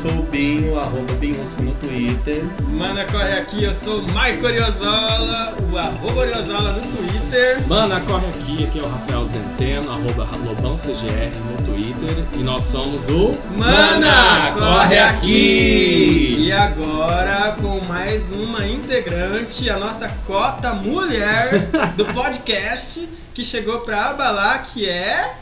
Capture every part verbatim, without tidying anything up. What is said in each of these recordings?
sou o Binho, arroba Binhusco no Twitter. Mana, corre aqui, eu sou o Maico Oriozola, o arroba Oriozola no Twitter. Mana, corre aqui, aqui é o Rafael Zenteno, arroba LobãoCGR no Twitter. E nós somos o... Mana, corre aqui! E agora, com mais uma integrante, a nossa cota mulher do podcast, que chegou pra abalar, que é...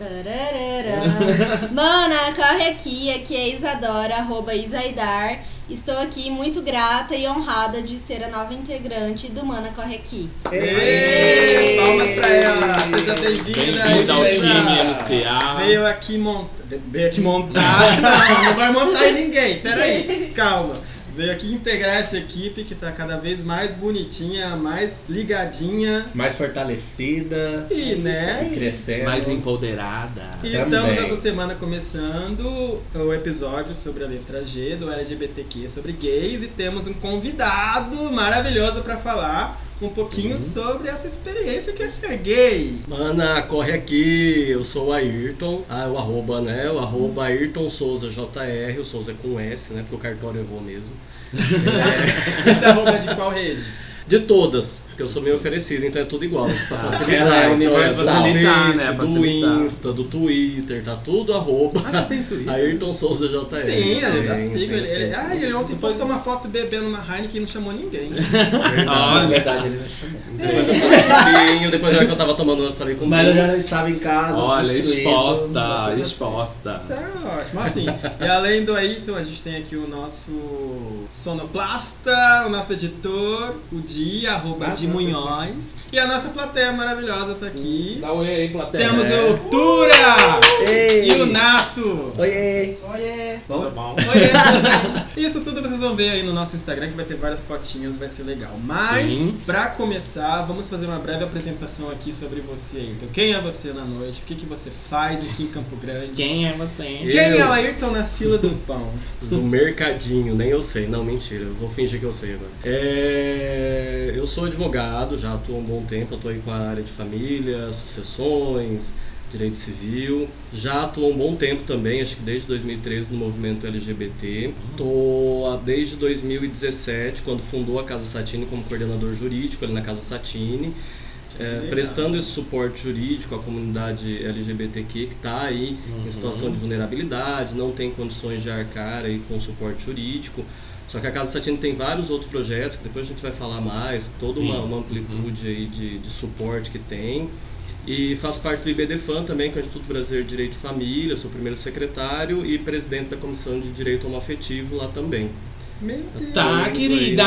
Mana, corre aqui, aqui é Isadora, arroba Isaidar. Estou aqui muito grata e honrada de ser a nova integrante do Mana Corre Aqui. Ei, palmas pra ela, seja bem-vinda. Bem-vinda ao time M C A. Veio aqui montar, veio aqui montar, não, não vai montar em ninguém, peraí, calma. Veio aqui integrar essa equipe que tá cada vez mais bonitinha, mais ligadinha. Mais fortalecida. E, né? Crescendo. Mais empoderada. E Também. estamos essa semana começando o episódio sobre a letra G do L G B T Q, sobre gays. E temos um convidado maravilhoso pra falar um pouquinho Sim. sobre essa experiência que é ser gay. Mana, corre aqui, eu sou o Ayrton, ah, o arroba, né, o arroba Ayrton Souza J R, o Souza é com S, né, porque o cartório errou mesmo. É... Esse arroba é de qual rede? De todas, porque eu sou meio oferecido, então é tudo igual, pra facilitar. Ah, é, então, universal. do Facilitar, Face, né, do facilitar. Insta, do Twitter, tá tudo arroba. Ah, você tem Twitter? Ayrton Souza J R. Sim, eu já Tem, sigo tem, ele. ele sim. ah, ele ontem postou uma foto bebendo uma Heineken e não chamou ninguém. Ah, na verdade ele não chamou. Depois eu falei com o depois na que eu tava tomando antes, falei com o Mas eu já estava em casa. Olha, destruído, exposta, assim. exposta. Tá ótimo. Assim, e além do Ayrton, a gente tem aqui o nosso sonoplasta, o nosso editor, o Di, arroba Ah, Di tá, Munhoz. E a nossa plateia maravilhosa tá aqui. Dá um oi aí, plateia. Temos o Tura Ei. e o Nato. Oiê! Oiê! Tudo bom? Oiê! Isso tudo vocês vão ver aí no nosso Instagram, que vai ter várias fotinhas, vai ser legal. Mas, Sim. pra começar, vamos fazer uma breve apresentação aqui sobre você, Ayrton. Quem é você na noite? O que, que você faz aqui em Campo Grande? Quem é você? Quem Eu. é o Ayrton na fila do pão? Do mercadinho, nem eu sei, não, mentira, eu vou fingir que eu sei agora. É, eu sou advogado, já atuo há um bom tempo, atuo aí com a área de família, sucessões, direito civil. Já atuo há um bom tempo também, acho que desde dois mil e treze no movimento L G B T. Estou desde dois mil e dezessete, quando fundou a Casa Satini, como coordenador jurídico ali na Casa Satini. É, prestando esse suporte jurídico à comunidade L G B T Q que está aí Uhum. em situação de vulnerabilidade, não tem condições de arcar aí com suporte jurídico. Só que a Casa Satini tem vários outros projetos, que depois a gente vai falar mais, toda uma, uma amplitude aí de, de suporte que tem. E faço parte do I B D F A M também, que é o Instituto Brasileiro de Direito e Família, sou o primeiro secretário e presidente da Comissão de Direito Homoafetivo lá também. Meu Deus! Tá, querida!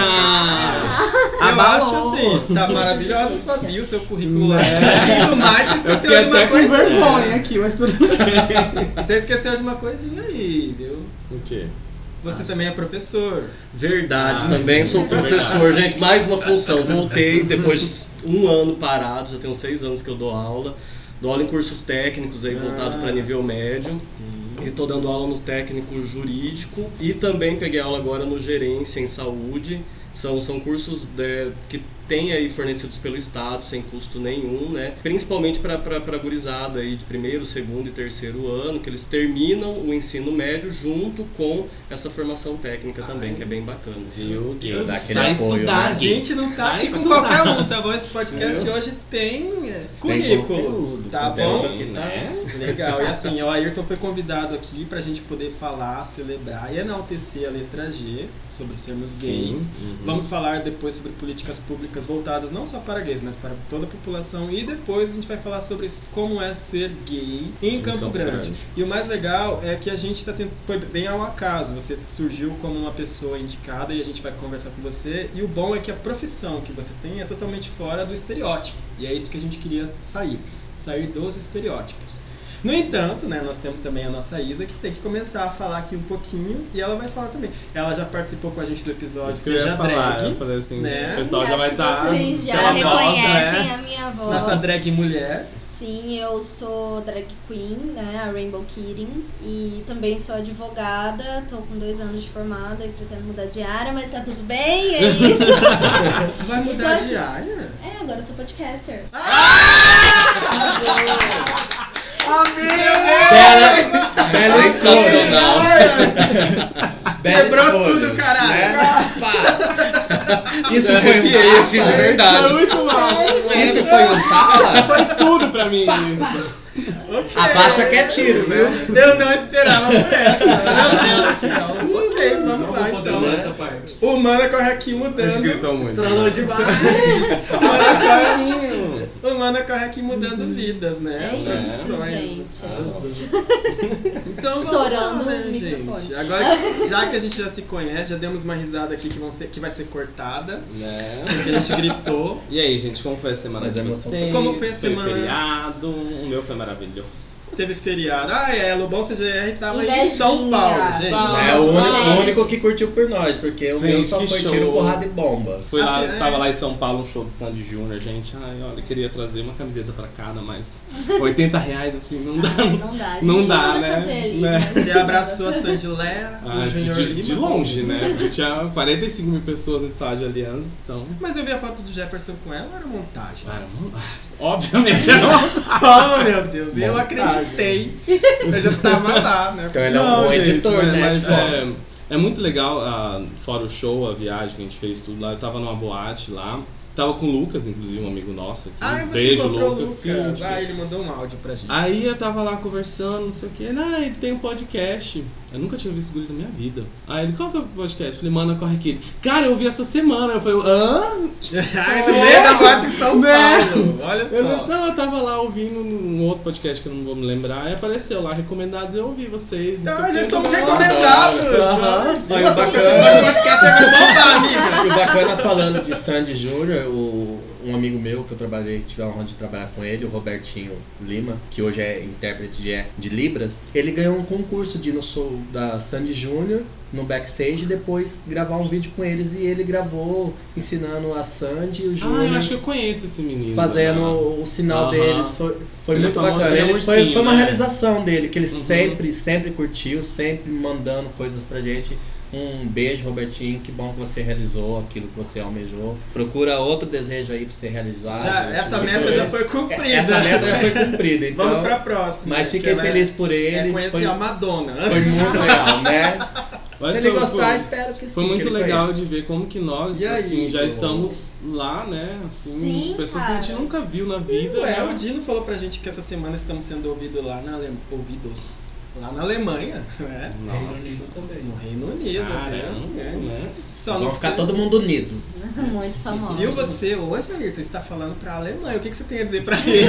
Eu Abalou. acho assim, tá maravilhosa sua bio, seu currículo lá. É. E tudo mais, você Eu esqueceu fiquei de uma até com coisinha. vergonha aqui, mas tudo bem. Você esqueceu de uma coisinha aí, viu? O quê? Você também é professor. Verdade, Ah, também sim, sou é professor, verdade. gente, mais uma função. Voltei depois de um ano parado, já tenho seis anos que eu dou aula. Dou aula em cursos técnicos aí, voltado Ah. para nível médio. E estou dando aula no técnico jurídico e também peguei aula agora no gerência em saúde. São, são cursos de, que tem aí fornecidos pelo Estado, sem custo nenhum, né? Principalmente para a gurizada aí de primeiro, segundo e terceiro ano, que eles terminam o ensino médio junto com essa formação técnica também, Ai. que é bem bacana. Viu? Deus, Dá dá aquele vai apoio, estudar, A né? gente não tá Vai aqui com estudar. qualquer um, tá bom? Esse podcast Viu? hoje tem é, Tem currículo, conteúdo, tá conteúdo bom? que tá- Né? Legal, e assim, o Ayrton foi convidado aqui pra gente poder falar, celebrar e enaltecer a letra G sobre sermos gays. Uhum. Vamos falar depois sobre políticas públicas voltadas não só para gays, mas para toda a população. E depois a gente vai falar sobre como é ser gay em, Em Campo, Campo Grande. Grande. E o mais legal é que a gente tá tendo, foi bem ao acaso. Você surgiu como uma pessoa indicada e a gente vai conversar com você. E o bom é que a profissão que você tem é totalmente fora do estereótipo. E é isso que a gente queria sair. Sair dos estereótipos. No entanto, né, nós temos também a nossa Isa, que tem que começar a falar aqui um pouquinho, e ela vai falar também. Ela já participou com a gente do episódio Isso que eu ia Seja falar, Drag, eu falei assim, né? o pessoal E já acho vai que estar vocês já pela voz, reconhecem né? a minha voz. nossa drag mulher. Sim, eu sou drag queen, né, a Rainbow Kitten, e também sou advogada, tô com dois anos de formada e pretendo mudar de área, mas tá tudo bem, é isso. Vai mudar Então- de área? É, agora eu sou podcaster. Oh, meu Bela, bela escolha, não. Quebrou tudo, caralho. Né? Pá. Isso foi um Arrepiei aqui, de tapa? verdade. Foi muito mal. Isso foi um tapa? Foi tudo pra mim isso. Ok. Abaixa que é tiro, viu? Eu não esperava por essa. Meu Deus do céu. Ok, vamos lá então. né? essa parte. O Mana corre aqui A gente mudando. gritou muito. Estralou demais. O Mana corre, o Mana corre aqui mudando vidas, né? É isso, Profissões. gente. É Arrasou. isso. Então, Estourando vamos lá, né, o gente? microfone. Agora, já que a gente já se conhece, já demos uma risada aqui que, vão ser, que vai ser cortada, Né? porque a gente gritou. E aí, gente, como foi a semana Mas de a emoção vocês? Como foi a semana? feriado? O meu foi maravilhoso. Teve feriado. Ah, é, Lobão C G R tava em Invejinha. São Paulo, gente. Fala. É o único, É. o único que curtiu por nós, porque o Gente, meu só que foi show. tiro, porrada e bomba. Fui lá, Assim, é. tava lá em São Paulo, um show do Sandy Júnior, gente. Ai, olha, queria trazer uma camiseta pra cada, mas oitenta reais assim, não dá. Ai, não dá. A gente Não dá, manda né? fazer ali, Né? mas Você não abraçou a manda. Sandy Léa, Ah, o de, Júnior de, Lima. de longe, né? Tinha quarenta e cinco mil pessoas no estádio Aliança, então. Mas eu vi a foto do Jefferson com ela ou era montagem? Cara, não- obviamente era Oh, meu Deus, eu Montagem. acreditei. Eu já tava lá, né? Então ele é um Não, bom gente, editor, mas- né? mas de foto. é, é muito legal, ah, fora o show, a viagem que a gente fez tudo lá. Eu tava numa boate lá. Tava com o Lucas, inclusive, um amigo nosso aqui. Ah, você Beijo, encontrou Lucas. o Sim, Lucas. tipo, Ah, ele mandou um áudio pra gente. Aí eu tava lá conversando, não sei o que. Ah, ele tem um podcast. Eu nunca tinha visto o guri na minha vida. Aí ele, qual que é o podcast? Eu falei, mano, corre aqui. Cara, eu ouvi essa semana. Eu falei, hã? Ai, no meio da boate em São Né? Paulo. Olha Eu, só. não, eu tava lá ouvindo um outro podcast que eu não vou me lembrar. Aí apareceu lá, recomendados, eu ouvi vocês. não sei Ah, o já quê. estamos Ah, recomendados. Aham. Aí o Nossa, bacana- esse podcast vai bombar, amiga. E o bacana falando de Sandy Júnior, o- um amigo meu que eu trabalhei, tive a honra de trabalhar com ele, o Robertinho Lima, que hoje é intérprete de, de Libras, ele ganhou um concurso de ir no show da Sandy Júnior, no backstage, e depois gravar um vídeo com eles, e ele gravou ensinando a Sandy e o Ah, eu Júnior acho que eu conheço esse menino. fazendo né? o sinal Aham. deles. Foi, foi Ele é muito famoso, bacana. ele é Ele foi, ursinho, foi uma né? realização dele, que ele Uhum. sempre, sempre curtiu, sempre mandando coisas pra gente. Um beijo, Robertinho. Que bom que você realizou aquilo que você almejou. Procura outro desejo aí pra você realizar. Já, gente. essa Muito meta bem. já foi cumprida. Essa meta já foi cumprida. Então, Vamos pra próxima. mas que fiquei ela feliz por É, ele. é conhecer foi, a Madonna. foi muito legal, né? Mas Se ele foi- gostar, foi- espero que sim. Foi muito que ele legal conheça. de ver como que nós, E aí, assim, já Dom? estamos lá, né? Assim, Sim, pessoas que a gente cara. nunca viu na vida. Ué, né? o Dino falou pra gente que essa semana estamos sendo ouvidos lá na Ale... ouvidos lá na Alemanha, né? Nossa. No Reino Unido, Caramba, né? né? Só não Vamos ficar sei- todo mundo unido. Muito famoso. Viu você hoje, Ayrton, está falando pra Alemanha. O que, que você tem a dizer pra eles?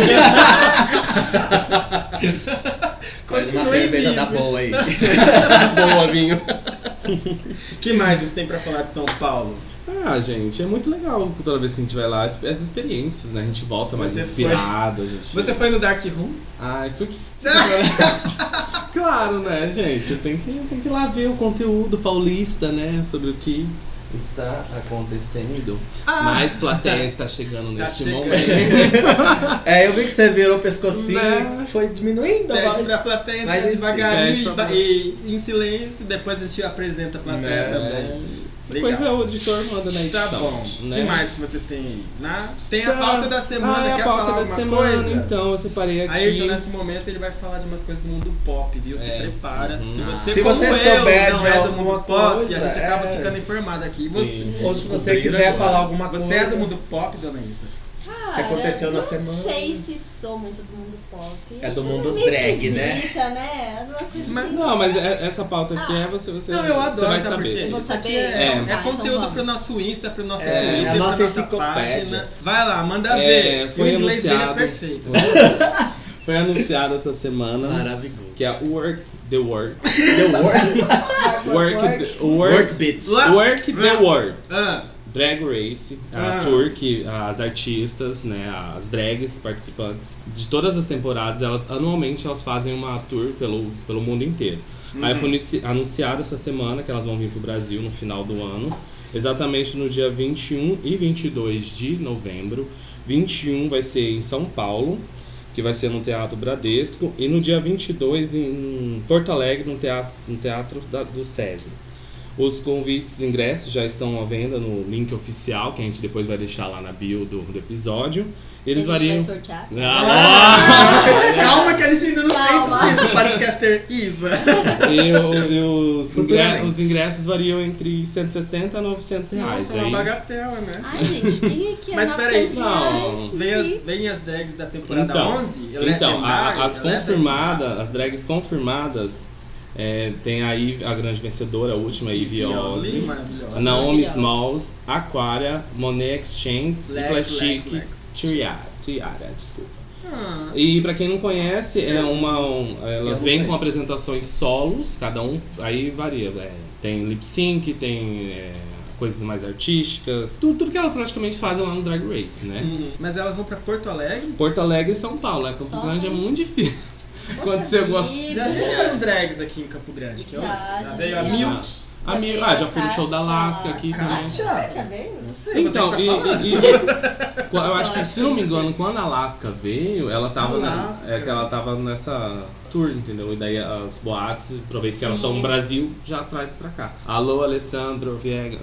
Faz uma Continuem cerveja da vivos. boa aí. Boa, vinho. O que mais você tem pra falar de São Paulo? Ah, gente, é muito legal toda vez que a gente vai lá, as as experiências, né? A gente volta mais Você inspirado, a gente... Você foi no Dark Room? Ai, por que... Claro, né, gente? Tem que, tem que ir lá ver o conteúdo paulista, né? Sobre o que está acontecendo. Ah. Mais plateia está chegando Tá neste chegando. momento. É, eu vi que você virou o pescocinho Né? e foi diminuindo a Pede voz. pra plateia Mas entrar enfim, devagarinho pede e, pra- ba- e em silêncio, depois a gente apresenta a plateia Né? também. Depois Legal. é o editor manda na edição. Tá bom. O né? que mais que você tem aí? Na... Tem a Tá. pauta da semana, ah, é quer a pauta falar da alguma semana, coisa? então, eu separei aqui. Ayrton, nesse momento, ele vai falar de umas coisas do mundo pop, viu? Se É. prepara. Uhum. Se Ah. você, Se como você eu, souber não de é do alguma mundo pop, coisa, a gente acaba é. ficando informado aqui. Sim. Você, Ou se você Descobrir quiser agora. falar alguma coisa. você é do mundo pop, dona Isa? Cara, que aconteceu na não semana. sei se sou muito do mundo pop. É do Isso mundo meio drag, né? esquisita, né? Uma coisa Mas- assim. Não, mas é- essa pauta aqui é você, você, Não, eu você adoro, vai sabe por saber. quê? Eu vou Isso aqui saber. É, Então é tá, então conteúdo vamos. pro nosso Insta, pro nosso É, Twitter, a pra nossa nossa enciclopédia. página. Vai lá, manda É, ver. foi o inglês dele é anunciado. perfeito. Foi anunciado essa semana Maravilhoso. que é a Work the World. The Work, Work, Work, work, the, work, work Beat. Lá- work the World. Ah, Drag Race, a Ah. tour que as artistas, né, as drags participantes de todas as temporadas, ela, anualmente elas fazem uma tour pelo, pelo mundo inteiro. Aí Uhum. foi inici- anunciado essa semana que elas vão vir pro Brasil no final do ano, exatamente no dia vinte e um e vinte e dois de novembro. vinte e um vai ser em São Paulo, que vai ser no Teatro Bradesco, e no dia vinte e dois em Porto Alegre, no Teatro, no teatro da, do SESI. Os convites, ingressos já estão à venda no link oficial, que a gente depois vai deixar lá na bio do, do episódio. Eles a gente variam. vai sortear. Ah, Calma que a gente ainda não Calma. tem tudo isso, podcaster Isa. e, o- e os, Futuramente. ingre- os ingressos variam entre cento e sessenta a novecentos reais. Nossa, é uma Aí, bagatela, né? Ai, gente, quem é que é Mas peraí, novecentos reais? não. Vem as, vem as drags da temporada Então, onze, então a- Legendary, as confirmadas, as drags confirmadas, é, tem aí a grande vencedora, a última, Ivy Ivy Oddly, Oddly, maravilhosa. Naomi Maravilhosa. Smalls, Aquaria, Monet Exchange e Lex, Plastic Lex, Lex. Tiara, Tiara, desculpa. Ah, E pra quem não conhece, é uma, um- elas não vêm com conheço. apresentações solos, cada um, aí varia. é, tem lip sync, tem é, coisas mais artísticas, tudo, tudo que elas praticamente fazem lá no Drag Race, né? hum, mas elas vão pra Porto Alegre? Porto Alegre e São Paulo, né? Campo Só- Grande é muito difícil. Acontecer alguma vida. Já vieram drags aqui em Campo Grande, que Já, já, já veio a vieram. Milk. A Já minha, veio ah, a já fui no show da Kátia. Alaska aqui também. Kátia? Kátia veio? Não sei, Então, você que e, tá falando. e- e- eu acho que, se não me engano, quando a Alaska veio, ela tava, na- Alaska. é que ela tava nessa tour, entendeu? E daí as boates, aproveita que elas estão no Sim. Brasil, já traz pra cá. Alô, Alessandro Viega.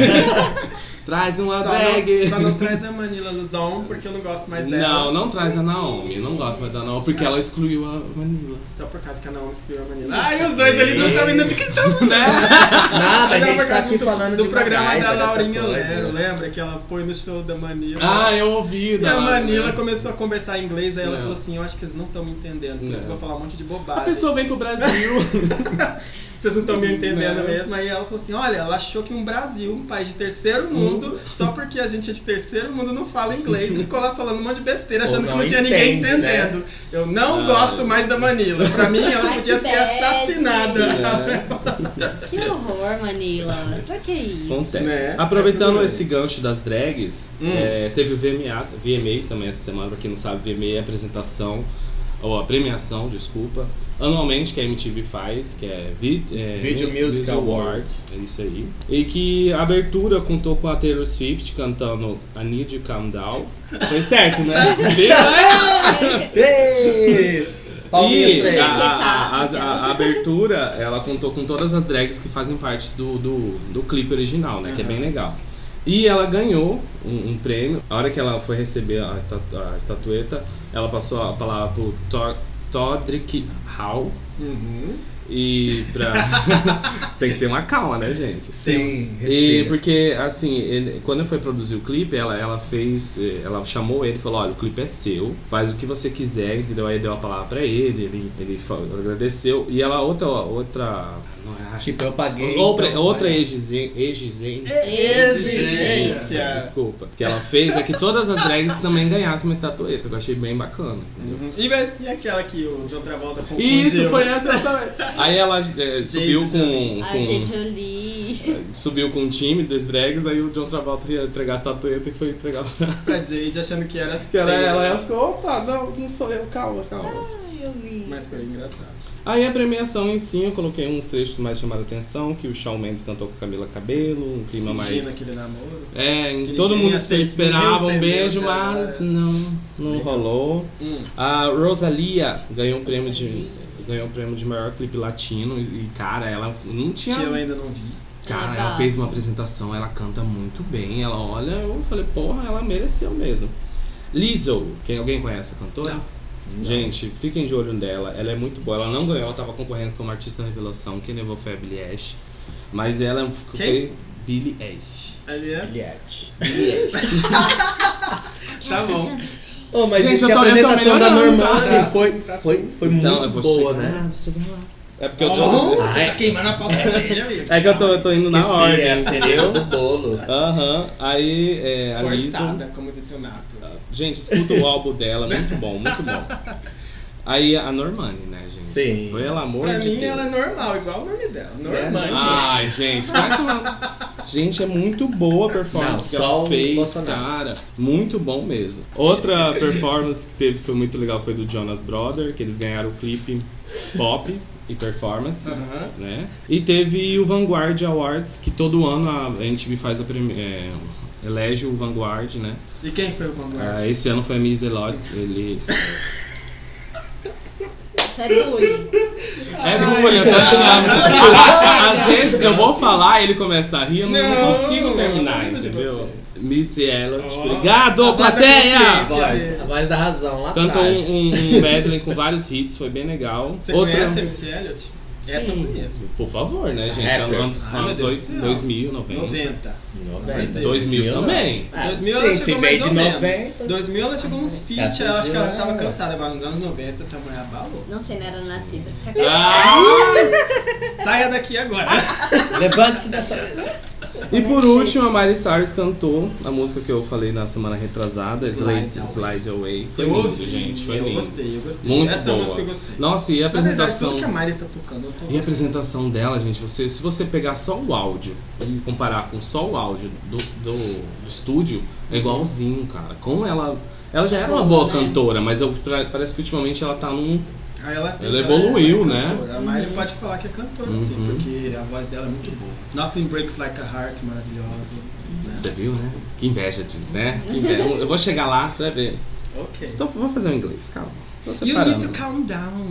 Traz uma Só drag. não, só não traz a Manila Luzon, porque eu não gosto mais dela. Não, não traz a Naomi, eu não gosto mais da Naomi, porque ela excluiu a Manila. Só por causa que a Naomi excluiu a Manila. Ai, os dois ali não sabem do que estão falando. Nada, a Não, gente por tá causa aqui do, falando do de programa MacGyver, da dessa Laurinha coisa. Lero, lembra? Que ela foi no show da Manila. Ah, eu ouvi E da a Manila começou a conversar em inglês, aí ela Não. falou assim, eu acho que vocês não estão me entendendo, por Não. isso eu vou falar um monte de A bobagem. pessoa vem pro Brasil. Vocês não estão me entendendo Não. mesmo. Aí ela falou assim, olha, ela achou que um Brasil, um país de terceiro mundo, só porque a gente é de terceiro mundo não fala inglês, e ficou lá falando um monte de besteira, Ou achando que não não tinha ninguém entende, entendendo. Eu não Ah. gosto mais da Manila. Pra mim, ela Ai, podia que ser bad. assassinada. É. Que horror, Manila. Pra que isso? Acontece. Né? Aproveitando É esse gancho das drags, Hum. é, teve o V M A, V M A também essa semana, pra quem não sabe, V M A é a apresentação, ou a premiação, desculpa, anualmente que a M T V faz, que é, vi, é Video Music Awards. é isso aí. E que a abertura contou com a Taylor Swift cantando I Need You Calm Down. Foi certo, né? Ei! Palminha E pra ele. a, a- a- a- a abertura, ela contou com todas as drags que fazem parte do, do, do clipe original, né? Que é bem legal. E ela ganhou um, um prêmio. A hora que ela foi receber a, estatu- a estatueta, ela passou a palavra pro To- Todrick Hall. Uhum. E pra... Tem que ter uma calma, né, gente? Sim, E respira. porque, assim, ele- quando foi produzir o clipe, ela, ela fez. eh, Ela chamou ele e falou: olha, o clipe é seu, faz o que você quiser, entendeu? Aí deu a palavra pra ele, ele, ele fa- agradeceu. E ela, outra. outra não é, Tipo, eu paguei. outra então, outra vai. exigência. Exigência. Desculpa. Que ela fez é que todas as drags também ganhassem uma estatueta, que eu achei bem bacana. Entendeu? Uhum. E, mas- e aquela que o John Travolta confundiu? Isso, foi essa também. Aí ela eh, subiu com, Jolie. A com J. Jolie. subiu com um time dos drags, aí o John Travolta ia entregar a estatueta e foi entregar pra Pra Jade, achando que era que ela, ela, ela ficou, opa, não, não sou eu, calma, calma. Ai, eu vi. Mas foi engraçado. Aí a premiação em si, eu coloquei uns trechos que mais chamaram a atenção, que o Shawn Mendes cantou com a Camila Cabello, um clima Fingindo mais... aquele namoro. É, em Que todo ninguém mundo aceitou, esperava um ninguém beijo, entendeu, mas né? não, não Legal. rolou. Hum. A Rosalia ganhou um prêmio de Rosalia. ganhou o prêmio de maior clipe latino e, cara, ela não tinha... Que eu ainda não vi. Cara, Legal. ela fez uma apresentação, ela canta muito bem, ela olha, eu falei, porra, ela mereceu mesmo. Lizzo, quem alguém conhece a cantora? Não. Gente, fiquem de olho nela, ela é muito boa, ela não ganhou, ela tava concorrendo como artista revelação, quem levou foi a Billie Eilish, mas ela ficou Quem? Billie Eilish. Ali é? Juliette. Billie Eilish. Tá bom. Oh, mas Gente, isso eu que a tô- eu tô apresentação da melhorando, Normani tá? foi, foi, foi Então, eu muito vou boa, chegar né? lá, vou chegar lá. É porque eu, Oh, eu- você tá queimando a pauta dele, amigo. é que eu tô, eu tô indo na Esqueci, ordem, é a cereja do entendeu? bolo. Aham, aí é, a Lizzo... Forçada, como disse o Nato. Gente, escuta o álbum dela, muito bom, muito bom. Aí a Normani, né, gente? Sim. Pelo amor Pra de mim, Deus. ela é normal, igual o nome dela. Normani. Ai, gente, vai tomar. Gente, é muito boa a performance Não, que só ela o fez, Bolsonaro. cara. Muito bom mesmo. Outra performance que teve que foi muito legal foi do Jonas Brothers, que eles ganharam o clipe pop e performance. Aham. Né? E teve o Vanguard Awards, que todo ano a M T V faz a premi- é, elege o Vanguard, né? E quem foi o Vanguard? Ah, esse ano foi a Miss Elliott, ele Isso é bullying. É bullying, eu tô achando. Às vezes eu vou falar, ele começa a rir, eu não, Não, consigo terminar, não, entendeu? Missy Elliott, Oh. obrigado, A voz da plateia! A consciência. voz, a voz da razão lá Cantou atrás. um, um, um medley com vários hits, foi bem legal. Você Outra- conhece a M C Elliott? Essa eu Sim, conheço. por favor, né, gente? Rapper. Anos, Ai, meu anos Deus oito- do céu. dois mil, noventa. noventa. noventa. dois mil também. Ah, dois mil sim, ela se chegou veio mais de ou noventa. menos. dois mil ela chegou uns feat, Essa eu acho que ela já- tava cansada. Agora nos anos noventa essa mulher abalou. Não sei, não era nascida. Ah! Saia daqui agora. Levante-se dessa vez. E por último, a Miley Cyrus cantou a música que eu falei na semana retrasada, Slide Slide, Away. Slide Away. Foi Eu lindo, ouvi, gente, foi eu lindo. gostei, eu gostei. Muito Essa boa. música eu gostei. Nossa, e a Na verdade, apresentação... tudo que a Miley tá tocando, eu tô E a gostando. apresentação dela, gente, você, se você pegar só o áudio e comparar com só o áudio do, do, do estúdio, é igualzinho, cara. Como ela... Ela já era uma boa Né? cantora, mas eu, pra- parece que ultimamente ela tá num... Aí ela, tem- Ela evoluiu, é né? cantora. A Miley pode falar que é cantora, sim, Uhum. porque a voz dela é muito boa. Nothing Breaks Like a Heart, maravilhosa. Né? Você viu, né? Que inveja, de, né? Que inveja. Eu vou chegar lá, você vai ver. Ok. Então, vou fazer o inglês, calma. Tô You separando. need to calm down.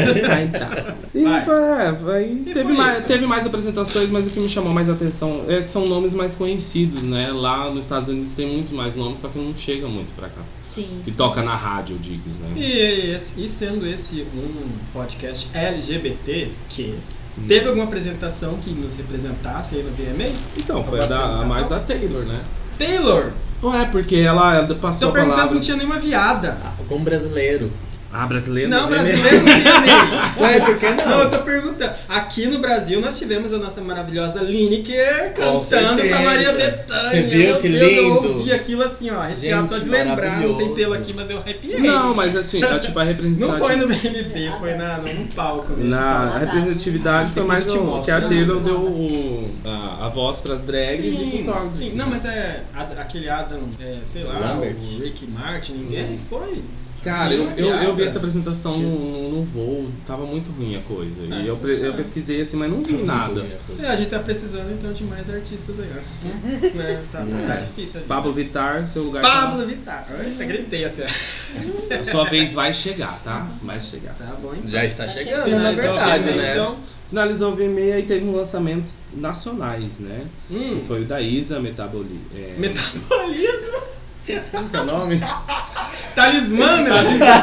E Vai. vai, vai. E Teve, foi mais, isso. teve mais apresentações, mas o que me chamou mais atenção é que são nomes mais conhecidos, né? Lá nos Estados Unidos tem muito mais nomes, só que não chega muito pra cá. Sim. Que toca na rádio, eu digo, né? E, esse- e sendo esse um podcast L G B T, que teve alguma apresentação que nos representasse aí no V M A? Então, foi a, da, a mais da Taylor, né? Taylor! Ué, porque ela ela passou Tô a perguntando palavra... se não tinha nenhuma viada. Como brasileiro. Ah, brasileiro? Não, né? brasileiro no V M A. Ué, por que Não, não? eu tô perguntando. Aqui no Brasil nós tivemos a nossa maravilhosa Lineker Com cantando certeza. com a Maria Bethânia. Você viu Meu que Deus, eu lindo? ouvi aquilo assim, ó, arrepiado Gente, só de lembrar. Não tem maravilhoso. pelo aqui, mas eu arrepiei. Não, mas assim, a, tipo, a representatividade... Não foi no V M B, foi na, no, no palco mesmo. Na só. a representatividade foi mais Depois eu te o, mostro. que a Taylor Não, deu não. o- a, a voz pras drags e Sim, pro talk. sim. Não, mas é Ad- aquele Adam, é, sei lá, Lambert. o Ricky Martin, ninguém foi. Cara, eu, eu, eu vi essa Piadas. apresentação no, no, no voo, tava muito ruim a coisa. E eu, pre- eu pesquisei assim, mas não vi nada. É, a gente tá precisando então de mais artistas aí, ó. Né, tá, tá, tá É. difícil ali. Pablo Vittar, seu lugar Pablo Vittar. Eita, gritei até. tá... A sua vez vai chegar, tá? Vai chegar. Tá bom, então. Já está Tá chegando, chegando. na Finalizou verdade, o V M A, né? Então, Finalizou o V M A e teve um lançamentos nacionais, né? hum, Que foi o da Isa Metaboli. É... metabolismo. Como que é o nome? Talismã, meu.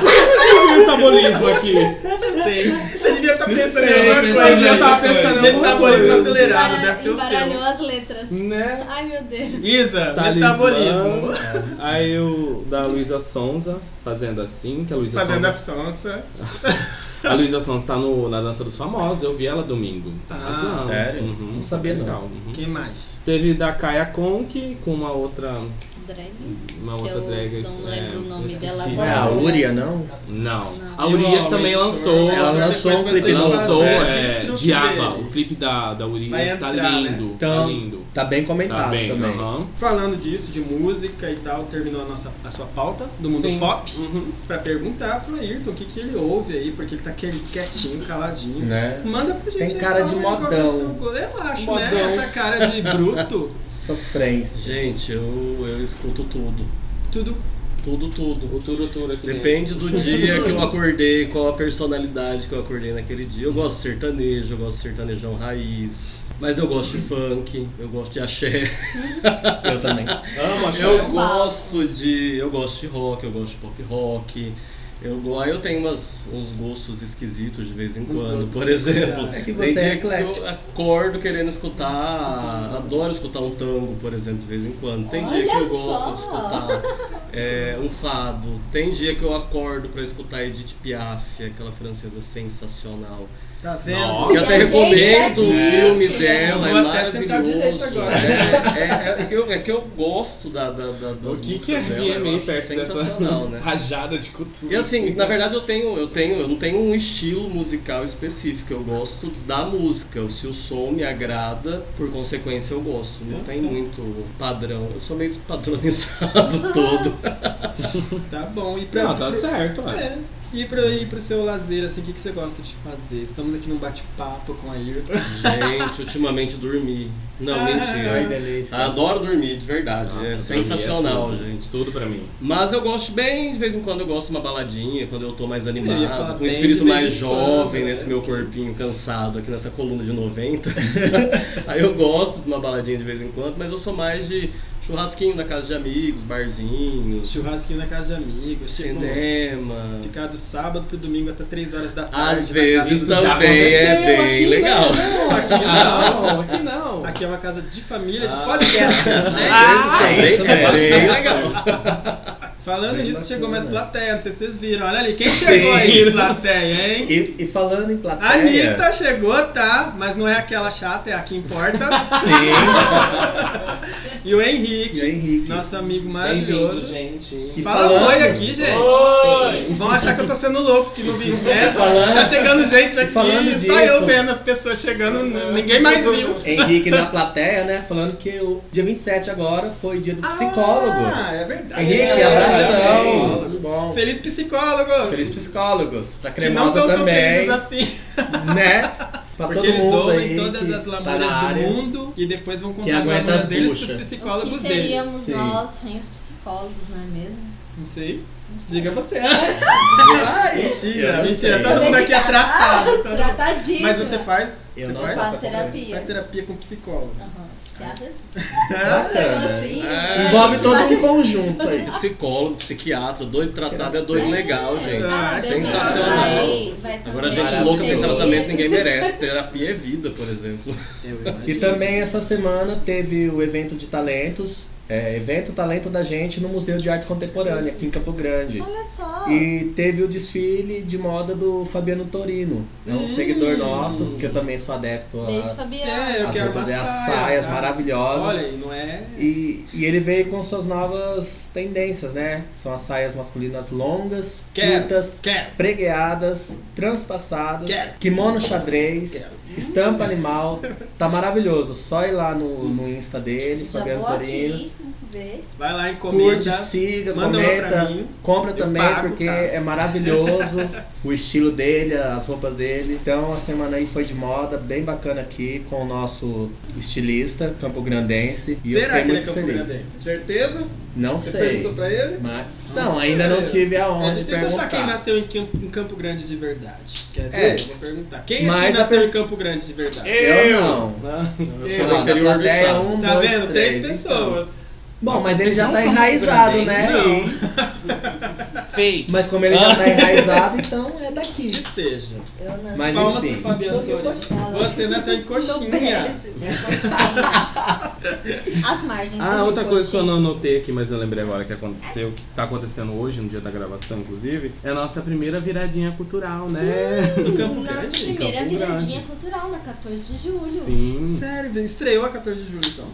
Metabolismo aqui. Sei. Você devia estar pensando em sei, alguma pensando coisa. em Eu tava alguma pensando coisa. em metabolismo Coisa. acelerado, Embara- deve ser o Embaralhou seu. as letras. Né? Ai, meu Deus. Isa, Talismã. metabolismo. Aí o da Luísa Sonza, fazendo assim, que a Luísa Fazendo a Sonza. sonsa. A Luísa Sonza tá no, na Dança dos Famosos, eu vi ela domingo. Tá Ah, arrasando. sério? Uhum, Não sabia, não. legal, uhum. Quem mais? Teve da Kaya Conk com uma outra. Drag. Uma Que outra eu drag. não é, lembro o nome eu esqueci. dela Não é a agora. Uria, não? Não. Não. A Urias E o também Aumente lançou. Turner, Ela lançou um depois clipe vai ter que Lançou fazer é, aquele truque Diaba, dele. o clipe da, da Vai Urias tá entrar, né? lindo. Então, tá lindo. tá bem comentado Tá bem, também. aham. Falando disso, de música e tal, terminou a, nossa, a sua pauta do mundo Sim. pop. Uhum. Pra perguntar pro Ayrton o que, que ele ouve aí, porque ele tá aquele quietinho, caladinho. Né? Manda pra gente. Tem aí, cara fala de aí qual que é o modão. seu gosto. Eu acho, Modão. né? Essa cara de bruto, Sofrência. Gente, eu, eu escuto tudo. tudo. Tudo, tudo. O Turo Turo aqui Depende do dia que eu acordei, qual a personalidade que eu acordei naquele dia. Eu gosto de sertanejo, eu gosto de sertanejão raiz. Mas eu gosto de funk, eu gosto de axé. Eu também. Amo axé. Eu gosto de. Eu gosto de rock, eu gosto de pop rock. Eu, go- aí eu tenho umas, uns gostos esquisitos de vez em Uns quando. gostos Por exemplo, É que tem você é dia que eclético. eu acordo querendo escutar. Adoro escutar um tango, por exemplo, de vez em quando. Tem dia Olha que eu gosto de só! escutar é, um fado. Tem dia que eu acordo pra escutar Edith Piaf, aquela francesa sensacional. Tá vendo? Nossa. Eu até Gente, recomendo o aqui. filme dela, Eu é vou até sentar direito maravilhoso. agora. É, é- é que eu, é que eu gosto da, da, da, das O que, músicas que é dela, V eu M A acho perto sensacional, dessa né? rajada de cultura? E assim, na verdade eu tenho, eu tenho, eu não tenho um estilo musical específico, eu gosto da música. Se o som me agrada, por consequência eu gosto. Não tem muito padrão. Eu sou meio despadronizado todo. Tá bom. E pra, Não, tá pro- certo, ué. É. E pra ir pro seu lazer, assim, o que, que você gosta de fazer? Estamos aqui num bate-papo com a Ayrton. Gente, ultimamente dormi. Não, Ah, mentira. Ai, delícia. Adoro dormir, de verdade. Nossa, é dormir sensacional, é tudo. gente. Tudo pra mim. Mas eu gosto bem, de vez em quando eu gosto de uma baladinha, quando eu tô mais Eu ia falar animado, com um bem espírito de vez mais em jovem quando, nesse né? meu corpinho cansado aqui nessa coluna de noventa. Aí eu gosto de uma baladinha de vez em quando, mas eu sou mais de churrasquinho na casa de amigos, barzinhos, Churrasquinho na casa de amigos, tipo, cinema. ficar do sábado pro domingo até três horas da tarde. Às na vezes casa- também é aconteceu bem aqui, legal. né? Não, aqui Não, não. aqui não. Aqui é uma casa de família, de Ah. podcasters, né? Às vezes isso também é mesmo. bem legal. Falando Bem nisso, bacana. chegou mais plateia, não sei se vocês viram. Olha ali, quem chegou aí, plateia, hein? E, e falando em A plateia... Anitta chegou, tá? Mas não é aquela chata, é a que importa. Sim. E o Henrique, E o Henrique. nosso amigo Bem-vindo, maravilhoso. gente. E Fala falando- oi aqui, gente. Oi! Vão achar que eu tô sendo louco, que não vi. Né? falando- Tá chegando gente e aqui, falando só disso- eu vendo as pessoas chegando, ninguém mais viu. Henrique na plateia, né? Falando que o dia vinte e sete agora foi dia do psicólogo. Ah, é verdade. Henrique, É, abração. é, Tudo bom? Feliz psicólogos. Feliz psicólogos. Pra Que não Cremosa são tão também. felizes assim. Né? Pra Porque todo eles mundo ouvem aí todas que as tá lamúrias na do área. mundo e depois vão Que contar as aguenta lamúrias as deles buchas. pros O que psicólogos seríamos deles. Sim. nós sem os psicólogos, não é mesmo? Não sei. Não sei. Diga você. Ai, Mentira, eu não mentira. sei. Todo mundo aqui é tratado. todo- Tratadíssimo. Mas você faz? Eu você não faz? Faço terapia. Faz terapia com psicólogo. Aham, psiquiatra. Bacana. Negocinho. É. Envolve todo um conjunto aí. Psicólogo, psiquiatra, doido tratado é doido legal, gente. Ah, Sabe, sensacional. Vai, vai Agora, também gente louca sem ter- tratamento ninguém merece. Terapia é vida, por exemplo. Eu imagino. E também essa semana teve o evento de talentos, é, evento Talento da Gente no Museu de Arte Contemporânea, aqui em Campo Grande. Olha só. E teve o desfile de moda do Fabiano Torino, é um Hum. seguidor nosso, que eu também sou adepto Beijo, a Fabiano. É, eu as quero roupas uma e as saia, saias tá? maravilhosas. Olha aí, não é... E, e ele veio com suas novas tendências, né? São as saias masculinas longas, Quero. curtas, Quero. pregueadas, transpassadas, Quero. kimono xadrez, Quero. estampa animal. Tá maravilhoso. Só ir lá no, no Insta dele, Já Fabiano vou Torino. aqui ver. Vai lá, encomenda. Curte, siga, manda uma pra comenta, mim. compra Eu também pago, porque tá? é maravilhoso o estilo dele, as roupas dele. Então a semana aí foi de moda, bem bacana aqui com o nosso estilista campograndense. E eu Será fiquei que ele é muito Campo feliz. Grande? Certeza? Não Você sei. perguntou pra ele? Mas... Não Não, ainda não sei. tive É aonde difícil achar quem perguntar. nasceu em Campo, em Campo Grande de verdade. Quer ver? É. Eu vou perguntar. Quem Mas aqui a nasceu per- em Campo Grande de verdade? Eu não. Eu Eu sou Não, do da interior do plateia, estado. um, Tá dois, vendo? três, Três pessoas. Bom, Nossa, mas ele vocês já não tá são enraizado, muito né? Não. E- Fake. Mas como ele já tá enraizado, então é daqui. Que seja. Eu nasci Mas Palmas enfim. pro Fabiano no Rio Torino. Costela. Você nasceu em No Coxinha. Beijo, Coxinha. As margens do Ah, Rio outra coisa que eu Coxinha. não anotei aqui, mas eu lembrei agora que aconteceu, que tá acontecendo hoje, no dia da gravação, inclusive, é a nossa primeira viradinha cultural, né? No Campo Nossa Grande. primeira Campo viradinha Grande. cultural, na quatorze de julho. Sim. Sério, estreou a quatorze de julho então.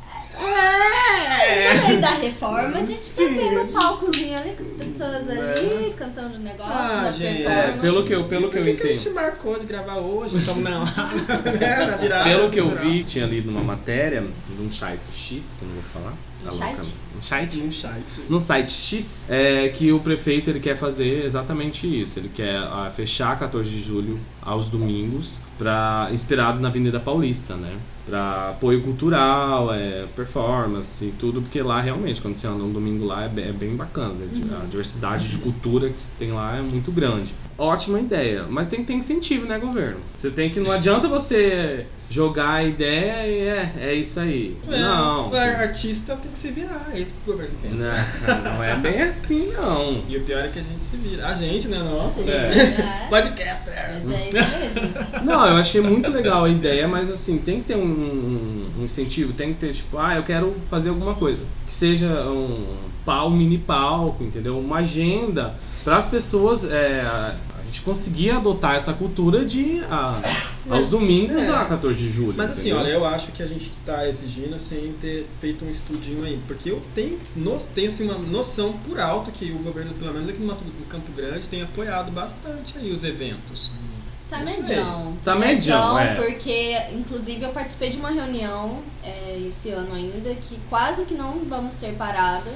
É, no meio da reforma, a gente tá Sim. tendo um palcozinho ali com as pessoas ali, cantando negócio, Ah, umas gente, performances. É, pelo que eu, pelo E que eu por que, que a entendo. gente marcou de gravar hoje? Então não. Né, na virada Pelo que eu cultural. vi, tinha lido uma matéria de um site X, que eu não vou falar. Um tá site? louca, né? Um site? Num site. No site X, é que o prefeito ele quer fazer exatamente isso. Ele quer ah, fechar quatorze de julho aos domingos, pra, inspirado na Avenida Paulista, né? Pra apoio cultural, é, performance e tudo, porque lá realmente, quando você anda um domingo lá, é bem, é bem bacana. Né? A diversidade de cultura que você tem lá é muito grande. Ótima ideia, mas tem que ter incentivo, né, governo? Você tem que. Não adianta você jogar a ideia e é, é isso aí. É, Não. o artista tem que se virar, é isso que o governo pensa. Não, não é bem assim, não. E o pior é que a gente se vira. A gente, né? Nossa, É. É, podcaster. mas é isso mesmo. Não, eu achei muito legal a ideia, mas assim, tem que ter um, um- um incentivo, tem que ter tipo, ah, eu quero fazer alguma coisa. Que seja um pau, mini palco, entendeu? Uma agenda para as pessoas, é, a gente conseguir adotar essa cultura de ir a, aos domingos é. a quatorze de julho. Mas assim, entendeu? olha, eu acho que a gente tá exigindo sem ter feito um estudinho aí. Porque eu tenho, nos, tenho assim, uma noção por alto que o governo, pelo menos aqui no, Mato- no Campo Grande, tem apoiado bastante aí os eventos. Tá Não sei. medião. Tá medião, é. Porque, inclusive, eu participei de uma reunião é, esse ano ainda que quase que não vamos ter parada,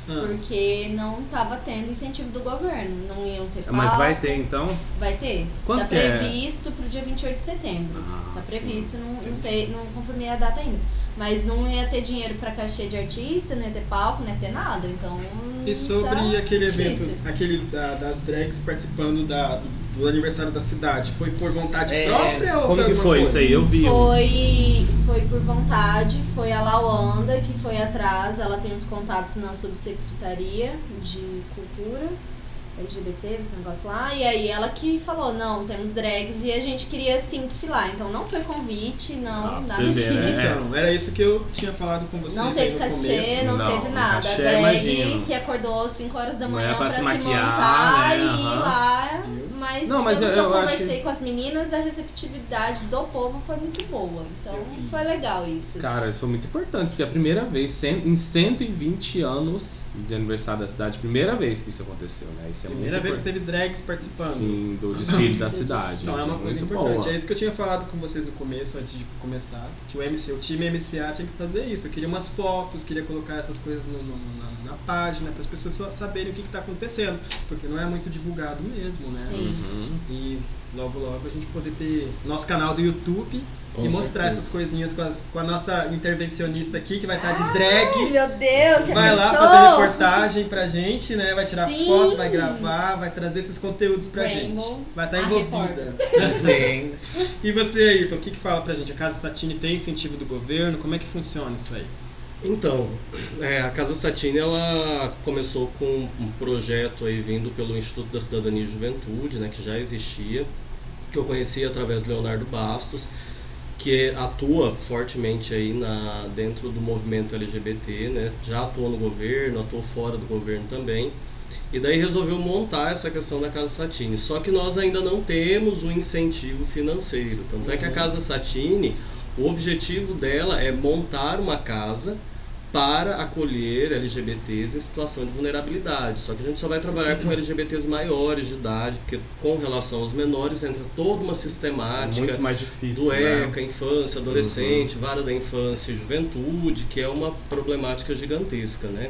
Ah. Porque não tava tendo incentivo do governo, não iam ter Ah, Mas palco. vai ter então? Vai ter. Quando tá que é? previsto pro dia vinte e oito de setembro. Ah, tá sim. previsto, não, não sei, não confirmei a data ainda. Mas não ia ter dinheiro pra cachê de artista, não ia ter palco, não ia ter nada. Então. E sobre tá aquele difícil. evento, aquele da- das drags participando da, do, do aniversário da cidade, foi por vontade É, própria ou Como foi que alguma foi coisa? isso aí? Eu vi. Foi, foi por vontade, foi a Lawanda que foi atrás, ela tem os contatos na subsecretaria de cultura, L G B T, esse negócio lá, e aí ela que falou, não, temos drags e a gente queria sim desfilar, então não foi convite, não, Ah, pra nada você ver, disso. né? Então, era isso que eu tinha falado com vocês Não aí teve no cachê, começo. não, Não, teve nada. cachê, a drag imagino. que acordou cinco horas da Não manhã é pra pra se se maquiar, montar né? e ir Aham. lá. Mas, Não, mas pelo eu- que eu, eu conversei acho- com as meninas, a receptividade do povo foi muito boa. Então Eu vi. foi legal isso. Cara, isso foi muito importante, porque é a primeira vez, cem- em cento e vinte anos de aniversário da cidade, primeira vez que isso aconteceu, né? Isso é Primeira muito vez que importante. teve drags participando. Sim, do desfile da Do cidade. desfile. Não, é uma coisa muito importante. boa. É isso que eu tinha falado com vocês no começo, antes de começar. Que o M C, o time M C A tinha que fazer isso. Eu queria umas fotos, queria colocar essas coisas no- no- na, na página, para as pessoas só saberem o que está acontecendo. Porque não é muito divulgado mesmo, né? Sim. Uhum. E logo logo a gente poder ter nosso canal do YouTube Com e mostrar certeza. essas coisinhas com, as- com a nossa intervencionista aqui, que vai estar de Ai, drag. meu Deus, já Vai lá pensou? fazer reportagem pra gente, né? Vai tirar Sim. foto, vai gravar, vai trazer esses conteúdos pra Rainbow, gente. Vai estar a envolvida. Sim. E você, Ailton, o que que fala pra gente? A Casa Satine tem incentivo do governo? Como é que funciona isso aí? Então, é, a Casa Satine ela começou com um projeto aí vindo pelo Instituto da Cidadania e Juventude, né, que já existia, que eu conheci através do Leonardo Bastos, que atua fortemente aí na, dentro do movimento L G B T, né, já atuou no governo, atuou fora do governo também, e daí resolveu montar essa questão da Casa Satine. Só que nós ainda não temos um incentivo financeiro, tanto é que a Casa Satine, o objetivo dela é montar uma casa para acolher L G B Ts em situação de vulnerabilidade. Só que a gente só vai trabalhar com L G B Ts maiores de idade, porque com relação aos menores entra toda uma É sistemática muito mais difícil, do né? ECA, infância, adolescente, vara da infância e juventude, que é uma problemática gigantesca, né?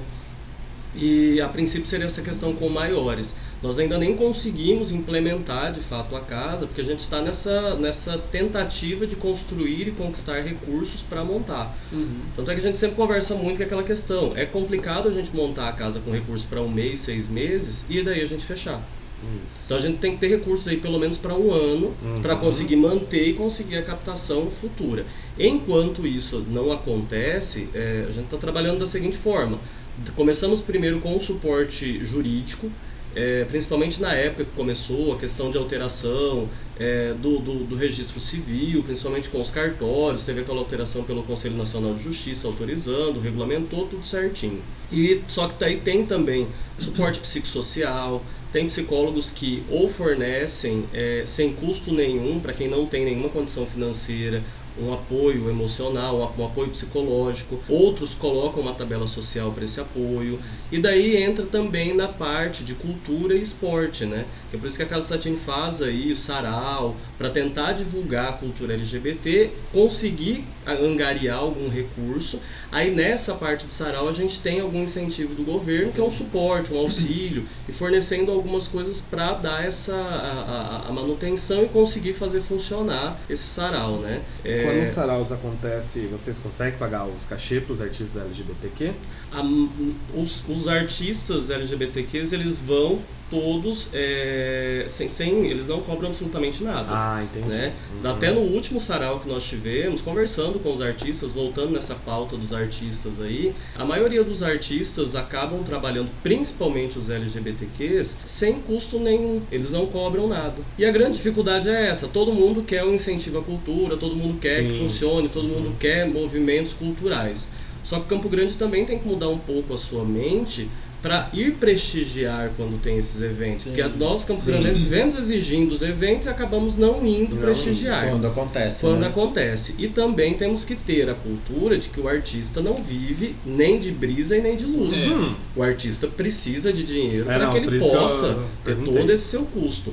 E a princípio seria essa questão com maiores. Nós ainda nem conseguimos implementar de fato a casa, porque a gente está nessa, nessa tentativa de construir e conquistar recursos para montar. Uhum. Tanto é que a gente sempre conversa muito com aquela questão. É complicado a gente montar a casa com recursos para um mês, seis meses, e daí a gente fechar. Isso. Então a gente tem que ter recursos aí pelo menos para um ano, Uhum. para conseguir manter e conseguir a captação futura. Enquanto isso não acontece, é, a gente está trabalhando da seguinte forma. Começamos primeiro com o suporte jurídico, é, principalmente na época que começou a questão de alteração é, do, do, do registro civil, principalmente com os cartórios, teve aquela alteração pelo Conselho Nacional de Justiça autorizando, regulamentou tudo certinho. E só que daí tem também suporte psicossocial, tem psicólogos que ou fornecem é, sem custo nenhum para quem não tem nenhuma condição financeira, um apoio emocional, um apoio psicológico, outros colocam uma tabela social para esse apoio, e daí entra também na parte de cultura e esporte, né? Que é por isso que a Casa Satine faz aí o sarau, para tentar divulgar a cultura L G B T, conseguir angariar algum recurso. Aí nessa parte de sarau a gente tem algum incentivo do governo, que é um suporte, um auxílio, e fornecendo algumas coisas para dar essa a, a, a manutenção e conseguir fazer funcionar esse sarau, né? É, Quando os saraus acontece, vocês conseguem pagar os cachê para os artistas L G B T Q? a, os, os artistas L G B T Qs, eles vão todos é, sem, sem, eles não cobram absolutamente nada. Ah, entendi. Né? Uhum. Até no último sarau que nós tivemos, conversando com os artistas, voltando nessa pauta dos artistas aí, a maioria dos artistas acabam trabalhando, principalmente os L G B T Qs, sem custo nenhum, eles não cobram nada. E a grande dificuldade é essa, todo mundo quer o incentivo à cultura, todo mundo quer Sim. que funcione, todo mundo quer movimentos culturais. Só que Campo Grande também tem que mudar um pouco a sua mente para ir prestigiar quando tem esses eventos. Sim. Porque nós, Campo Sim. Grande, vivemos exigindo os eventos e acabamos não indo Não prestigiar. Quando acontece. Quando né? acontece. E também temos que ter a cultura de que o artista não vive nem de brisa e nem de luxo. Uhum. O artista precisa de dinheiro É, para não, que por ele isso que eu possa ter perguntei. todo esse seu custo.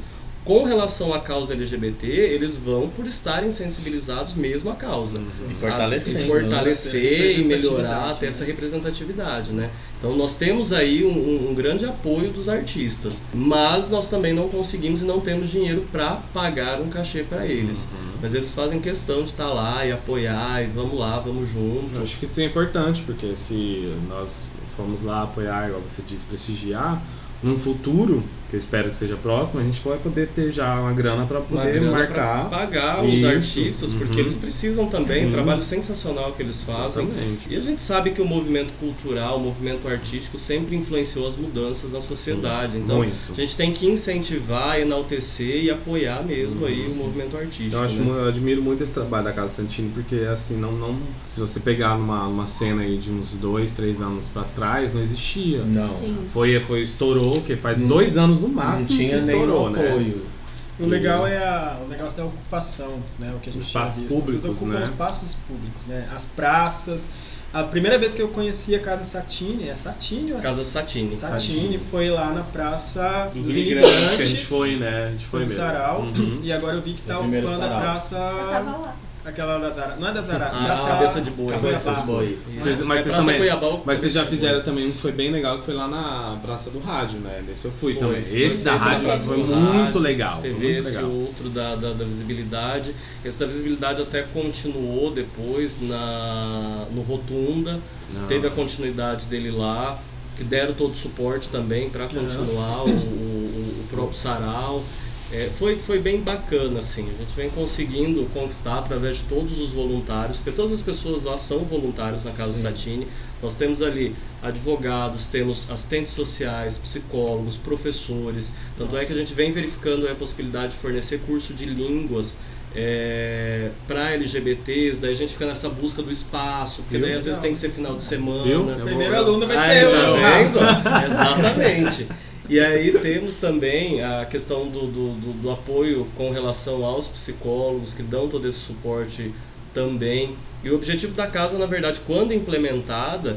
Com relação à causa L G B T, eles vão por estarem sensibilizados mesmo à causa. E fortalecer. E fortalecer e melhorar até né? essa representatividade, né? Então nós temos aí um, um grande apoio dos artistas, mas nós também não conseguimos e não temos dinheiro para pagar um cachê para eles. Uhum. Mas eles fazem questão de estar lá e apoiar, e vamos lá, vamos junto. Eu acho que isso é importante, porque se nós formos lá apoiar, igual você disse, prestigiar, num futuro, que eu espero que seja próximo, a gente vai poder ter já uma grana para Uma poder grana marcar. pra pagar Isso. os artistas, porque Uhum. eles precisam também, Sim. um trabalho sensacional que eles fazem. Exatamente. E a gente sabe que o movimento cultural, o movimento artístico sempre influenciou as mudanças na sociedade. Sim, Então, muito. a gente tem que incentivar, enaltecer e apoiar mesmo Uhum. aí o movimento artístico. Eu, acho, né? mu- eu admiro muito esse trabalho da Casa Santini, porque assim, não, não, se você pegar numa, numa cena aí de uns dois, três anos pra trás, não existia. Não. Sim. Foi, foi, estourou, que faz Não- dois anos no Não máximo tinha que nenhum estourou, né? apoio. O legal é a, o negócio da ocupação, né? O que a gente Espaços tinha visto. Vocês públicos, ocupam né? espaços públicos, né? As praças. A primeira vez que eu conheci a Casa Satini, é Satini ou é Casa Satini. Satini, foi lá na Praça Dos dos imigrantes, Imigrantes, que a gente foi, né? A gente foi no mesmo. Sarau, Uhum. e agora eu vi que Foi tá o primeiro ocupando a sarau. praça, Eu tava lá. aquela da Zara, não é da Zara, Ah, praça Cabeça de Boi. Cabeça de boi. Vocês- Mas mas vocês Praça também- Cuiabá, Mas vocês já Cabeça de fizeram Boi. também um que foi bem legal, que foi lá na Praça do Rádio, né? Desse eu fui Foi, também. foi Esse da feito na rádio Praça foi do muito Rádio, legal. Foi Teve muito esse legal. outro da, da, da visibilidade. Esse da visibilidade até continuou depois na, no Rotunda. Não. Teve a continuidade dele lá, que deram todo o suporte também para continuar o, o, o próprio sarau. É, foi, foi bem bacana, assim, a gente vem conseguindo conquistar através de todos os voluntários, porque todas as pessoas lá são voluntários na Casa Sim. Satini. Nós temos ali advogados, temos assistentes sociais, psicólogos, professores, tanto é que a gente vem verificando a possibilidade de fornecer curso de línguas é, para L G B Ts, daí a gente fica nessa busca do espaço, porque Viu? daí às vezes tem que ser final de semana. Viu? O Eu primeiro vou- aluno vai Aí, ser eu, tá vendo? Rafa. Exatamente. E aí temos também a questão do, do, do, do apoio com relação aos psicólogos que dão todo esse suporte também. E o objetivo da casa, na verdade, quando implementada,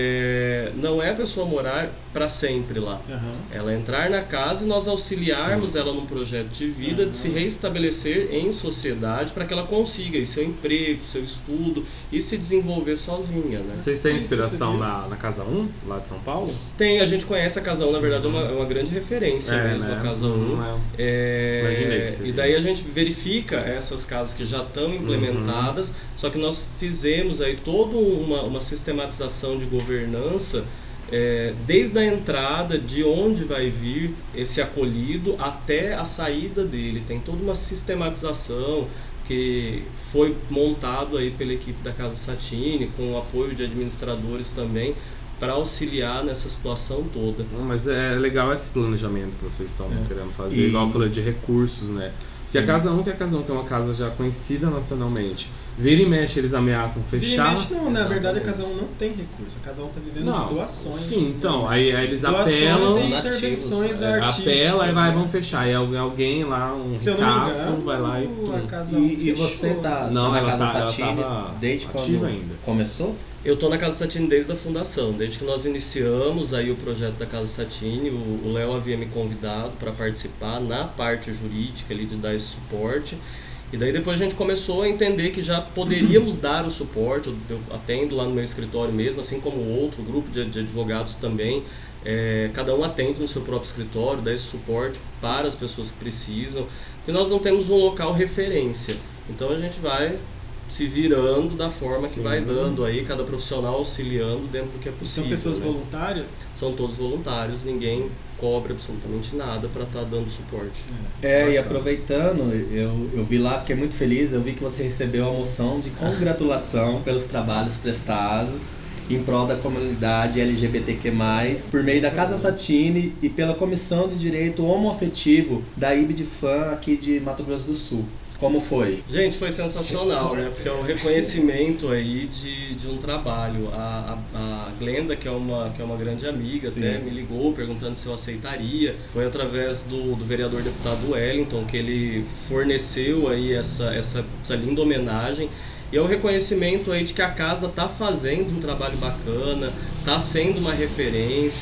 é, não é a pessoa morar para sempre lá. Aham. Ela entrar na casa e nós auxiliarmos Sim. ela num projeto de vida, Uhum. de se reestabelecer em sociedade para que ela consiga aí, seu emprego, seu estudo e se desenvolver sozinha, né? Vocês têm Como inspiração você viu? na, na Casa um, lá de São Paulo? Tem, a gente conhece a Casa um, na verdade é uma, é uma grande referência mesmo, a Casa um. Não é- É, Imaginei que seria. e daí a gente verifica essas casas que já estão implementadas, Uhum. só que nós fizemos aí toda uma, uma sistematização de governança, é, desde a entrada, de onde vai vir esse acolhido até a saída dele. Tem toda uma sistematização que foi montado aí pela equipe da Casa Satini, com o apoio de administradores também, para auxiliar nessa situação toda. Não, mas é legal esse planejamento que vocês estão É. querendo fazer, E- igual eu falei, de recursos, né? Que a Sim. Casa um, que é a Casa um, que é uma casa já conhecida nacionalmente, vira e mexe, eles ameaçam fechar. Vira e mexe, não, na verdade a Exatamente. Casa um não tem recurso. A Casa um tá vivendo Não, de doações. sim, então, né? aí, aí eles Doações apelam, e Donativos, intervenções é, artísticas. apela e vai, né? vão fechar. Aí alguém, alguém lá, um Se eu não me ricaço, engano, vai lá e a tum. Casa um E, e fechou. você tá Não, na ela Casa tá- ela Satini tava desde ativa quando ainda. começou? Eu estou na Casa Satini desde a fundação, desde que nós iniciamos aí o projeto da Casa Satini. O Léo havia me convidado para participar na parte jurídica ali, de dar esse suporte. E daí depois a gente começou a entender que já poderíamos dar o suporte. Eu, eu atendo lá no meu escritório mesmo, assim como outro grupo de, de advogados também. É, cada um atende no seu próprio escritório, dá esse suporte para as pessoas que precisam. Porque nós não temos um local referência. Então a gente vai se virando da forma Sim. que vai dando aí, cada profissional auxiliando dentro do que é E possível. são pessoas né? voluntárias? São todos voluntários, ninguém cobra absolutamente nada para estar dando suporte. É, e aproveitando, eu, eu vi lá, fiquei muito feliz, eu vi que você recebeu a moção de congratulação pelos trabalhos prestados em prol da comunidade L G B T Q mais, por meio da Casa Satini e pela Comissão de Direito Homoafetivo da I B de F A M aqui de Mato Grosso do Sul. Como foi? Gente, foi sensacional, né? Porque é um reconhecimento aí de, de um trabalho. A, a, a Glenda, que é, uma, que é uma grande amiga, Sim. até me ligou perguntando se eu aceitaria. Foi através do, do vereador deputado Wellington que ele forneceu aí essa, essa, essa linda homenagem. E é o reconhecimento aí de que a casa está fazendo um trabalho bacana, está sendo uma referência,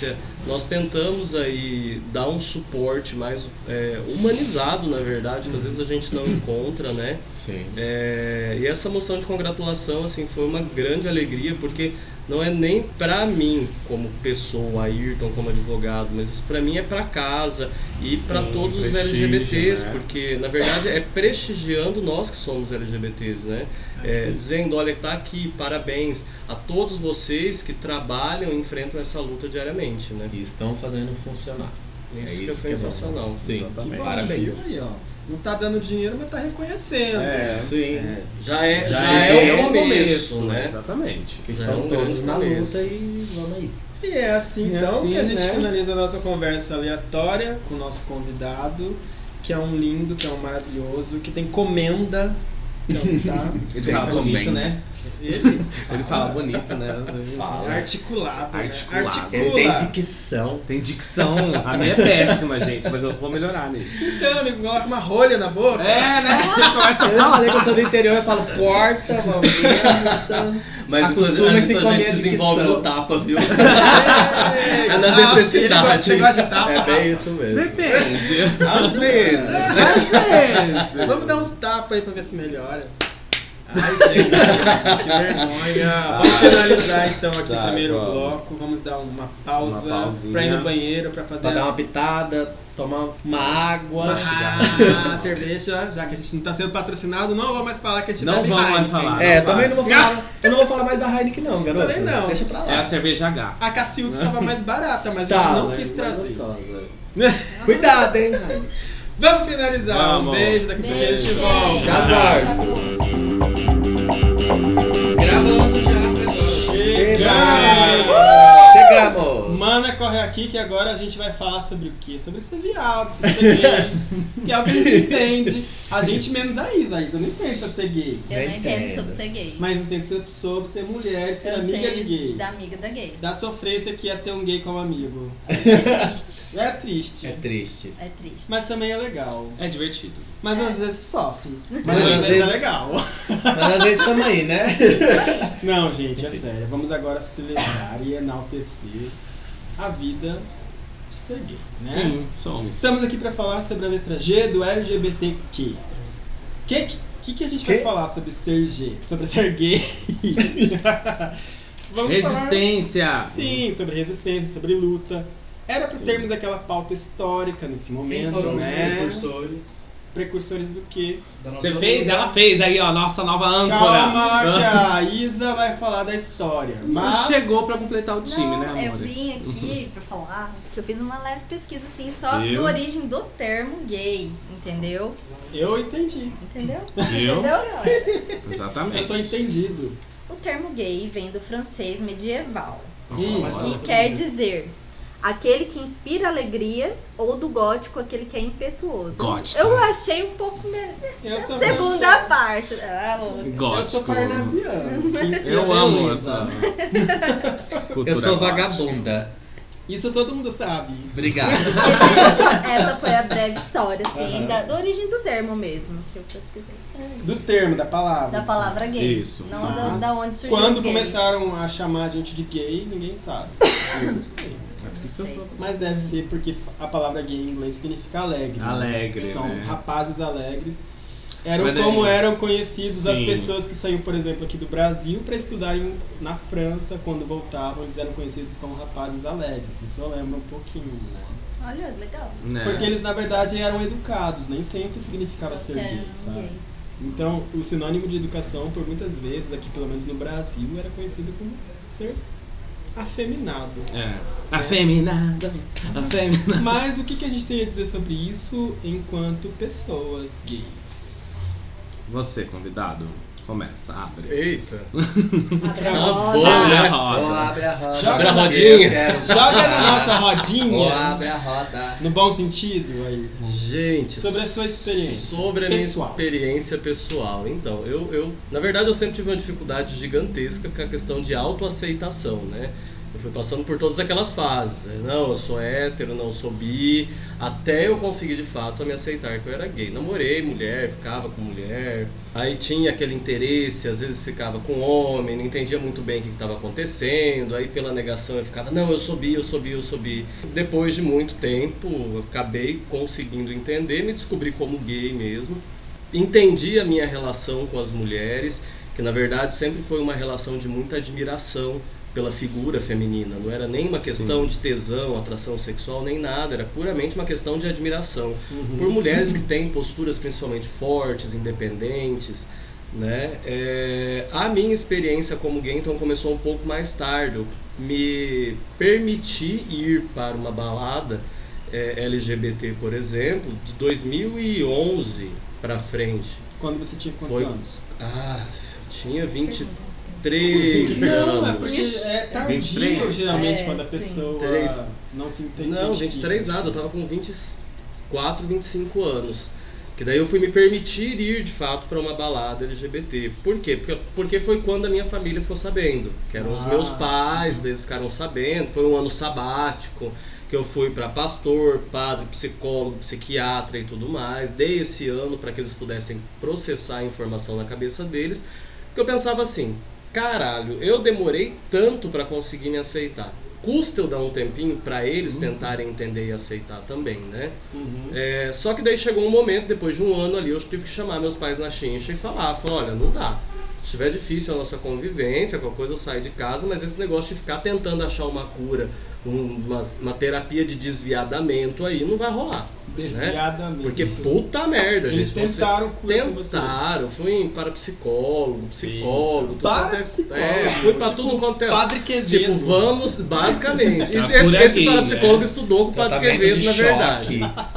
nós tentamos aí dar um suporte mais é, humanizado, na verdade, que às vezes a gente não encontra, né? Sim. É, e essa moção de congratulação, assim, foi uma grande alegria, porque não é nem pra mim como pessoa, Ayrton como advogado, mas isso pra mim é pra casa e pra todos os L G B Ts, né? Porque na verdade é prestigiando nós que somos L G B Ts, né? É, dizendo, olha, tá aqui, parabéns a todos vocês que trabalham e enfrentam essa luta diariamente, né? E estão fazendo funcionar. Isso, é que é isso que é sensacional. bom. Sim, Que bom, parabéns. viu? Aí, ó. Não tá dando dinheiro, mas tá reconhecendo. É, Sim. é. Já é, já Já é, é o o começo, começo, né? Exatamente. Que Já é estão um todos grande na começo. luta e vamos aí. E é assim, É então, assim, que a gente né? finaliza a nossa conversa aleatória com o nosso convidado, que é um lindo, que é um maravilhoso, que tem comenda. Então, tá? Ele Tem fala também. bonito, né? Ele Ele fala bonito, né? Fala. articulado, né? Articulado. Articula. Ele tem dicção. Tem dicção. A minha é péssima, gente, mas eu vou melhorar nisso. Então, amigo, coloca uma rolha na boca. É, né? Começa Eu falei que eu sou do interior e falo porta, vamos. Mas Acostuma isso se a comer gente a desenvolve dicção. no tapa, viu? É, É na ah, necessidade. Você gosta de tapa? É bem isso mesmo. Depende. Às vezes. Às vezes. Vamos dar uns tapas aí pra ver se melhora. Ai, gente, que vergonha. Vamos finalizar então aqui Tá, o primeiro vamos. bloco. Vamos dar uma pausa Uma pausinha. pra ir no banheiro, pra fazer Pra dar uma as- pitada, tomar uma água. uma cerveja, já que a gente não tá sendo patrocinado, não vou mais falar que a gente Não bebe vamos mais Heineken. falar. É, Não também vai. não vou falar. Eu não vou falar mais da Heineken não, garoto. Também não. Deixa pra lá. É a cerveja H. A Cacildes estava mais barata, mas a Tá, gente não mas quis mais trazer. gostosa. Cuidado, hein, Heineken. Vamos finalizar. Um Vamos. beijo, daqui a pouco a Beijo, gente gente. volta. Já volto. Gravando já, pessoal. Chegamos! Chegamos! Mana, corre aqui que agora a gente vai falar sobre o quê? Sobre ser viado, sobre ser gay. Que é o que a gente entende. A gente menos a Isa. A Isa não entende sobre ser gay. Eu não Nem entendo entendo. sobre ser gay. Mas entende sobre- sobre ser mulher, ser eu amiga sei de gay. da amiga da gay. Da sofrência que é ter um gay como amigo. É triste. É triste. É triste. É triste. Mas também é legal. É divertido. Mas às vezes sofre. Mas, Mas às às vezes vezes- é legal. Mas às vezes estamos aí, né? Não, gente, é sério. Vamos agora celebrar e enaltecer a vida de ser gay, né? Sim, somos. Estamos aqui para falar sobre a letra G do L G B T Q. O que, que, que a gente vai Que? falar sobre ser G? Sobre ser gay? Vamos Resistência. falar, sim, sobre resistência, sobre luta. Era para Sim. termos aquela pauta histórica nesse Quem momento, foram os né? precursores Precursores do quê? da nossa Você fez? luta? Ela fez aí, ó, nossa nova âncora. Calma, que a Isa vai falar da história. Mas Chegou pra completar o time, não, né, eu amor? vim aqui pra falar que eu fiz uma leve pesquisa assim, só Eu? da origem do termo gay, entendeu? eu entendi. Entendeu? Eu? Entendeu? Exatamente. Eu sou entendido. O termo gay vem do francês medieval, Hum, que quer dizer aquele que inspira alegria, ou do gótico, aquele que é impetuoso. Gótico. Eu achei um pouco menos. Eu sou Segunda parte. Ah, louca. Gótico. Eu sou parnasiano. que inspira Eu amo beleza. essa cultura Eu sou gótica. vagabunda. Isso todo mundo sabe. Obrigado. Essa foi a breve história, assim, Aham. da, da origem do termo mesmo, que eu pesquisei. Do termo, da palavra. Da palavra gay. Isso. Não da, Mas da onde surgiu Quando os gays. começaram a chamar a gente de gay, ninguém sabe. Eu não sei. sei. Mas deve ser porque a palavra gay em inglês significa alegre. né? Alegre, Então, né? rapazes alegres. Eram Mas daí- como eram conhecidos as Sim. pessoas que saíam, por exemplo, aqui do Brasil para estudarem na França. Quando voltavam, eles eram conhecidos como rapazes alegres. Isso eu lembro um pouquinho, né? Olha, legal. Né? Porque eles, na verdade, eram educados. Nem sempre significava ser Termo gay, sabe? gays. Então, o sinônimo de educação, por muitas vezes, aqui pelo menos no Brasil, era conhecido como ser afeminado. É. Afeminada. Afeminada. Mas o que, que a gente tem a dizer sobre isso enquanto pessoas gays? Você, convidado, começa, abre. Eita. Abre a Nossa, roda. boa, né? Ou abre a roda. Joga a na- rodinha. Eu quero- Joga na nossa Ou rodinha, abre a roda. no bom sentido, aí. Gente, Sobre a sua experiência Sobre a pessoal. minha experiência pessoal. Então, eu, eu, na verdade, eu sempre tive uma dificuldade gigantesca com a questão de autoaceitação, né? Eu fui passando por todas aquelas fases. Não, eu sou hétero, não sou bi, até eu conseguir de fato me aceitar que eu era gay. Namorei mulher, ficava com mulher, aí tinha aquele interesse, às vezes ficava com homem, não entendia muito bem o que estava acontecendo, aí pela negação eu ficava, não, eu sou bi, eu sou bi, eu sou bi. Depois de muito tempo, eu acabei conseguindo entender, me descobri como gay mesmo. Entendi a minha relação com as mulheres, que na verdade sempre foi uma relação de muita admiração pela figura feminina, não era nem uma questão Sim. de tesão, atração sexual, nem nada, era puramente uma questão de admiração uhum. por mulheres que têm posturas principalmente fortes, independentes, né? É, a minha experiência como gay então começou um pouco mais tarde. Eu me permiti ir para uma balada é, L G B T, por exemplo, de dois mil e onze para frente. Quando você tinha quantos Foi... anos? Ah, eu tinha vinte três anos. Não, é porque é tardio vinte e três geralmente é, quando a pessoa três. não se entende. Não, vinte e três nada, eu tava com vinte e quatro, vinte e cinco anos. Que daí eu fui me permitir ir de fato para uma balada L G B T. Por quê? Porque, porque foi quando a minha família ficou sabendo. Que eram ah. os meus pais, eles ficaram sabendo. Foi um ano sabático que eu fui para pastor, padre, psicólogo, psiquiatra e tudo mais. Dei esse ano para que eles pudessem processar a informação na cabeça deles. Porque eu pensava assim, caralho, eu demorei tanto para conseguir me aceitar. Custa eu dar um tempinho para eles uhum. tentarem entender e aceitar também, né? Uhum. É, só que daí chegou um momento, depois de um ano ali, eu tive que chamar meus pais na chincha e falar, falar, olha, não dá. Se estiver difícil a nossa convivência, qualquer coisa eu saio de casa, mas esse negócio de ficar tentando achar uma cura, um, uma, uma terapia de desviadamento aí, não vai rolar. Desviadamento. Né? Porque puta merda, eles gente. Eles tentaram curar com você. Tentaram, fui para psicólogo, psicólogo. Para é, psicólogo. É, fui pra tipo, tudo quanto é. Padre Quevedo. Tipo, vamos, basicamente. Esse, esse, esse parapsicólogo né? estudou com o Padre Quevedo, na verdade.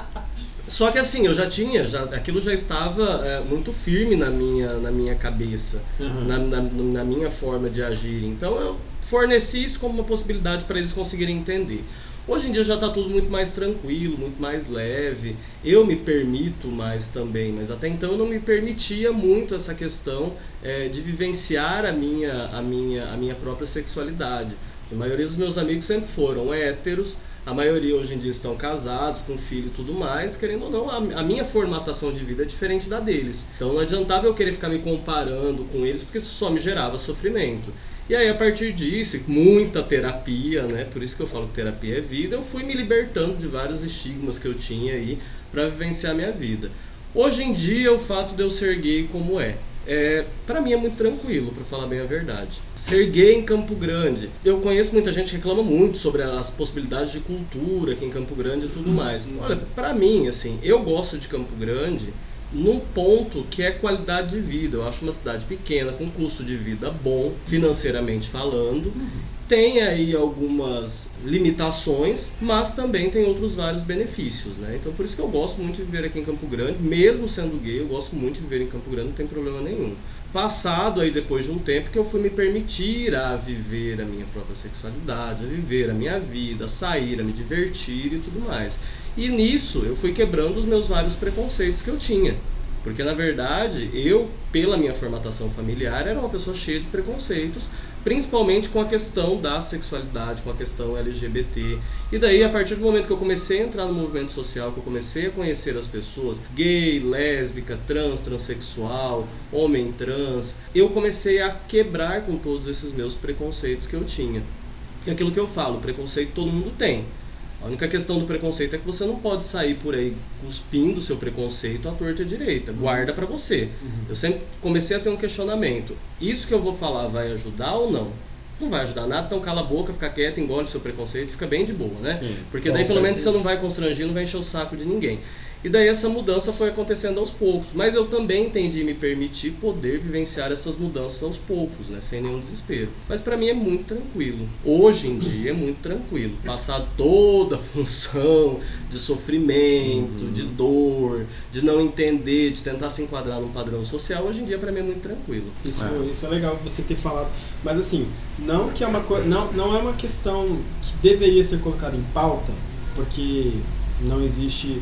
Só que assim, eu já tinha, já, aquilo já estava é, muito firme na minha, na minha cabeça, uhum. na, na, na minha forma de agir. Então eu forneci isso como uma possibilidade para eles conseguirem entender. Hoje em dia já está tudo muito mais tranquilo, muito mais leve. Eu me permito mais também, mas até então eu não me permitia muito essa questão é, de vivenciar a minha, a, minha, a minha própria sexualidade. A maioria dos meus amigos sempre foram héteros. A maioria hoje em dia estão casados, com filho e tudo mais, querendo ou não, a, a minha formatação de vida é diferente da deles. Então não adiantava eu querer ficar me comparando com eles, porque isso só me gerava sofrimento. E aí a partir disso, muita terapia, né? Por isso que eu falo que terapia é vida, eu fui me libertando de vários estigmas que eu tinha aí para vivenciar a minha vida. Hoje em dia, o fato de eu ser gay como é, É, pra mim é muito tranquilo, pra falar bem a verdade. Ser gay em Campo Grande, eu conheço muita gente que reclama muito sobre as possibilidades de cultura aqui em Campo Grande e tudo mais. Olha, pra mim, assim, eu gosto de Campo Grande num ponto que é qualidade de vida. Eu acho uma cidade pequena, com custo de vida bom, financeiramente falando. Tem aí algumas limitações, mas também tem outros vários benefícios, né? Então por isso que eu gosto muito de viver aqui em Campo Grande, mesmo sendo gay, eu gosto muito de viver em Campo Grande, não tem problema nenhum. Passado aí depois de um tempo que eu fui me permitir a viver a minha própria sexualidade, a viver a minha vida, a sair, a me divertir e tudo mais. E nisso eu fui quebrando os meus vários preconceitos que eu tinha. Porque na verdade, eu, pela minha formatação familiar, era uma pessoa cheia de preconceitos, principalmente com a questão da sexualidade, com a questão L G B T. E daí, a partir do momento que eu comecei a entrar no movimento social, que eu comecei a conhecer as pessoas, gay, lésbica, trans, transexual, homem trans, eu comecei a quebrar com todos esses meus preconceitos que eu tinha. E aquilo que eu falo, preconceito todo mundo tem. A única questão do preconceito é que você não pode sair por aí cuspindo o seu preconceito à torta e à direita. Guarda pra você. Uhum. Eu sempre comecei a ter um questionamento. Isso que eu vou falar vai ajudar ou não? Não vai ajudar nada, então cala a boca, fica quieto, engole o seu preconceito, fica bem de boa, né? Sim, porque daí pelo menos você não vai constrangir, não vai encher o saco de ninguém. E daí essa mudança foi acontecendo aos poucos. Mas eu também entendi me permitir poder vivenciar essas mudanças aos poucos, né? Sem nenhum desespero. Mas pra mim é muito tranquilo. Hoje em dia é muito tranquilo. Passar toda a função de sofrimento, uhum. de dor, de não entender, de tentar se enquadrar num padrão social, hoje em dia pra mim é muito tranquilo. Isso é, isso é legal você ter falado. Mas assim, não que é uma coisa, não, não é uma questão que deveria ser colocada em pauta, porque não existe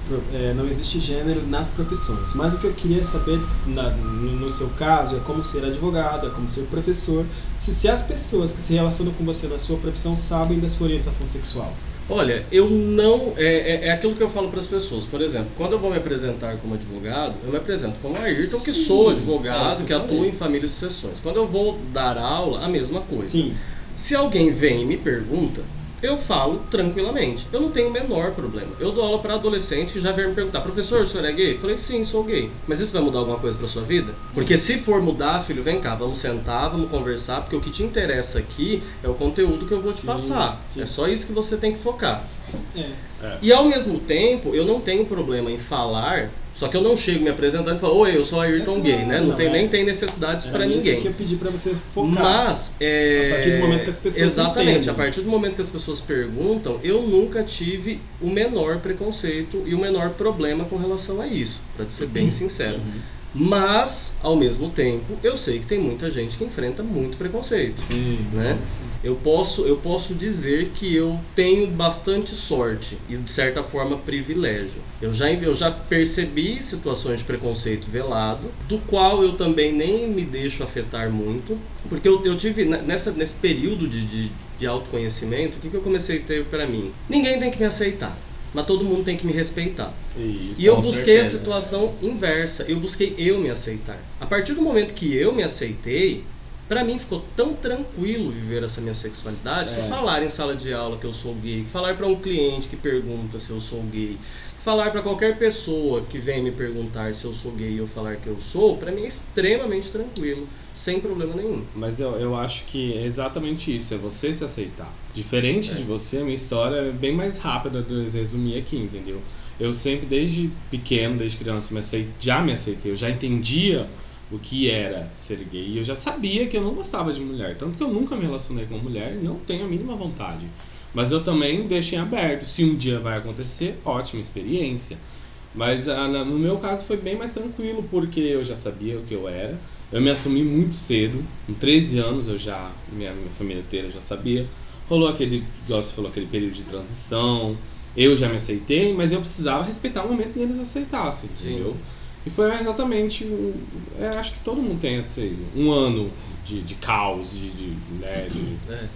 é, não existe gênero nas profissões. Mas o que eu queria saber, na, no, no seu caso, é como ser advogado, é como ser professor, se, se as pessoas que se relacionam com você na sua profissão sabem da sua orientação sexual. Olha, eu não... É, é, é aquilo que eu falo para as pessoas. Por exemplo, quando eu vou me apresentar como advogado, eu me apresento como Ayrton, que sou advogado, que atua em família e sucessões. Quando eu vou dar aula, a mesma coisa. Sim. Se alguém vem e me pergunta, eu falo tranquilamente. Eu não tenho o menor problema. Eu dou aula para adolescente que já vem me perguntar: professor, o senhor é gay? Eu falei: sim, sou gay. Mas isso vai mudar alguma coisa para sua vida? Porque se for mudar, filho, vem cá, vamos sentar, vamos conversar, porque o que te interessa aqui é o conteúdo que eu vou te Sim, passar. sim. É só isso que você tem que focar. É. É. E ao mesmo tempo, eu não tenho problema em falar, só que eu não chego me apresentando e falo: oi, eu sou Ayrton É gay, claro, né? Não, não, tem, é. nem tem necessidades para ninguém. Isso que eu pedi para você focar. Mas, é... A partir do momento que as pessoas Exatamente, entendem. a partir do momento que as pessoas perguntam, eu nunca tive o menor preconceito e o menor problema com relação a isso, para ser bem sincero. Uhum. Mas, ao mesmo tempo, eu sei que tem muita gente que enfrenta muito preconceito. Sim, Né? Eu posso, eu posso dizer que eu tenho bastante sorte e, de certa forma, privilégio. Eu já, eu já percebi situações de preconceito velado, do qual eu também nem me deixo afetar muito, porque eu, eu tive, nessa, nesse período de, de, de autoconhecimento, o que, que eu comecei a ter para mim? Ninguém tem que me aceitar, mas todo mundo tem que me respeitar. Isso. E eu com busquei certeza. a situação inversa, eu busquei eu me aceitar. A partir do momento que eu me aceitei, pra mim ficou tão tranquilo viver essa minha sexualidade, que É. falar em sala de aula que eu sou gay, falar pra um cliente que pergunta se eu sou gay, falar pra qualquer pessoa que vem me perguntar se eu sou gay e eu falar que eu sou, pra mim é extremamente tranquilo, sem problema nenhum. Mas eu, eu acho que é exatamente isso, é você se aceitar. Diferente É. de você, a minha história é bem mais rápida de resumir aqui, entendeu? Eu sempre, desde pequeno, desde criança, me aceit... já me aceitei, eu já entendia o que era ser gay. E eu já sabia que eu não gostava de mulher, tanto que eu nunca me relacionei com mulher e não tenho a mínima vontade. Mas eu também deixo em aberto, se um dia vai acontecer, ótima experiência. Mas ah, na- no meu caso foi bem mais tranquilo, porque eu já sabia o que eu era. Eu me assumi muito cedo, com treze anos eu já, minha, minha família inteira já sabia. Rolou aquele, igual você falou, aquele período de transição. Eu já me aceitei, mas eu precisava respeitar o momento que eles aceitassem, Sim. entendeu? E foi exatamente, o- é, acho que todo mundo tem esse, um ano de, de caos, de, de, né, de- É.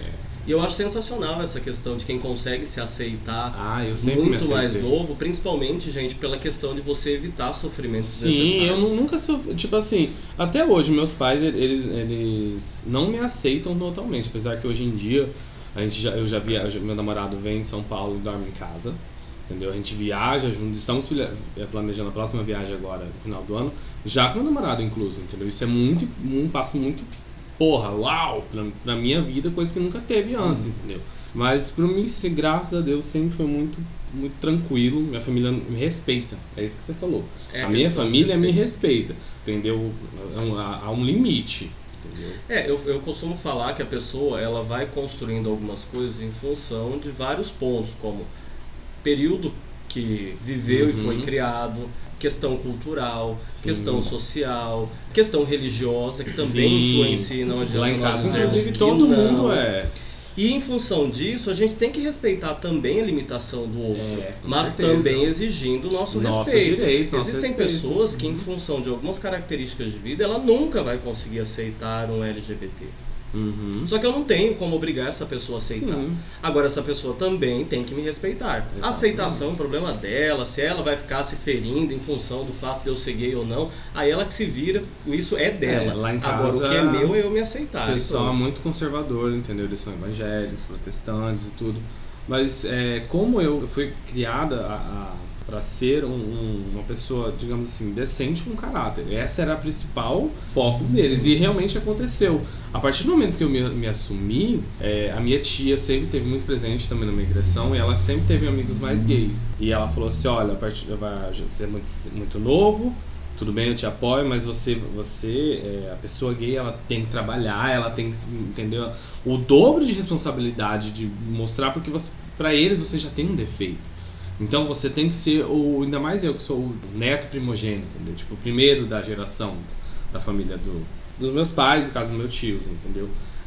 E eu acho sensacional essa questão de quem consegue se aceitar Ah, eu sempre me muito mais aceitei. novo, principalmente, gente, pela questão de você evitar sofrimentos Sim, desnecessários. eu nu- nunca sou. Tipo assim, até hoje, meus pais, eles, eles não me aceitam totalmente. Apesar que hoje em dia, a gente já, eu já viajo, meu namorado vem de São Paulo e dorme em casa. Entendeu? A gente viaja juntos, estamos pla- planejando a próxima viagem agora, no final do ano, já com meu namorado incluso, entendeu? Isso é muito, um passo muito, porra, uau, pra, pra minha vida, coisa que nunca teve antes, entendeu? Mas pra mim, se- graças a Deus, sempre foi muito, muito tranquilo, minha família me respeita, é isso que você falou. É a minha questão de família me respeito. respeita, entendeu? Há um- Há há um limite, entendeu? É, eu, eu costumo falar que a pessoa ela vai construindo algumas coisas em função de vários pontos, como período que viveu Uhum. e foi criado, questão cultural, Sim. questão social, questão religiosa, que também Sim. influencia, não adianta Lá em nós casa, dizermos inclusive, que todo não. mundo é. E em função disso, a gente tem que respeitar também a limitação do outro, É, com mas certeza. também exigindo o nosso, Nosso respeito. direito, nosso Existem respeito. pessoas que, em Uhum. função de algumas características de vida, ela nunca vai conseguir aceitar um L G B T. Uhum. Só que eu não tenho como obrigar essa pessoa a aceitar. Sim. Agora, essa pessoa também tem que me respeitar. Exatamente. A aceitação é um problema dela, se ela vai ficar se ferindo em função do fato de eu ser gay ou não, aí ela que se vira, isso é dela. É, lá em Agora, casa, o que é meu é eu me aceitar. O pessoal é Pronto. muito conservador, entendeu? Eles são evangélicos, protestantes e tudo. Mas é, como eu fui criada para ser um- um- uma pessoa, digamos assim, decente com caráter. Essa era a principal foco deles. E realmente aconteceu. A partir do momento que eu me, me assumi, é, a minha tia sempre teve muito presente também na minha criação e ela sempre teve amigos mais gays. E ela falou assim, olha, a partir vai, você é muito, muito novo, tudo bem, eu te apoio, mas você, você é, a pessoa gay, ela tem que trabalhar, ela tem que, entendeu? O dobro de responsabilidade de mostrar, porque você, pra eles você já tem um defeito. Então você tem que ser o, ainda mais eu que sou o neto primogênito, entendeu? Tipo, o primeiro da geração da família do, dos meus pais, no caso dos meus tios, entendeu?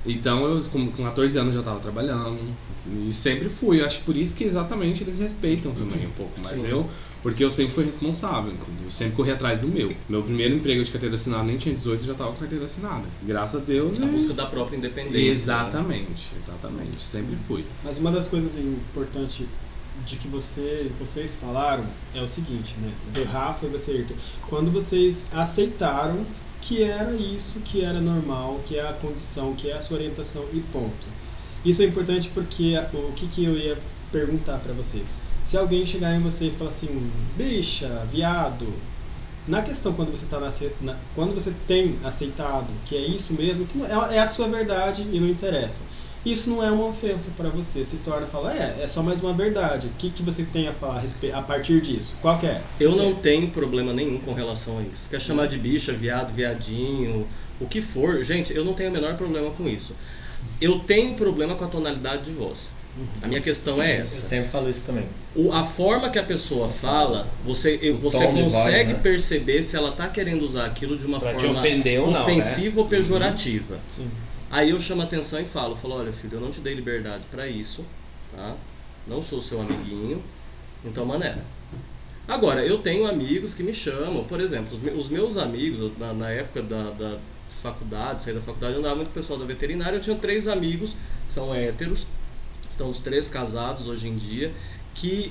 Então, eu com com quatorze anos já estava trabalhando. E sempre fui. Eu acho que por isso que exatamente eles respeitam também um pouco. Mas Sim. eu, porque eu sempre fui responsável, entendeu? Eu sempre corri atrás do meu. Meu primeiro emprego de carteira assinada nem tinha dezoito, já estava com carteira assinada. Graças a Deus. A e- busca da própria independência. Exatamente, exatamente. Sempre fui. Mas uma das coisas importantes de que você, vocês falaram é o seguinte, né? O Rafa e você, Ayrton, quando vocês aceitaram que era isso, que era normal, que é a condição, que é a sua orientação e ponto. Isso é importante porque o que, que eu ia perguntar pra vocês? Se alguém chegar em você e falar assim, bicha, viado, na questão quando você tá na, na, quando você tem aceitado que é isso mesmo, que não, é, é a sua verdade e não interessa. Isso não é uma ofensa para você, se torna falar, é, é só mais uma verdade. O que, que você tem a falar a, respe- a partir disso? Qual que é? Eu não tenho problema nenhum com relação a isso. Quer chamar de bicha, viado, viadinho, o que for, gente, eu não tenho o menor problema com isso. Eu tenho problema com a tonalidade de voz. A minha questão é Eu essa. sempre falo isso também. O, a forma que a pessoa fala, você, eu- O você tom de voz, consegue né? perceber se ela está querendo usar aquilo de uma Pra te forma ofender ou não, ofensiva né? ou pejorativa. Sim. Aí eu chamo a atenção e falo, falo, olha filho, eu não te dei liberdade para isso, tá? Não sou seu amiguinho, então maneira. Agora, eu tenho amigos que me chamam, por exemplo, os, me, os meus amigos, eu, na, na época da, da faculdade, saí da faculdade, eu andava muito com o pessoal da veterinária, eu tinha três amigos, que são héteros, estão os três casados hoje em dia, que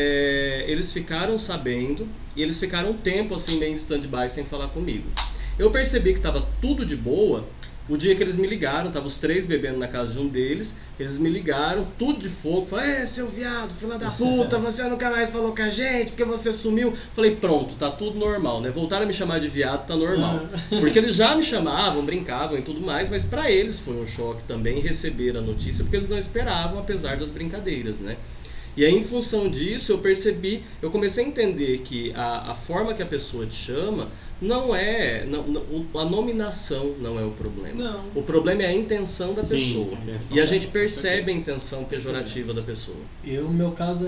é, eles ficaram sabendo e eles ficaram um tempo assim meio em stand-by sem falar comigo. Eu percebi que estava tudo de boa o dia que eles me ligaram, estavam os três bebendo na casa de um deles, eles me ligaram, tudo de fogo, falaram, é seu viado, filha da puta, você nunca mais falou com a gente, porque você sumiu. Falei, pronto, tá tudo normal, né? Voltaram a me chamar de viado, tá normal. Porque eles já me chamavam, brincavam e tudo mais, mas pra eles foi um choque também receber a notícia, porque eles não esperavam, apesar das brincadeiras, né? E aí, em função disso, eu percebi, eu comecei a entender que a, a forma que a pessoa te chama não é, não, não, a nominação não é o problema. Não. O problema é a intenção da Sim, pessoa. a intenção E a dela, gente com percebe certeza. a intenção pejorativa da pessoa. Eu, o meu caso é,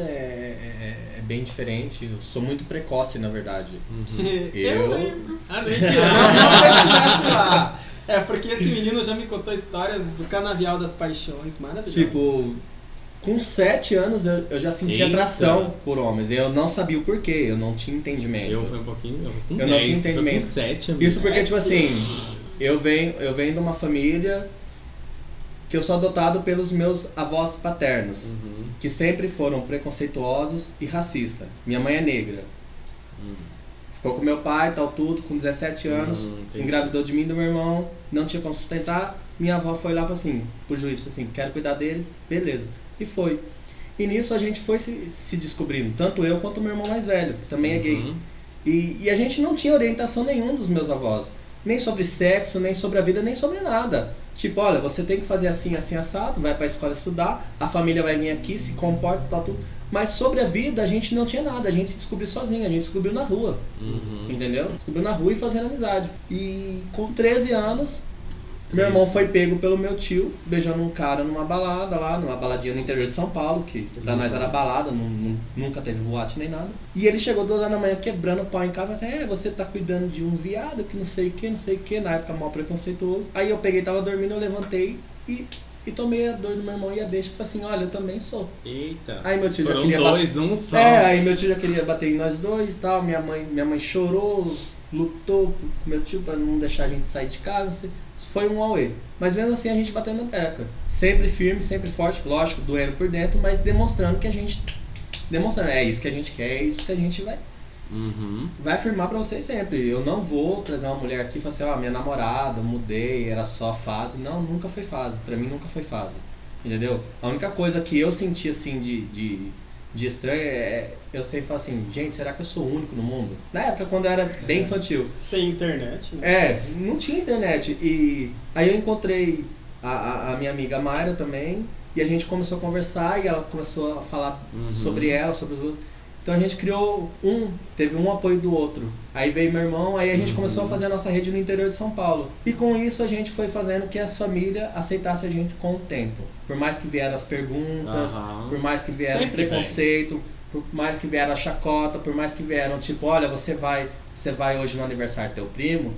é, é bem diferente. Eu sou muito precoce, na verdade. Uhum. Eu- lembro. Ah, mentira, não, não que eu estivesse lá. É, porque esse menino já me contou histórias do Canavial das Paixões, maravilhoso. Tipo, com sete anos eu, eu já sentia Eita. atração por homens. Eu não sabia o porquê, eu não tinha entendimento. Eu fui um pouquinho. Eu, com Eu não dez, tinha foi entendimento. Com sete, amigo. Isso porque, tipo assim, eu venho, eu venho de uma família que eu sou adotado pelos meus avós paternos, Uhum. que sempre foram preconceituosos e racistas. Minha mãe é negra. Uhum. Ficou com meu pai, tal, tudo, com dezessete anos, Hum, entendi. engravidou de mim e do meu irmão, não tinha como sustentar. Minha avó foi lá e falou assim, pro juiz, falou assim, quero cuidar deles, beleza. E foi. E nisso a gente foi se, se descobrindo, tanto eu quanto o meu irmão mais velho, que também é gay. Uhum. E, e a gente não tinha orientação nenhuma dos meus avós. Nem sobre sexo, nem sobre a vida, nem sobre nada. Tipo, olha, você tem que fazer assim, assim, assado, vai pra escola estudar, a família vai vir aqui, se comporta, tal, tudo. Mas sobre a vida a gente não tinha nada, a gente se descobriu sozinho, a gente descobriu na rua. Uhum. Entendeu? Descobriu na rua e fazendo amizade. E com treze anos, meu irmão foi pego pelo meu tio, beijando um cara numa balada lá, numa baladinha no interior de São Paulo, que pra nós era balada, nu- nu- nunca teve boate nem nada. E ele chegou duas horas da manhã quebrando o pau em casa e falou assim, é, você tá cuidando de um viado que não sei o que, não sei o que, na época mal preconceituoso. Aí eu peguei, tava dormindo, eu levantei e, e tomei a dor do meu irmão e a deixa e falei assim, olha, eu também sou. Eita. Aí meu tio já Foram queria bater. dois, um só. É, aí meu tio já queria bater em nós dois e tal, minha mãe, minha mãe chorou, lutou com meu tio pra não deixar a gente sair de casa, não sei. Foi um auê. Mas mesmo assim a gente bateu na tecla. Sempre firme, sempre forte, lógico, doendo por dentro, mas demonstrando que a gente. Demonstrando, é isso que a gente quer, é isso que a gente vai, Uhum. vai afirmar pra vocês sempre. Eu não vou trazer uma mulher aqui e falar assim, ó, minha namorada, mudei, era só fase. Não, nunca foi fase. Pra mim nunca foi fase. Entendeu? A única coisa que eu senti assim de, de, de estranho é. Eu sempre falo assim, gente, será que eu sou o único no mundo? Na época, quando eu era bem infantil. Sem internet, né? É, não tinha internet. E aí eu encontrei a, a, a minha amiga Mayra também. E a gente começou a conversar e ela começou a falar Uhum. sobre ela, sobre os outros. Então a gente criou um, teve um apoio do outro. Aí veio meu irmão, aí a gente Uhum. começou a fazer a nossa rede no interior de São Paulo. E com isso a gente foi fazendo que as famílias aceitassem a gente com o tempo. Por mais que vieram as perguntas, Aham. por mais que vieram Sempre preconceito, por mais que vieram a chacota, por mais que vieram tipo, olha, você vai, você vai hoje no aniversário do teu primo,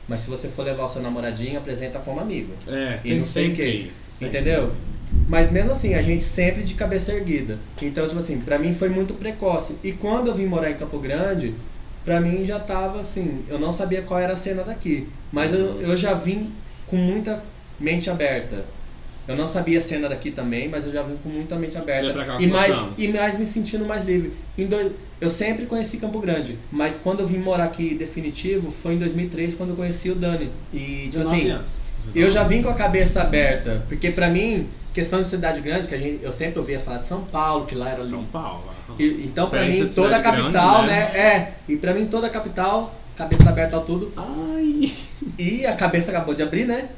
Mas se você for levar o seu namoradinho, apresenta como amigo. É, E tem não sei o sempre que. isso, sempre. Entendeu? Mas mesmo assim, a gente sempre de cabeça erguida. Então, tipo assim, pra mim foi muito precoce. E quando eu vim morar em Campo Grande, pra mim já tava assim, eu não sabia qual era a cena daqui. Mas eu, eu já vim com muita mente aberta. Eu não sabia a cena daqui também, mas eu já vim com muita mente aberta. Pra cá, E mais, anos? e mais me sentindo mais livre. Em dois, eu sempre conheci Campo Grande, mas quando eu vim morar aqui definitivo, foi em dois mil e três quando eu conheci o Dani. E tipo assim, anos. eu já vim com a cabeça aberta, porque pra mim, questão de cidade grande, que a gente, eu sempre ouvia falar de São Paulo, que lá era São ali. Paulo. E, então pra Diferença mim de toda a cidade capital, grande, né? né? É, e pra mim toda a capital, cabeça aberta ao tudo. Ai. E a cabeça acabou de abrir, né?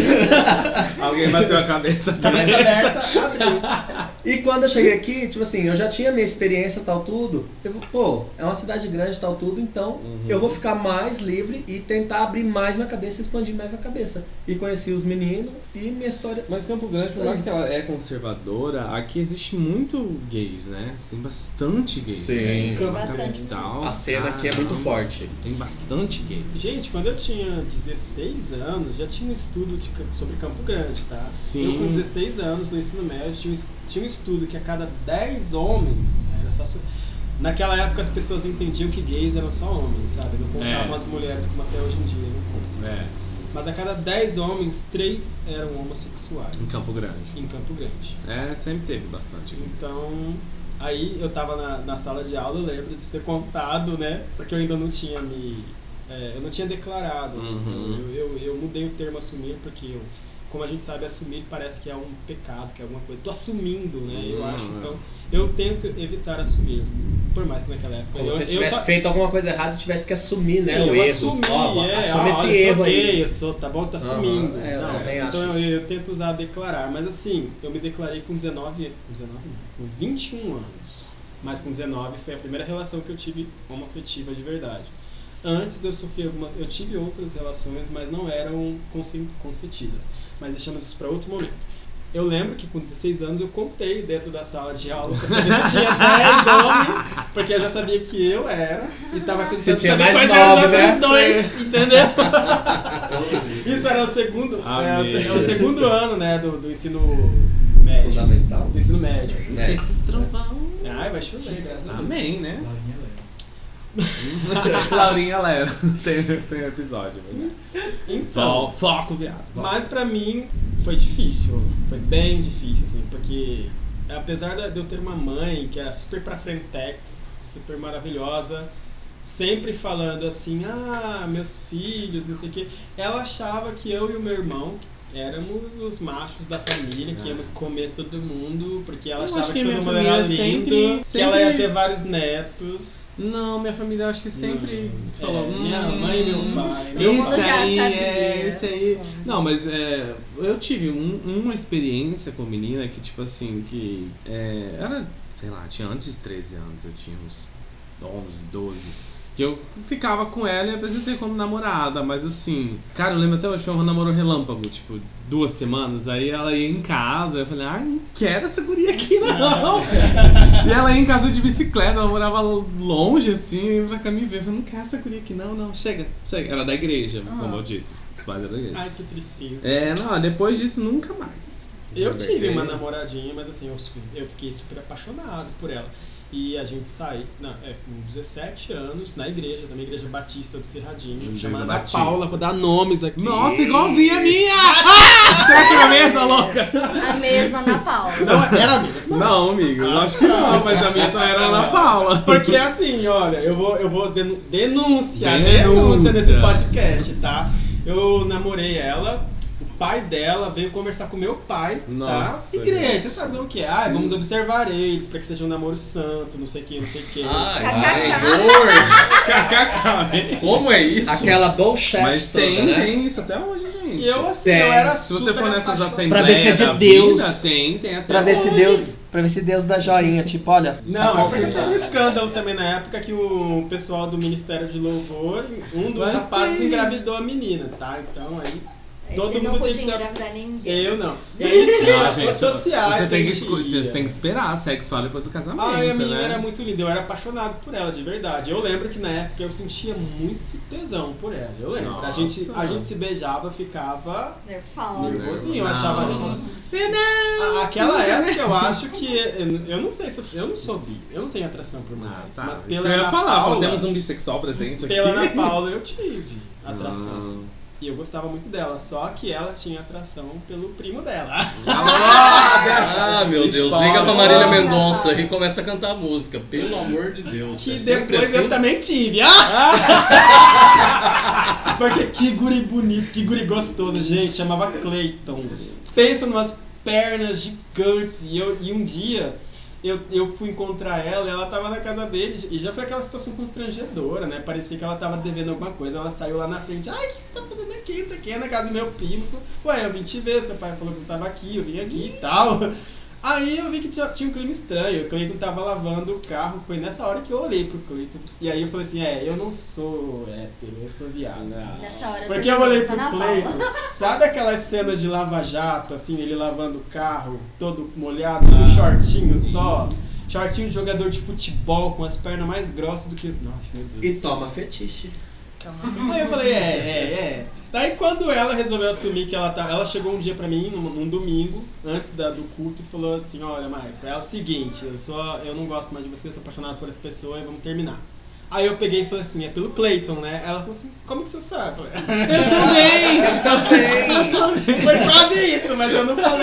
Alguém bateu a cabeça. Cabeça aberta, abriu. E quando eu cheguei aqui, tipo assim, eu já tinha minha experiência, tal, tudo. Eu vou, pô, é uma cidade grande, tal, tudo, então Uhum. eu vou ficar mais livre e tentar abrir mais minha cabeça, expandir mais a cabeça. E conheci os meninos e minha história. Mas Campo Grande, por mais que ela é conservadora, aqui existe muito gays, né? Tem bastante gays. Sim. né? Tem Na bastante. capital, A cena aqui é muito caramba, forte. Tem bastante gay. Gente, quando eu tinha dezesseis anos, já tinha um estudo de, sobre Campo Grande, tá? Sim. Eu com dezesseis anos, no ensino médio, tinha, um- tinha um estudo que a cada dez homens, né, era só... so- Naquela época as pessoas entendiam que gays eram só homens, sabe? Não contavam É. as mulheres como até hoje em dia, não contam. É, Mas a cada dez homens, três eram homossexuais. em Campo Grande. Em Campo Grande. É, sempre teve bastante gay. Então, aí eu tava na, na sala de aula, eu lembro de ter contado, né? Porque eu ainda não tinha me... é, eu não tinha declarado. Uhum. Eu, eu, eu mudei o termo assumir porque, eu, como a gente sabe, assumir parece que é um pecado, que é alguma coisa. Tô assumindo, né? Eu Uhum. acho. Então, eu tento evitar assumir. Por mais que naquela época... Como eu, se você eu tivesse só- feito alguma coisa errada e tivesse que assumir, Sim, né? eu O erro. assumi, Ó, é, assume ah, esse eu erro sou aí. gay, eu sou, tá bom, tá Aham, assumindo. é, eu Não, também então acho eu, isso. eu tento usar declarar, mas assim, eu me declarei com dezenove, com dezenove não, com vinte e um anos. Mas com dezenove foi a primeira relação que eu tive homoafetiva de verdade. Antes eu sofri alguma, eu tive outras relações, mas não eram consen- consentidas. Mas deixamos isso para outro momento. Eu lembro que com dezesseis anos eu contei dentro da sala de aula pra saber se tinha dez homens, porque eu já sabia que eu era e tava tentando Você tinha saber mais quais eram os nove, outros né? dois, entendeu? Isso era o segundo, é, o, Amei. se- é o segundo ano, né, do, do ensino médio. Fundamental. Do ensino médio. Né? Esses trovão. Ai, vai chover, graças a Deus. Amém, né? Laurinha leva. Laurinha Lera. Tem, tem episódio, verdade. Então, Fo- Foco, viado. mas pra mim foi difícil, foi bem difícil, assim, porque apesar de eu ter uma mãe que era super pra frentex, super maravilhosa, sempre falando assim, ah, meus filhos, não sei o quê, ela achava que eu e o meu irmão éramos os machos da família, que íamos comer todo mundo, porque ela Eu achava acho que, que todo minha mundo era família lindo, sempre- que ela ia sempre- ter vários netos. Não, minha família acho que sempre Não. falou. É, minha "Hum, mãe e meu pai. Todo mundo Esse já aí, sabia. é, esse aí. Não, mas é, eu tive um- uma experiência com menina que, tipo assim, que é, era, sei lá, tinha antes de treze anos, eu tinha uns onze, doze. Que eu ficava com ela e apresentei como namorada, mas assim, cara, eu lembro até hoje, foi um namoro relâmpago, tipo, duas semanas, aí ela ia em casa, eu falei, ai, não quero essa guria aqui não. E ela ia em casa de bicicleta, ela morava longe, assim, pra cá me ver, eu falei, não quero essa guria aqui não, não, chega, chega. Era da igreja, Aham. como eu disse, os pais eram da igreja. Ai, que tristeza. É, não, depois disso, nunca mais. Eu tive Libertei. uma namoradinha, mas assim, eu, eu fiquei super apaixonado por ela. E a gente saiu, não, é, com dezessete anos, na igreja, também igreja batista do Cerradinho, Igreja chamada Batista. Paula, vou dar nomes aqui. Nossa, igualzinha a minha! Ah! Será que é a mesma, louca? A mesma Ana Paula. Não, era a mesma. Não, amigo, eu acho que não, mas a minha também era Ana Paula. Porque assim, olha, eu vou, eu vou denu- denunciar, Denúncia. denúncia nesse podcast, tá? Eu namorei ela, o pai dela veio conversar com meu pai, Nossa, tá? Igreja, gente. você sabe o que é? Ah, vamos observar eles pra que seja um namoro santo, não sei o que, não sei o que. Ai, Kkk, né? Como é isso? aquela bullshit Mas toda, tem, né? tem isso até hoje, gente. E eu assim, Tem. eu era Se você super for nessas apaixonado. assembleias Pra ver se é de da Deus. vida, tem, tem até Pra ver se hoje. Deus, pra ver se Deus dá joinha, tipo, olha, Não, tá é porque teve um confirmado. escândalo também na época que o pessoal do Ministério de Louvor, um dos Mas rapazes tem. engravidou a menina, tá? Então aí todo Você não mundo tinha podia que ser... engravidar ninguém. Eu não. E aí tinha Não, gente, os sociais. você tem que, a gente esco- ia. você tem que esperar sexo só depois do casamento, Ai, a menina né? era muito linda, eu era apaixonado por ela, de verdade. Eu lembro que na época eu sentia muito tesão por ela, eu lembro. A Nossa. gente, a gente se beijava, ficava Nervosa. nervosinho, eu Não. achava... A- Aquela época eu acho que... Eu eu não sei se eu, eu não sou bi, eu não tenho atração por Ah, mulheres, tá. mas Isso pela que eu ia Ana falar, Paula, temos um bissexual presente aqui. pela Ana Paula eu tive atração. Ah. E eu gostava muito dela, só que ela tinha atração pelo primo dela. Ah, meu Deus, História. liga pra Marília Mendonça e começa a cantar a música, pelo amor de Deus. Que é sempre depois assim? eu também tive. Ah! Porque que guri bonito, que guri gostoso, gente. Chamava Clayton. Pensa numas pernas gigantes. E, eu, e um dia eu, eu fui encontrar ela e ela tava na casa dele. E já foi aquela situação constrangedora, né? Parecia que ela tava devendo alguma coisa. Ela saiu lá na frente. Ai, o que você tá fazendo aqui? Não sei o que. Na casa do meu primo. Falei, ué, eu vim te ver. Seu pai falou que você tava aqui. Eu vim aqui e tal. Aí eu vi que tinha, tinha um clima estranho, o Cleiton tava lavando o carro, foi nessa hora que eu olhei pro Cleiton. E aí eu falei assim, é, eu não sou hétero, eu sou viado. Nessa hora Porque eu olhei pro Ana Paula. Cleiton, sabe aquelas cenas de lava-jato, assim, ele lavando o carro, todo molhado, com um shortinho só? Shortinho de jogador de futebol, com as pernas mais grossas do que... Nossa, meu Deus. E toma fetiche. Aí eu falei, é, é, é. Daí quando ela resolveu assumir que ela tá. Ela chegou um dia pra mim, num, num domingo, antes da, do culto, e falou assim, olha, Michael, é o seguinte, eu sou. Eu não gosto mais de você, eu sou apaixonado por outra pessoa e vamos terminar. Aí eu peguei e falei assim, é pelo Cleiton, né? Ela falou assim, como que você sabe? Eu falei, eu também, eu também, eu também. Foi quase isso, mas eu não falei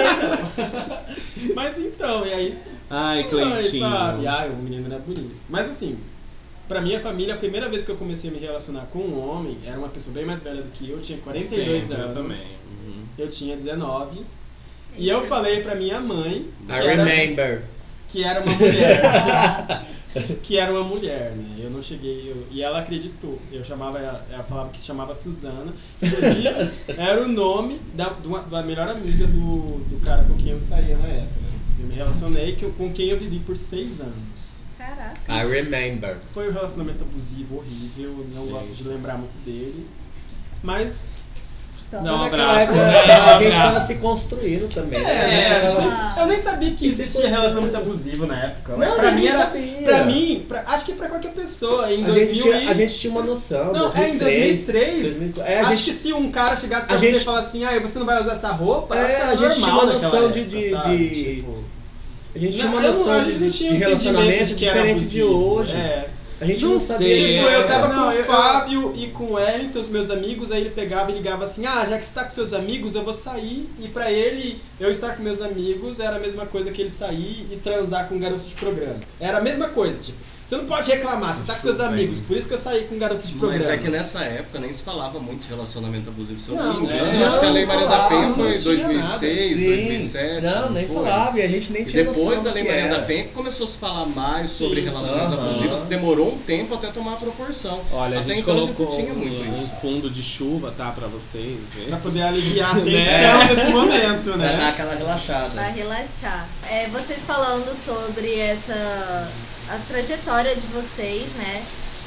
não. Mas então, e aí. Ai, Ai, Cleitinho. sabe? Ai, o menino era bonito. Mas assim, pra minha família, a primeira vez que eu comecei a me relacionar com um homem, era uma pessoa bem mais velha do que eu, eu tinha quarenta e dois Sim, anos. Eu também. Uhum. Eu tinha dezenove. E eu falei pra minha mãe que I era, remember. que era uma mulher. que era uma mulher, né? Eu não cheguei. Eu, e ela acreditou. Eu chamava ela, ela falava que chamava Suzana. Inclusive, era o nome da, do- da melhor amiga do, do cara com quem eu saía na época. Eu me relacionei que eu- com quem eu vivi por seis anos. Caraca. I remember. Foi um relacionamento abusivo, horrível, não gosto de lembrar muito dele. Mas, Então, Não, Mas abraço, naquela né? época, a gente Abraço. tava se construindo também. é, né? né, a gente- Ah. eu nem sabia que E se existia fosse- relacionamento abusivo na época. Não, pra mim ninguém era. sabia. Pra mim, pra- acho que pra qualquer pessoa, em A dois gente, mil tinha, e... a gente tinha uma noção. Não, é, em dois mil e três, dois mil e quatro. É, a acho gente, que se um cara chegasse pra a você gente- e falasse assim, ah, você não vai usar essa roupa, acho que é, era a gente tinha normal uma naquela noção de, época, de, sabe? de- Tipo, a gente tinha não, uma eu não- noção a de, gente não de, tinha de relacionamento entendimento de que era diferente de abusivo. hoje. É. A gente Não não, sei, sabia. Tipo, eu tava Não, com eu- o Fábio e com o Wellington, os meus amigos, aí ele pegava e ligava assim, ah, já que você tá com seus amigos, eu vou sair. E pra ele, eu estar com meus amigos era a mesma coisa que ele sair e transar com um garoto de programa. Era a mesma coisa, tipo, você não pode reclamar, você tá com seus amigos, por isso que eu saí com um garoto de programa. Mas é que nessa época nem se falava muito de relacionamento abusivo, se eu não, Não, me engano. é, acho que a Lei não Maria da falava, Penha não foi tinha dois mil e nada. seis, Sim. dois mil e sete. Não, nem foi? falava. E a gente nem E tinha depois noção da do Lei que Maria era. da Penha que começou a se falar mais Sim, sobre relações aham. abusivas, que demorou um tempo até tomar proporção. Olha, a Até gente então colocou a gente não tinha muito um, um isso. fundo de chuva, tá? Pra vocês verem. Pra poder aliviar a tensão Né? nesse momento, Pra dar né? aquela relaxada. Pra relaxar. É, vocês falando sobre essa a trajetória de vocês, né?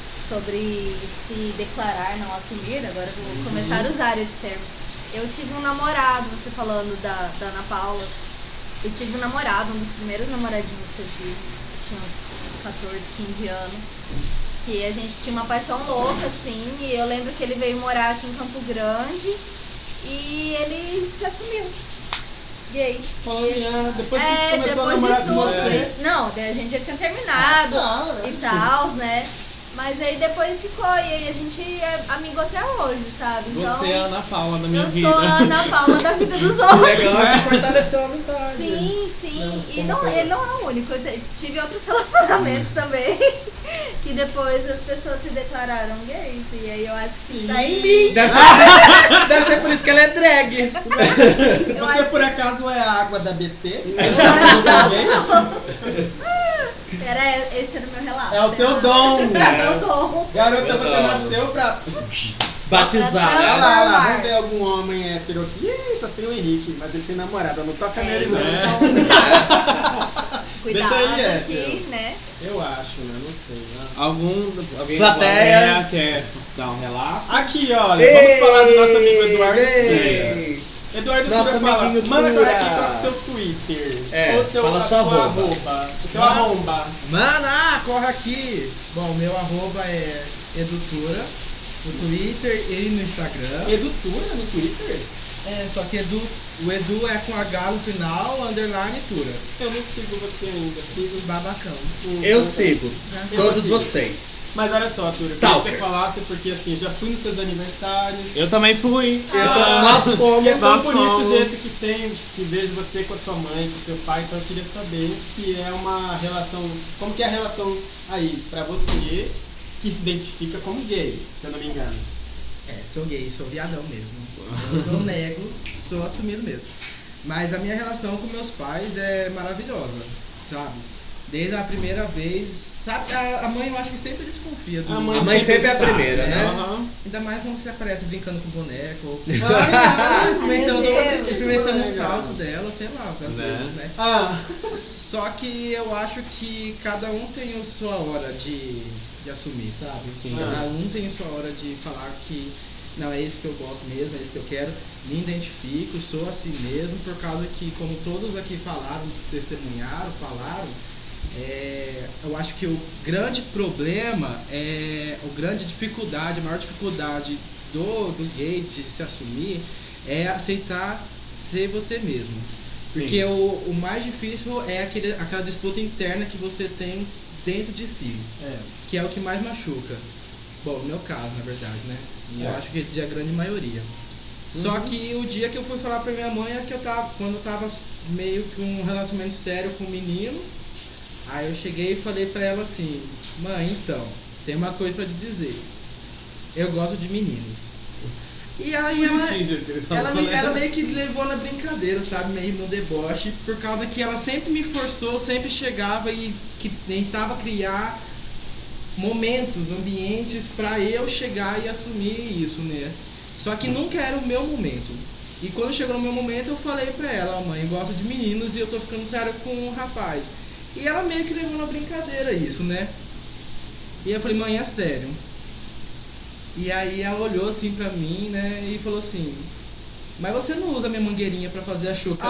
Sobre se declarar, não assumir, agora eu vou começar a usar esse termo. Eu tive um namorado, você falando da, da Ana Paula. Eu tive um namorado, um dos primeiros namoradinhos que eu tive, tinha uns catorze, quinze anos. Que a gente tinha uma paixão louca, assim, e eu lembro que ele veio morar aqui em Campo Grande e ele se assumiu gay. Falando, ah, depois que É, começou a depois namorar de com tudo. você. Não, daí a gente já tinha terminado Ah, tá, e é. tal, né? Mas aí depois ficou, e aí a gente é amigo até hoje, sabe? Então, Você é a Ana Paula da minha eu vida. sou a Ana Paula da vida dos O outros. legal é que fortaleceu a amizade. Sim, sim. Não, e como não, coisa- ele não é o único. Eu tive outros relacionamentos também. Que depois as pessoas se declararam gays. E aí eu acho que tá em mim. Deve ser, deve ser por isso que ela é drag. Eu Você acho por acaso é a água da B T? Era, esse era o meu relato. É o seu era- dom. É o meu dom. Garota, você nasceu pra... Batizada. Olha lá, olha lá, Transformar. vamos ver algum homem hétero aqui. Ih, só tem o Henrique, mas ele tem namorada, não toca É, nele não. então, cuidado Deixa ele hétero. aqui, né? Eu acho, né? Não sei. Né? Algum, alguém Plateia. da plateia quer dar um relato? Aqui, olha, vamos falar do nosso amigo Eduardo Ei, Freire. ei. Eduardo Nossa, Tura fala, amiguinho manda Tura. agora aqui qual é o seu Twitter. É, ou seu, fala a sua arroba. O seu Mano. arromba. Mano, ah, corre aqui. Bom, meu arroba é Edutura no Twitter e no Instagram. Edutura no Twitter? É, só que Edu, o Edu é com H no final, underline Tura. Eu não sigo você ainda, sigo Babacão. o... Eu sigo Eu todos sigo. vocês. Mas olha só, Tura, eu queria que Stalker. você falasse, porque assim, eu já fui nos seus aniversários. Eu também fui. Ah, Nós fomos. E é tão nós bonito o fomos. jeito que tem, que vejo você com a sua mãe, com o seu pai, então eu queria saber se é uma relação, como que é a relação aí pra você que se identifica como gay, se eu não me engano. É, sou gay, sou viadão mesmo. Eu não nego, sou assumido mesmo. Mas a minha relação com meus pais é maravilhosa, sabe? Desde a primeira vez, sabe? A, a mãe eu acho que sempre desconfia do A A mãe mãe sempre é a sabe, primeira, né? Aham. Ainda mais quando você aparece brincando com boneco, ou Ai, experimentando, meu Deus, experimentando o isso é salto legal. dela, sei lá, às Né? vezes, né? Ah, Só que eu acho que cada um tem a sua hora de, de assumir, sabe? Sim. Cada um tem a sua hora de falar que não, é isso que eu gosto mesmo, é isso que eu quero, me identifico, sou assim mesmo, por causa que, como todos aqui falaram, testemunharam, falaram, é, eu acho que o grande problema, é, a grande dificuldade, a maior dificuldade do, do gay de se assumir é aceitar ser você mesmo. Porque o, o mais difícil é aquele, aquela disputa interna que você tem dentro de si, é. que é o que mais machuca. Bom, no meu caso, na verdade, né? E eu É. acho que é a grande maioria. Só que o dia que eu fui falar pra minha mãe é que eu tava, quando eu tava meio que um relacionamento sério com um menino, aí eu cheguei e falei pra ela assim, mãe, então, tem uma coisa pra te dizer. Eu gosto de meninos. E aí ela, Bonitinho, gente, que ele falou, ela, me- né? ela meio que levou na brincadeira, sabe? Meio no deboche, por causa que ela sempre me forçou, sempre chegava e que tentava criar momentos, ambientes pra eu chegar e assumir isso, né? Só que nunca era o meu momento. E quando chegou no meu momento eu falei pra ela, ó, mãe, eu gosto de meninos e eu tô ficando sério com um rapaz. E ela meio que levou na brincadeira isso, né? E eu falei, mãe, é sério. E aí ela olhou assim pra mim, né, e falou assim, mas você não usa minha mangueirinha pra fazer a chuca?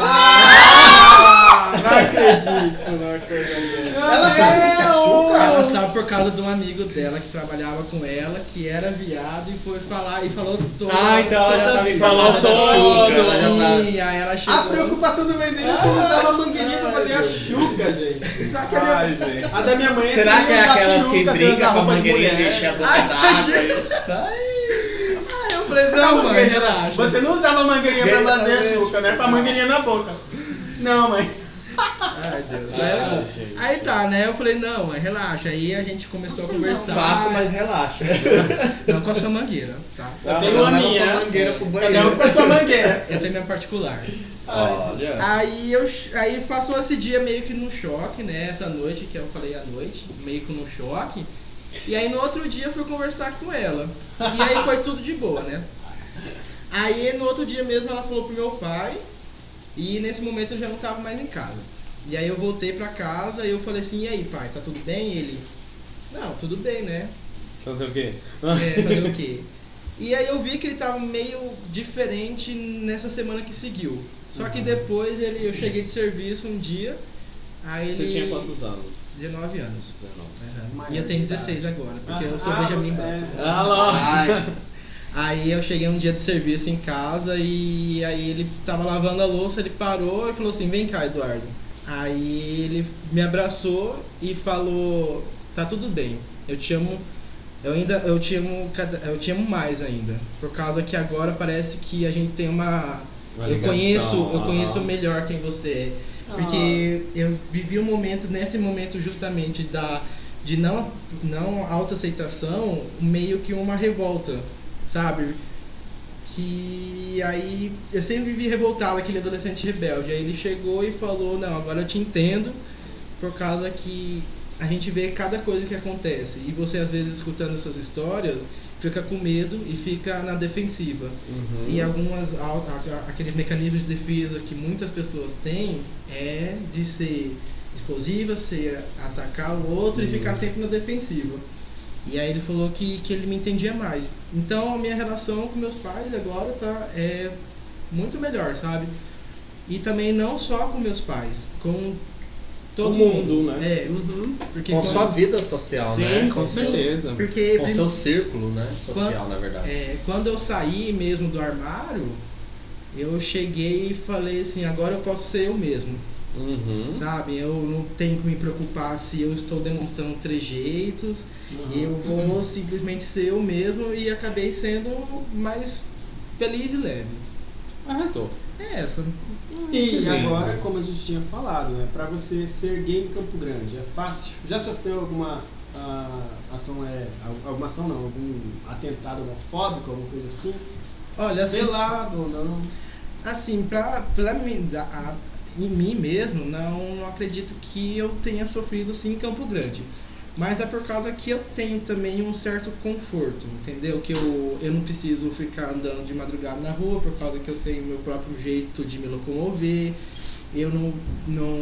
Ah, não acredito, não acredito. Ela sabe que é chuca? Ela sabe por causa de um amigo dela que trabalhava com ela, que era viado e foi falar e falou todo. Ah, então ela já toda tava vida. informada da chuca, ela já tá- Sim, aí ela chegou. A preocupação do mãe dele é que ele usava a mangueirinha pra fazer a chuca, gente. Só que a minha, Ai, gente. a da minha mãe Será você que é usa aquelas que chuca, você brincam usa com a roupa de mangueirinha de mulher? encher a boca Ai, d'água? Aí eu falei, A não, mãe, mangueirinha- relaxa. Você não usava a mangueirinha pra Ganha fazer a também. chuca, né? Com a mangueirinha na boca. Não, mãe. Ai, Deus. Ah, Aí, gente. aí tá, né? Eu falei, não, mãe, relaxa. Aí a gente começou a conversar. Faço, mas relaxa. Não com a sua mangueira, tá? Eu tenho uma Leva minha. sua mangueira pro Cada um banheiro. com a sua mangueira. Eu tenho minha particular. Olha. Aí eu aí passou esse dia meio que no choque, né? Essa noite que eu falei à noite, meio que no choque. E aí no outro dia eu fui conversar com ela. E aí foi tudo de boa, né? Aí no outro dia mesmo ela falou pro meu pai. E nesse momento eu já não tava mais em casa. E aí eu voltei pra casa e eu falei assim, e aí pai, tá tudo bem? E ele, não, tudo bem, né? Fazer o quê? É, fazer o quê? E aí eu vi que ele tava meio diferente nessa semana que seguiu. Só que depois ele, eu cheguei de serviço um dia, aí Você ele... tinha quantos anos? dezenove anos. dezenove. Uhum. E eu tenho dezesseis agora, porque eu sou Ah, Benjamin você é. Button. Ah lá. Ai, Aí eu cheguei um dia de serviço em casa e aí ele tava lavando a louça, ele parou e falou assim, vem cá, Eduardo. Aí ele me abraçou e falou, tá tudo bem, eu te amo, eu ainda, eu te amo, cada- eu te amo mais ainda, por causa que agora parece que a gente tem uma, Uma eu ligação, conheço, eu aham. conheço melhor quem você é, porque eu vivi um momento, nesse momento justamente da, de não, não autoaceitação, meio que uma revolta, sabe? Que aí eu sempre vivi revoltado, aquele adolescente rebelde. Aí ele chegou e falou, não, agora eu te entendo, por causa que a gente vê cada coisa que acontece. E você às vezes escutando essas histórias, fica com medo e fica na defensiva. Uhum. E algumas, a- a- aqueles mecanismos de defesa que muitas pessoas têm é de ser explosiva, ser atacar o outro Sim. e ficar sempre na defensiva. E aí ele falou que, que ele me entendia mais. Então a minha relação com meus pais agora tá, é muito melhor, sabe? E também não só com meus pais, com todo O mundo, mundo, né? É, Uhum. porque Com quando- sua vida social, Sim, né? com certeza. porque Com seu círculo, né? Social, na verdade. É, quando eu saí mesmo do armário, eu cheguei e falei assim, agora eu posso ser eu mesmo, Uhum. sabe? Eu não tenho que me preocupar se eu estou demonstrando trejeitos, Uhum. eu vou simplesmente ser eu mesmo e acabei sendo mais feliz e leve. Arrasou. É essa. E Que agora, lindo. como a gente tinha falado, né, para você ser gay em Campo Grande, é fácil? Já sofreu alguma ah, ação, é, al- alguma ação não, algum atentado homofóbico, alguma coisa assim? Olha, assim, Velado ou não? assim pra, pra mim, da- a- em mim mesmo, não, não acredito que eu tenha sofrido sim em Campo Grande. Mas é por causa que eu tenho também um certo conforto, entendeu? Que eu, eu não preciso ficar andando de madrugada na rua, por causa que eu tenho meu próprio jeito de me locomover. Eu não. não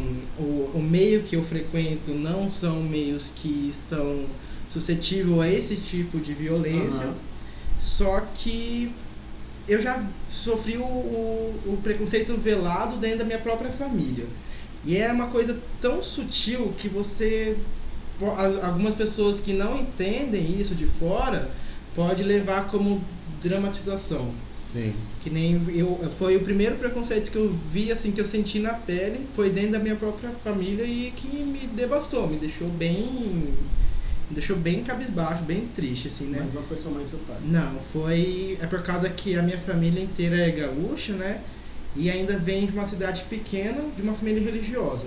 o, o meio que eu frequento não são meios que estão suscetíveis a esse tipo de violência. Aham. Só que eu já sofri o, o, o preconceito velado dentro da minha própria família. E é uma coisa tão sutil que você... po- a- Algumas pessoas que não entendem isso de fora pode levar como dramatização. Sim. Que nem eu... Foi o primeiro preconceito que eu vi, assim, que eu senti na pele. Foi dentro da minha própria família e que me devastou. Me deixou bem... Me deixou bem cabisbaixo, bem triste, assim, né? Mas não foi sua mãe e seu pai. Não, foi. É por causa que a minha família inteira é gaúcha, né? E ainda vem de uma cidade pequena, de uma família religiosa.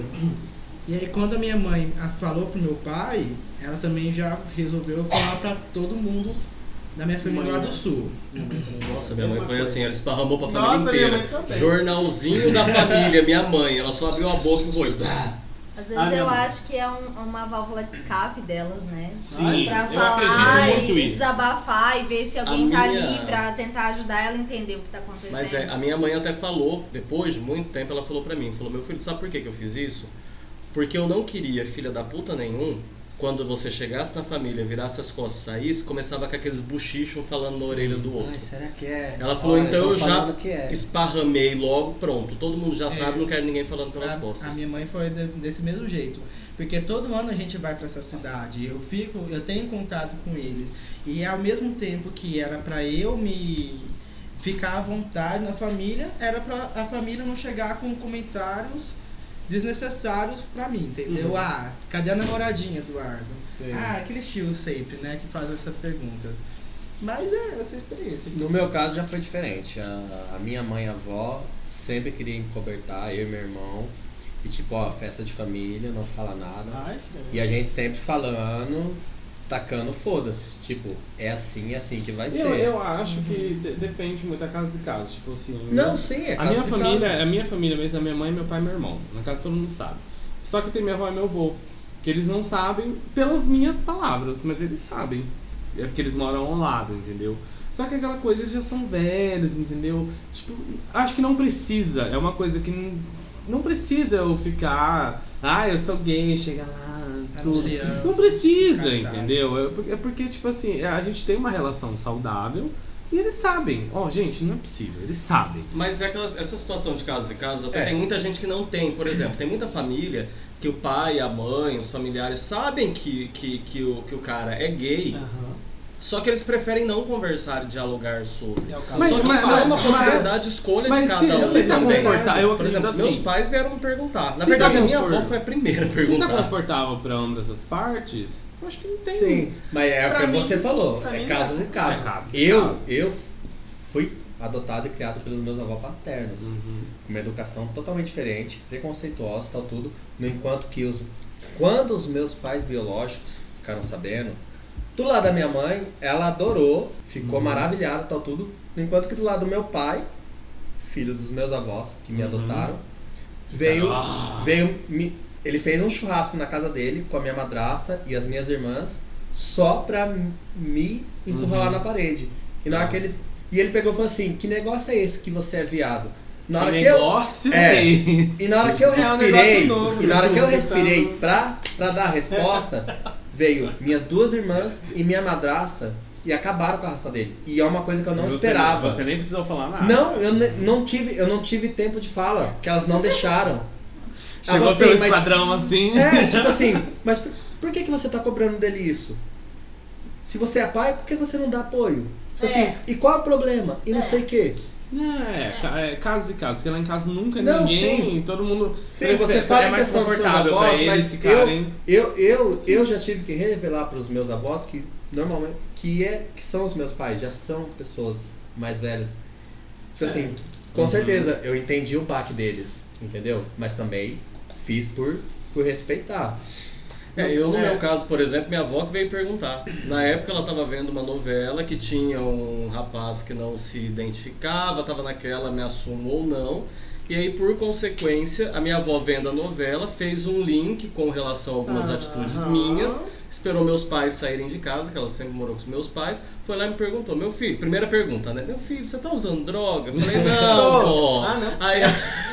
E aí, quando a minha mãe a- falou pro meu pai, ela também já resolveu falar pra todo mundo da minha família lá do sul. Nossa, minha mãe Mesma foi coisa. assim, ela esparramou pra família Nossa, minha inteira. mãe também. Jornalzinho da família, minha mãe. Ela só abriu a boca e foi. "Bah". Às vezes Ah, minha eu mãe. acho que é um- uma válvula de escape delas, né? Sim, Pra eu falar acredito muito e isso. desabafar e ver se alguém A tá minha- ali pra tentar ajudar ela a entender o que tá acontecendo. Mas é, a minha mãe até falou, depois de muito tempo, ela falou pra mim, falou, meu filho, sabe por que que eu fiz isso? Porque eu não queria filha da puta nenhum, quando você chegasse na família, virasse as costas e saísse, começava com aqueles buchichos falando na orelha do outro. Ai, será que é? Ela falou, Olha, então tão eu já falando que é. esparramei logo, pronto. Todo mundo já É. sabe, não quero ninguém falando pelas A, costas. a minha mãe foi de- desse mesmo jeito. Porque todo ano a gente vai pra essa cidade, eu fico, eu tenho contato com eles. E ao mesmo tempo que era pra eu me ficar à vontade na família, era pra a família não chegar com comentários desnecessários pra mim, entendeu? Uhum. Ah, cadê a namoradinha, Eduardo? Sim. Ah, aquele tio sempre, né, que faz essas perguntas. Mas é essa experiência. No meu caso já foi diferente. A, a minha mãe e a avó sempre queriam encobertar, eu e meu irmão. E tipo, ó, festa de família, não fala nada. Ai, E a gente sempre falando, tacando foda-se. Tipo, é assim, é assim que vai ser. Eu, eu acho que de- depende muito da casa de casa. Tipo assim. Não, meus- sim, é a caso minha de família, caso. a minha família mesmo, a minha mãe, meu pai e meu irmão. Na casa todo mundo sabe. Só que tem minha avó e meu avô, que eles não sabem pelas minhas palavras, mas eles sabem. É porque eles moram ao lado, entendeu? Só que aquela coisa, eles já são velhos, entendeu? Tipo, acho que não precisa. É uma coisa que não, não precisa eu ficar. Ah, eu sou gay, chega lá, tudo. Anunciando. Não precisa, Caridade. entendeu? É por- é porque, tipo assim, a gente tem uma relação saudável e eles sabem. Ó, gente, não é possível, eles sabem. Mas é aquelas, essa situação de casos e casos, até É. tem muita gente que não tem. Por exemplo, tem muita família que o pai, a mãe, os familiares sabem que, que, que, o, que o cara é gay, Aham. só que eles preferem não conversar e dialogar sobre. É o caso. Mas- Só que mas- isso é uma mas- possibilidade de escolha mas de se- cada um. se tá também. confortável, eu Por acredito exemplo, assim. meus pais vieram me perguntar. Na Se verdade, tá a minha confort- avó foi a primeira a Se tá perguntar. confortável pra ambas as partes, eu acho que não tem. Sim, mas é o Pra que mim- você falou, pra é mim casos não. e casos. É casos e eu, casos. eu fui adotado e criado pelos meus avós paternos. Uhum. Uma educação totalmente diferente, preconceituosa, tal tudo. No enquanto que os quando os meus pais biológicos ficaram sabendo, do lado da minha mãe, ela adorou, ficou Uhum. maravilhada, tal tudo. No enquanto que do lado do meu pai, filho dos meus avós que me Uhum. adotaram, veio Ah. veio me, ele fez um churrasco na casa dele com a minha madrasta e as minhas irmãs só pra m- me encurralar Uhum. na parede. E na hora que ele e ele pegou e falou assim: "Que negócio é esse que você é viado?" Na hora que que eu negócio é, esse? e na hora que eu É um respirei, negócio novo, e na hora que eu né? respirei Tentando- pra, pra dar a resposta, veio minhas duas irmãs e minha madrasta e acabaram com a raça dele. E é uma coisa que eu não Você- esperava. Você nem precisou falar nada. Não, eu ne- não tive, eu não tive tempo de fala, que elas não deixaram. Chegou Ah, você, pelo mas- esquadrão assim. É, tipo assim, mas por, por que, que você tá cobrando dele isso? Se você é pai, por que você não dá apoio? Tipo assim, É. e qual é o problema? E não É. sei o quê. É, ca- é, casos e casos, porque lá em casa nunca Não, ninguém, todo mundo. Sim, você prefere- fala é em mais questão dos seus confortável pra avós, eles mas ficarem. Eu, eu, eu já tive que revelar para os meus avós que normalmente que é que são os meus pais, já são pessoas mais velhas. Tipo assim, com Uhum. certeza eu entendi o baque deles, entendeu? Mas também fiz por, por respeitar. É, eu no É. meu caso, por exemplo, minha avó que veio perguntar. Na época ela estava vendo uma novela que tinha um rapaz que não se identificava, estava naquela, me assumo ou não. E aí, por consequência, a minha avó vendo a novela fez um link com relação a algumas Ah, atitudes aham. minhas, esperou meus pais saírem de casa, que ela sempre morou com os meus pais, foi lá e me perguntou, meu filho, primeira pergunta, né? Meu filho, você tá usando droga? Eu falei, não, vó. Ah, não. Aí,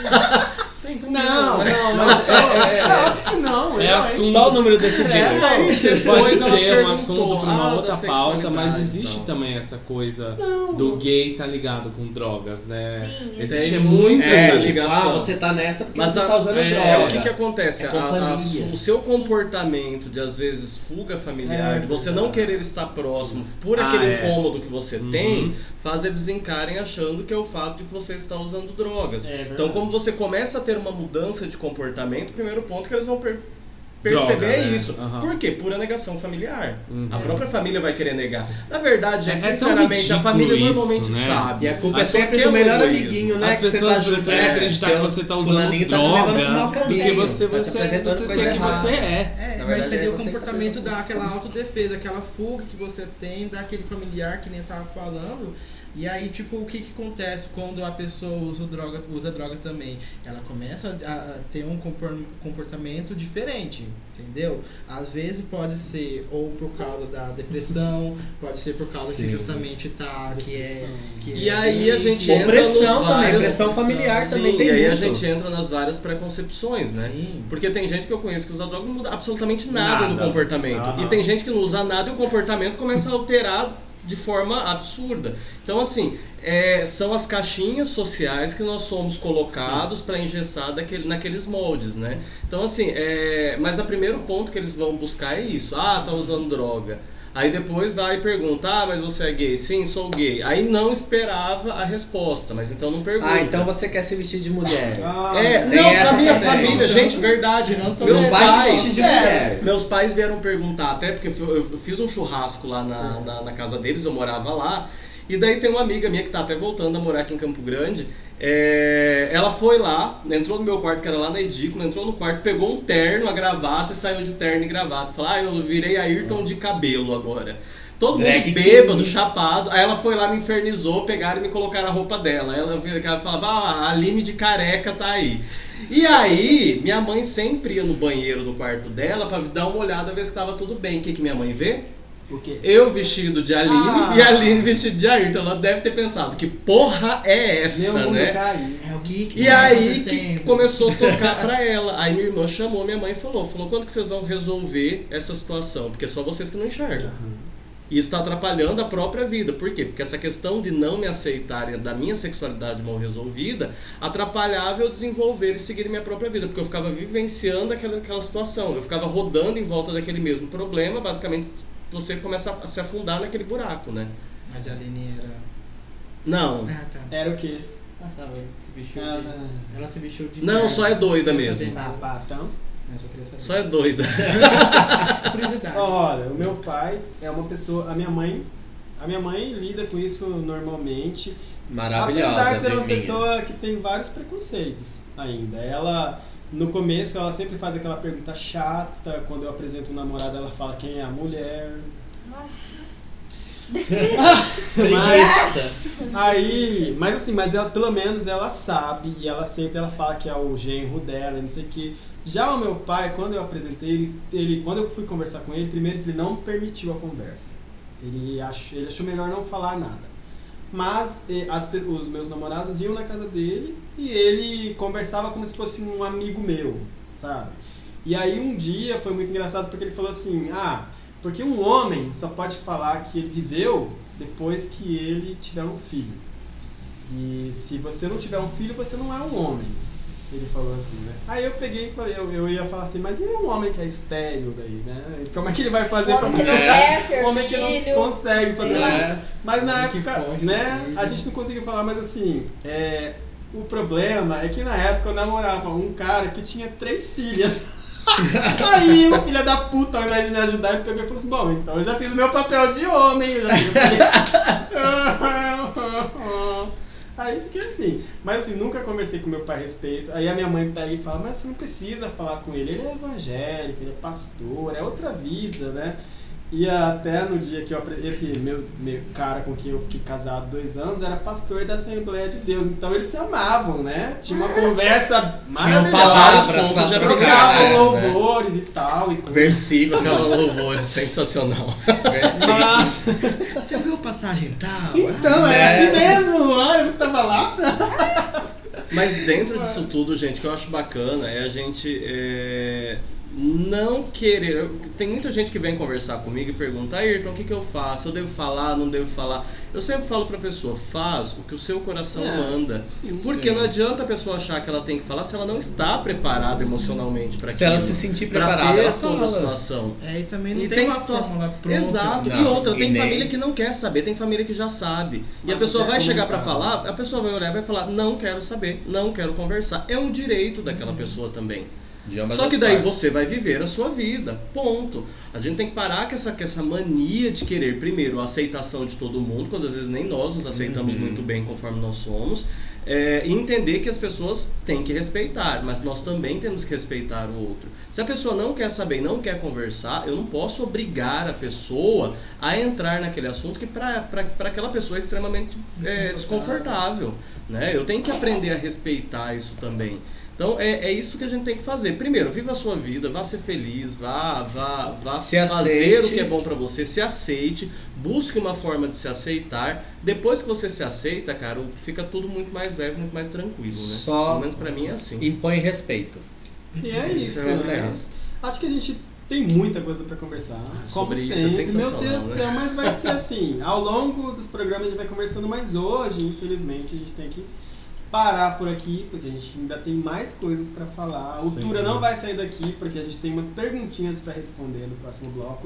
Não, não, mas é, é, é óbvio que não. É eu, assunto. Qual o número desse dia? É, não. Depois Pode ela ser um perguntou, assunto pra ah, uma da outra pauta, mas sexualidade, existe então. também essa coisa Não. do gay tá ligado com drogas, né? Sim, Existe Tem muito muita É, essa tipo, ligação. ah, você tá nessa porque Mas você a- tá usando é, droga. É, o que que acontece? É A- a- companhia. o seu comportamento de, às vezes, fuga familiar, É, de você verdade. não querer estar próximo por Ah, aquele é. incômodo que você Uhum. tem, faz eles encarem achando que é o fato de que você está usando drogas. É verdade. Então, como você começa a ter uma mudança de comportamento, o primeiro ponto que eles vão per- perceber Droga, é né? isso. Aham. Por quê? Pura negação familiar. Uhum. A própria família vai querer negar. Na verdade, gente, É- é tão sinceramente, a ridículo família isso, normalmente né? sabe. E a culpa é Mas só sempre que do é um melhor egoísmo. amiguinho, né? As que você pessoas tá junto, preferem né? acreditar Seu que você tá usando fulaninho tá te levando pro mau droga, caminho, porque você, tá te você, apresentando você coisa ser quem errada. você é. É, Na mas verdade, seria é o você que tá comportamento fazendo. daquela autodefesa, aquela fuga que você tem daquele familiar que nem eu tava falando. E aí, tipo, o que que acontece quando a pessoa usa droga, usa droga também? Ela começa a, a ter um compor- comportamento diferente, entendeu? Às vezes pode ser ou por causa da depressão, pode ser por causa que Sim. justamente tá, que é... Que E é aí a gente gay, entra Opressão nos também, vários- pressão familiar Sim, também tem e aí muito. a gente entra nas várias preconcepções, né? Sim. Porque tem gente que eu conheço que usa droga e não muda absolutamente nada, Nada. no comportamento. Aham. E tem gente que não usa nada e o comportamento começa a alterar de forma absurda. Então, assim, é, são as caixinhas sociais que nós somos colocados para engessar daquele, naqueles moldes, né? Então, assim, é, mas o primeiro ponto que eles vão buscar é isso. Ah, tá usando droga. Aí depois vai e pergunta, ah, mas você é gay? Sim, sou gay. Aí não esperava a resposta, mas então não pergunta. Ah, então você quer se vestir de mulher. Ah, É, Tem não, essa na minha também. família, gente, verdade. Não tô Meus vendo. Vai se pais, vestir de sério. mulher. meus pais vieram perguntar, até porque eu eu fiz um churrasco lá na, na, na casa deles, eu morava lá. E daí tem uma amiga minha que tá até voltando a morar aqui em Campo Grande. É, ela foi lá, entrou no meu quarto, que era lá na edícula, entrou no quarto, pegou um terno, a gravata e saiu de terno e gravata. Falou, ah, eu virei Ayrton de cabelo agora. Todo Drag mundo bêbado, king. chapado. Aí ela foi lá, me infernizou, pegaram e me colocaram a roupa dela. Aí ela, ela falava, ah, a Aline de careca tá aí. E aí, minha mãe sempre ia no banheiro do quarto dela pra dar uma olhada, ver se tava tudo bem. O que que minha mãe vê? o quê? Eu vestido de Aline Ah. e a Aline vestido de Ayrton. Ela deve ter pensado, que porra é essa, Meu mundo né? caiu. É o que que E tá aí acontecendo? que começou a tocar pra ela. Aí minha irmã chamou minha mãe e falou, falou, quando que vocês vão resolver essa situação? Porque é só vocês que não enxergam. E isso está atrapalhando a própria vida. Por quê? Porque essa questão de não me aceitarem da minha sexualidade mal resolvida atrapalhava eu desenvolver e seguir minha própria vida. Porque eu ficava vivenciando aquela, aquela situação. Eu ficava rodando em volta daquele mesmo problema. Basicamente, você começa a se afundar naquele buraco, né? Mas a Aline era... Não. Ah, tá. Era o quê? Ah, sabe, se vestiu Ah, de... não. Ela se vestiu de... Não, só é doida Eu queria mesmo. saber. Sapatão. Mas eu queria saber. Só é doida. Curiosidades. Olha, o meu pai é uma pessoa. A minha mãe. A minha mãe lida com isso normalmente. Maravilhosa, Apesar de ser viu, uma minha? pessoa que tem vários preconceitos ainda. Ela, no começo, ela sempre faz aquela pergunta chata. Quando eu apresento um namorado, ela fala quem é a mulher. Mas, aí, mas assim, mas ela, pelo menos ela sabe e ela aceita, ela fala que é o genro dela, e não sei o que. Já o meu pai, quando eu apresentei ele, ele, quando eu fui conversar com ele, primeiro ele não permitiu a conversa. Ele achou, ele achou melhor não falar nada. Mas eh, as pe- os meus namorados iam na casa dele e ele conversava como se fosse um amigo meu, sabe? E aí um dia foi muito engraçado porque ele falou assim, ah, Porque um homem só pode falar que ele viveu depois que ele tiver um filho. E se você não tiver um filho, você não é um homem. Ele falou assim, né? Aí eu peguei e falei, eu, eu ia falar assim, mas e um homem que é estéril daí, né? Como é que ele vai fazer pra Homem que não mulher? quer ter Um homem que filho. não consegue fazer Sim. nada. Mas na Que época, foge né? do filho. A gente não conseguiu falar, mas assim, é, o problema é que na época eu namorava um cara que tinha três filhas. Aí o filho da puta, ao invés de me ajudar, ele pegou e falou assim, bom, então eu já fiz o meu papel de homem. Eu já fiz... Aí fiquei assim, mas assim, nunca conversei com meu pai a respeito. Aí a minha mãe pega e fala, mas você não precisa falar com ele, ele é evangélico, ele é pastor, é outra vida, né? E até no dia que eu apre- esse meu, meu cara com quem eu fiquei casado dois anos era pastor da Assembleia de Deus, então eles se amavam, né? Tinha uma conversa Tinham maravilhosa, palavras pra já trocar, trocavam né? louvores e tal. E coisa. Versículo, Aquela aquela louvor sensacional. versículo. Mas, Você viu a passagem tal? então, é É. assim mesmo, olha, você tava lá? Mas dentro disso tudo, gente, o que eu acho bacana é a gente é, não querer... Tem muita gente que vem conversar comigo e pergunta, Ayrton, o que, que eu faço? Eu devo falar, não devo falar? Eu sempre falo pra pessoa, faz o que o seu coração É. manda. Porque não adianta a pessoa achar que ela tem que falar se ela não está preparada emocionalmente pra Se aquilo. ela se sentir pra preparada, ter ela toda a fala. situação. É, e também não E tem, tem uma situação- fórmula pronta. Exato. Não, e outra, e tem nem- família que não quer saber, tem família que já sabe. E a Mas pessoa não vai quer chegar pra comentar. falar, a pessoa vai olhar e vai falar, não quero saber, não quero conversar. É um direito daquela pessoa também. De ambas Só que as daí partes. você vai viver a sua vida, ponto. A gente tem que parar com essa, com essa mania de querer, primeiro, a aceitação de todo mundo, quando às vezes nem nós nos aceitamos Uhum. muito bem conforme nós somos, é, e entender que as pessoas têm que respeitar, mas nós também temos que respeitar o outro. Se a pessoa não quer saber, não quer conversar, eu não posso obrigar a pessoa a entrar naquele assunto que para aquela pessoa é extremamente é, desconfortável, né? Eu tenho que aprender a respeitar isso também. Então é, é isso que a gente tem que fazer. Primeiro, viva a sua vida, vá ser feliz, vá, vá, vá Se fazer aceite. o que é bom pra você, se aceite, busque uma forma de se aceitar. Depois que você se aceita, cara, fica tudo muito mais leve, muito mais tranquilo, né? Só- Pelo menos pra mim é assim. Impõe respeito. E é isso, O resto é né? resto. Acho que a gente tem muita coisa pra conversar. Como sobre isso é sempre. Meu sensacional, Deus do né? céu, mas vai ser assim. Ao longo dos programas a gente vai conversando, mas hoje, infelizmente, a gente tem que parar por aqui, porque a gente ainda tem mais coisas pra falar. O Sim. Tura não vai sair daqui, porque a gente tem umas perguntinhas pra responder no próximo bloco.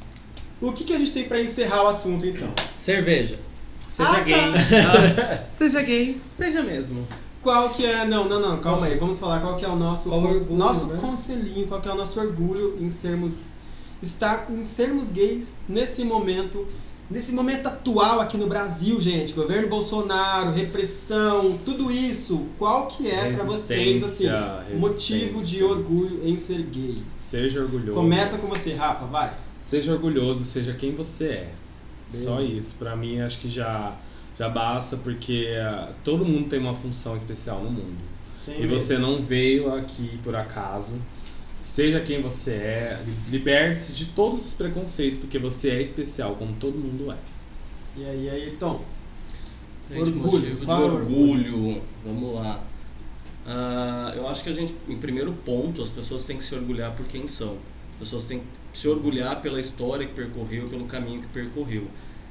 O que, que a gente tem pra encerrar o assunto, então? Cerveja. Seja Ah, gay. tá. Seja gay, seja mesmo. Qual que é... Não, não, não, calma aí. Vamos falar qual que é o nosso, Qual o orgulho, nosso né? conselhinho, qual que é o nosso orgulho em sermos... Estar, em sermos gays nesse momento... Nesse momento atual aqui no Brasil, gente, governo Bolsonaro, repressão, tudo isso, qual que é pra vocês, assim, Resistência, motivo de resistência. orgulho em ser gay? Seja orgulhoso. Começa com você, Rafa, vai. Seja orgulhoso, seja quem você é. Bem. Só isso. Pra mim, acho que já, já basta, porque ah, todo mundo tem uma função especial no mundo. Sem E medo. você não veio aqui por acaso. Seja quem você é, liberte-se de todos os preconceitos, porque você é especial, como todo mundo é. E aí, aí, Tom? Gente, Orgulho, motivo de qual é o orgulho, vamos lá. Ah, eu acho que a gente, em primeiro ponto, as pessoas têm que se orgulhar por quem são. As pessoas têm que se orgulhar pela história que percorreu, pelo caminho que percorreu.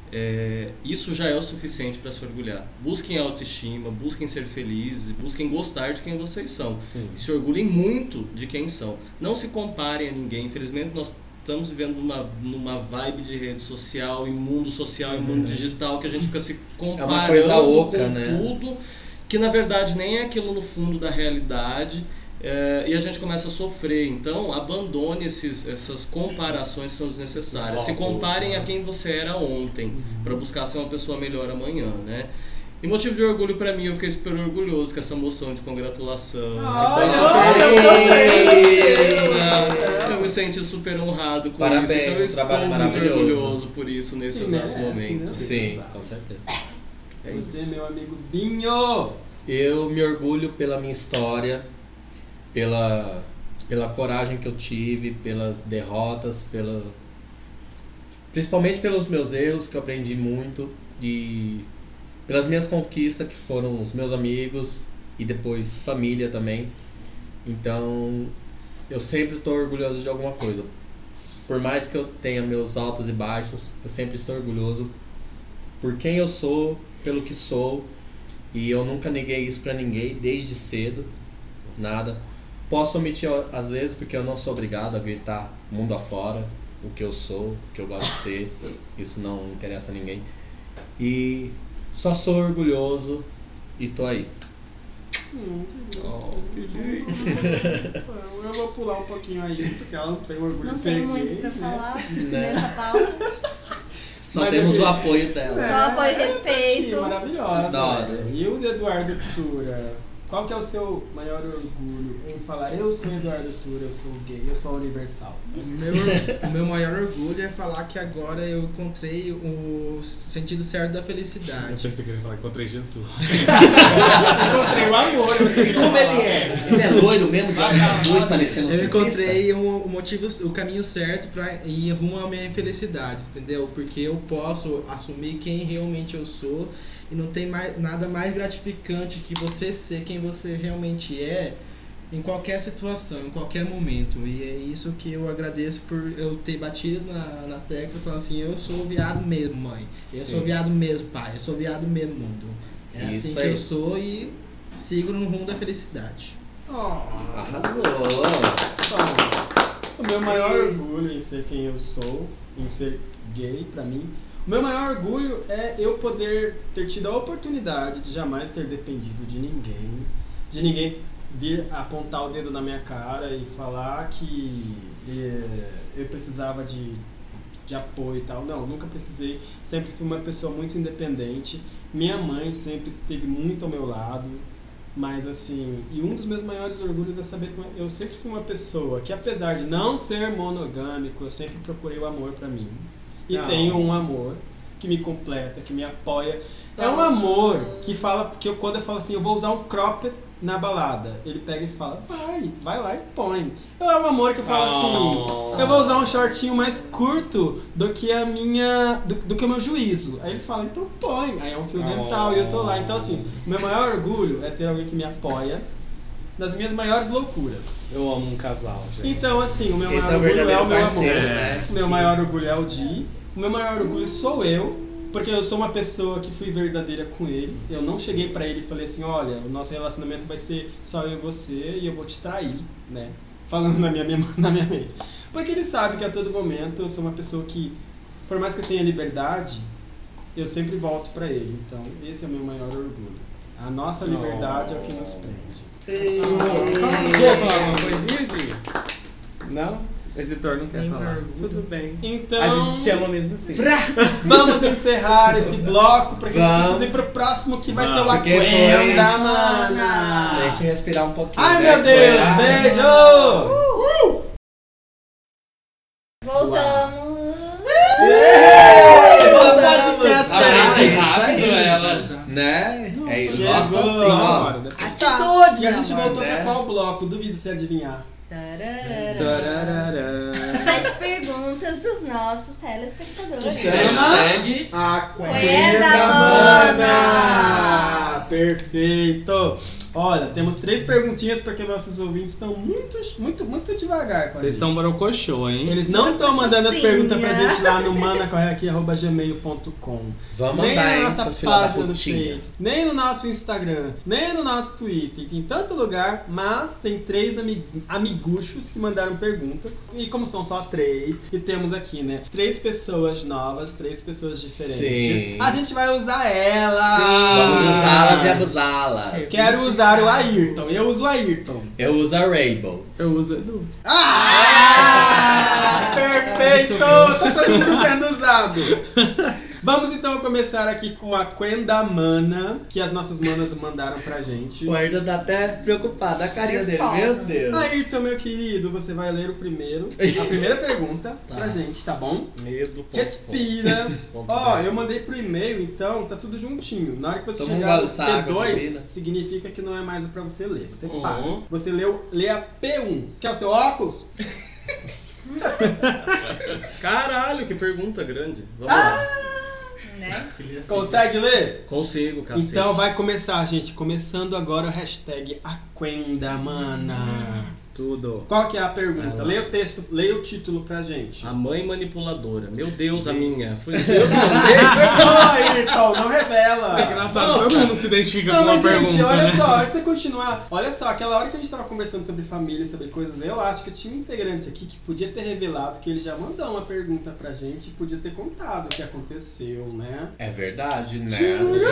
É, isso já é o suficiente para se orgulhar. Busquem autoestima, busquem ser felizes, busquem gostar de quem vocês são. Sim. E se orgulhem muito de quem são. Não se comparem a ninguém. Infelizmente nós estamos vivendo numa, numa vibe de rede social e mundo social e mundo digital que a gente fica se comparando coisa oca, com né? tudo que na verdade nem é aquilo no fundo da realidade. É, e a gente começa a sofrer. Então abandone esses, essas comparações que são desnecessárias. Se Rótulos, comparem né? a quem você era ontem para buscar ser uma pessoa melhor amanhã, né? E motivo de orgulho pra mim, eu fiquei super orgulhoso com essa moção de congratulação. Ai, Que foi ai, super eu linda. também. Eu me senti super honrado com Parabéns, isso. Então eu um estou trabalho muito maravilhoso. orgulhoso por isso nesse Sim, exato merece, momento. né? Sim, com certeza. É Você, isso. meu amigo Binho. Eu me orgulho pela minha história, pela, pela coragem que eu tive, pelas derrotas, pela, principalmente pelos meus erros, que eu aprendi muito, e pelas minhas conquistas, que foram os meus amigos e depois família também. Então, eu sempre estou orgulhoso de alguma coisa. por mais que eu tenha meus altos e baixos, eu sempre estou orgulhoso por quem eu sou, pelo que sou, e eu nunca neguei isso pra ninguém desde cedo, nada. Posso omitir às vezes porque eu não sou obrigado a gritar mundo afora o que eu sou, o que eu gosto de ser, isso não interessa a ninguém. E só sou orgulhoso e tô aí. Hum, Oh. Eu vou pular um pouquinho aí, porque ela não tem orgulho Não de ser tem muito gay, pra né? falar Né? nessa pauta. Só Mas temos eu- o apoio dela. Só apoio e Que respeito. maravilhosa. Adoro. né? E o Eduardo Tura? Qual que é o seu maior orgulho em falar eu sou Eduardo Tura, eu sou gay, eu sou universal? O meu, o meu maior orgulho é falar que agora eu encontrei o sentido certo da Eu felicidade. pensei que ele ia falar que encontrei Jesus. Encontrei o amor, eu sei Como ele é? Ele é loiro mesmo, de olhos azuis, parecendo um Eu surfista? encontrei o, o motivo, o caminho certo pra ir rumo à minha felicidade, entendeu? Porque eu posso assumir quem realmente eu sou e não tem mais, nada mais gratificante que você ser quem você realmente é em qualquer situação, em qualquer momento. E é isso que eu agradeço por eu ter batido na, na tecla falando assim, eu sou viado mesmo, mãe. Eu Sim. sou viado mesmo, pai. Eu sou viado mesmo, mundo. É Isso assim que aí. eu sou e sigo no rumo da felicidade. Arrasou! O meu maior orgulho em ser quem eu sou, em ser gay, pra mim, o meu maior orgulho é eu poder ter tido a oportunidade de jamais ter dependido de ninguém, de ninguém vir apontar o dedo na minha cara e falar que eh, eu precisava de, de apoio e tal. Não, nunca precisei. Sempre fui uma pessoa muito independente. Minha mãe sempre esteve muito ao meu lado. Mas assim, e um dos meus maiores orgulhos é saber que eu sempre fui uma pessoa que, apesar de não ser monogâmico, eu sempre procurei o amor pra mim. E Não. tenho um amor que me completa, que me apoia. É um amor que fala, que eu, quando eu falo assim, eu vou usar um cropped na balada, ele pega e fala, vai, vai lá e põe. É um amor que eu falo assim, eu vou usar um shortinho mais curto do que a minha, do, do que o meu juízo. Aí ele fala, então põe. Aí é um fio dental e eu tô lá. Então assim, o meu maior orgulho é ter alguém que me apoia nas minhas maiores loucuras. Eu amo um casal, gente. Então assim, o meu Esse maior é o orgulho é verdadeiro o meu parceiro, amor. né? O meu maior orgulho é o Di. O meu maior orgulho sou eu. Porque eu sou uma pessoa que fui verdadeira com ele. Eu não cheguei pra ele e falei assim, olha, o nosso relacionamento vai ser só eu e você e eu vou te trair, né? Falando na minha, na minha mente. Porque ele sabe que a todo momento eu sou uma pessoa que, por mais que eu tenha liberdade, eu sempre volto pra ele. Então, esse é o meu maior orgulho. A nossa liberdade é o que nos prende. Quer falar alguma coisinha, Gui? Não? O editor não quer Nenhum falar. orgulho. Tudo bem. Então, A gente chama mesmo assim. vamos encerrar esse bloco pra que a gente Vamos. possa ir pro próximo que vai Vamos, ser o porque Aquenda, foi- mana. Deixa eu respirar um pouquinho. Ai, né? meu Deus, Foi- beijo! Voltamos. Podcast Ah, aí. é isso aí. ela. Né? É isso. Chegou. Gosto assim, ó. Atitude, e a gente voltou né? pra qual bloco? Duvido se adivinhar. Tararara. As perguntas dos nossos telespectadores. Hashtag. Aquenda Mana. Mana! Perfeito! Olha, temos três perguntinhas porque nossos ouvintes estão muito, muito, muito devagar com a Vocês gente. estão borocochô, hein? Eles não estão mandando as Chocinha. perguntas pra gente lá no manacorreaqui arroba gmail ponto com. Vamos Nem mandar, na hein, nossa seus filha da página no putinha. Face, nem no nosso Instagram, nem no nosso Twitter. Tem tanto lugar, mas tem três ami- amiguchos que mandaram perguntas. E como são só três, e temos aqui, né, três pessoas novas, três pessoas diferentes, Sim. a gente vai usar elas. Vamos usá-las e abusá-las. Quero usar o Ayrton. Eu uso o Ayrton. Eu uso a Rainbow. Eu uso Edu. Ah! Perfeito! Tá todo mundo sendo usado. Vamos então começar aqui com a Quenda Mana, que as nossas manas mandaram pra gente. O Ayrton tá até preocupado, a carinha dele, Nervosa. meu Deus. Ayrton, meu querido, você vai ler o primeiro, a primeira pergunta Tá. pra gente, tá bom? Medo. ponto com. Respira. Ponto Ó, com. eu mandei pro e-mail, então tá tudo juntinho. Na hora que você Toma um chegar gole no dessa água P dois, divina. significa que não é mais pra você ler. Você Uhum. para. Você leu, lê a P um. Quer o seu óculos? Caralho, que pergunta grande. Vamos Ah! lá. Né? Consegue ler? Consigo, cacete. Então vai começar, gente. Começando agora o hashtag Aquenda Mana. Tudo. Qual que é a pergunta? Ah, Leia o texto, leia o título pra gente. A mãe manipuladora. Meu Deus, a minha. Foi eu que Não, mandei. Ayrton, não revela. É engraçado, todo mundo se identifica Não, com uma mas gente, pergunta, olha né? só, antes de você continuar, olha só, aquela hora que a gente tava conversando sobre família, sobre coisas, eu acho que tinha um integrante aqui que podia ter revelado que ele já mandou uma pergunta pra gente e podia ter contado o que aconteceu, né? É verdade, né?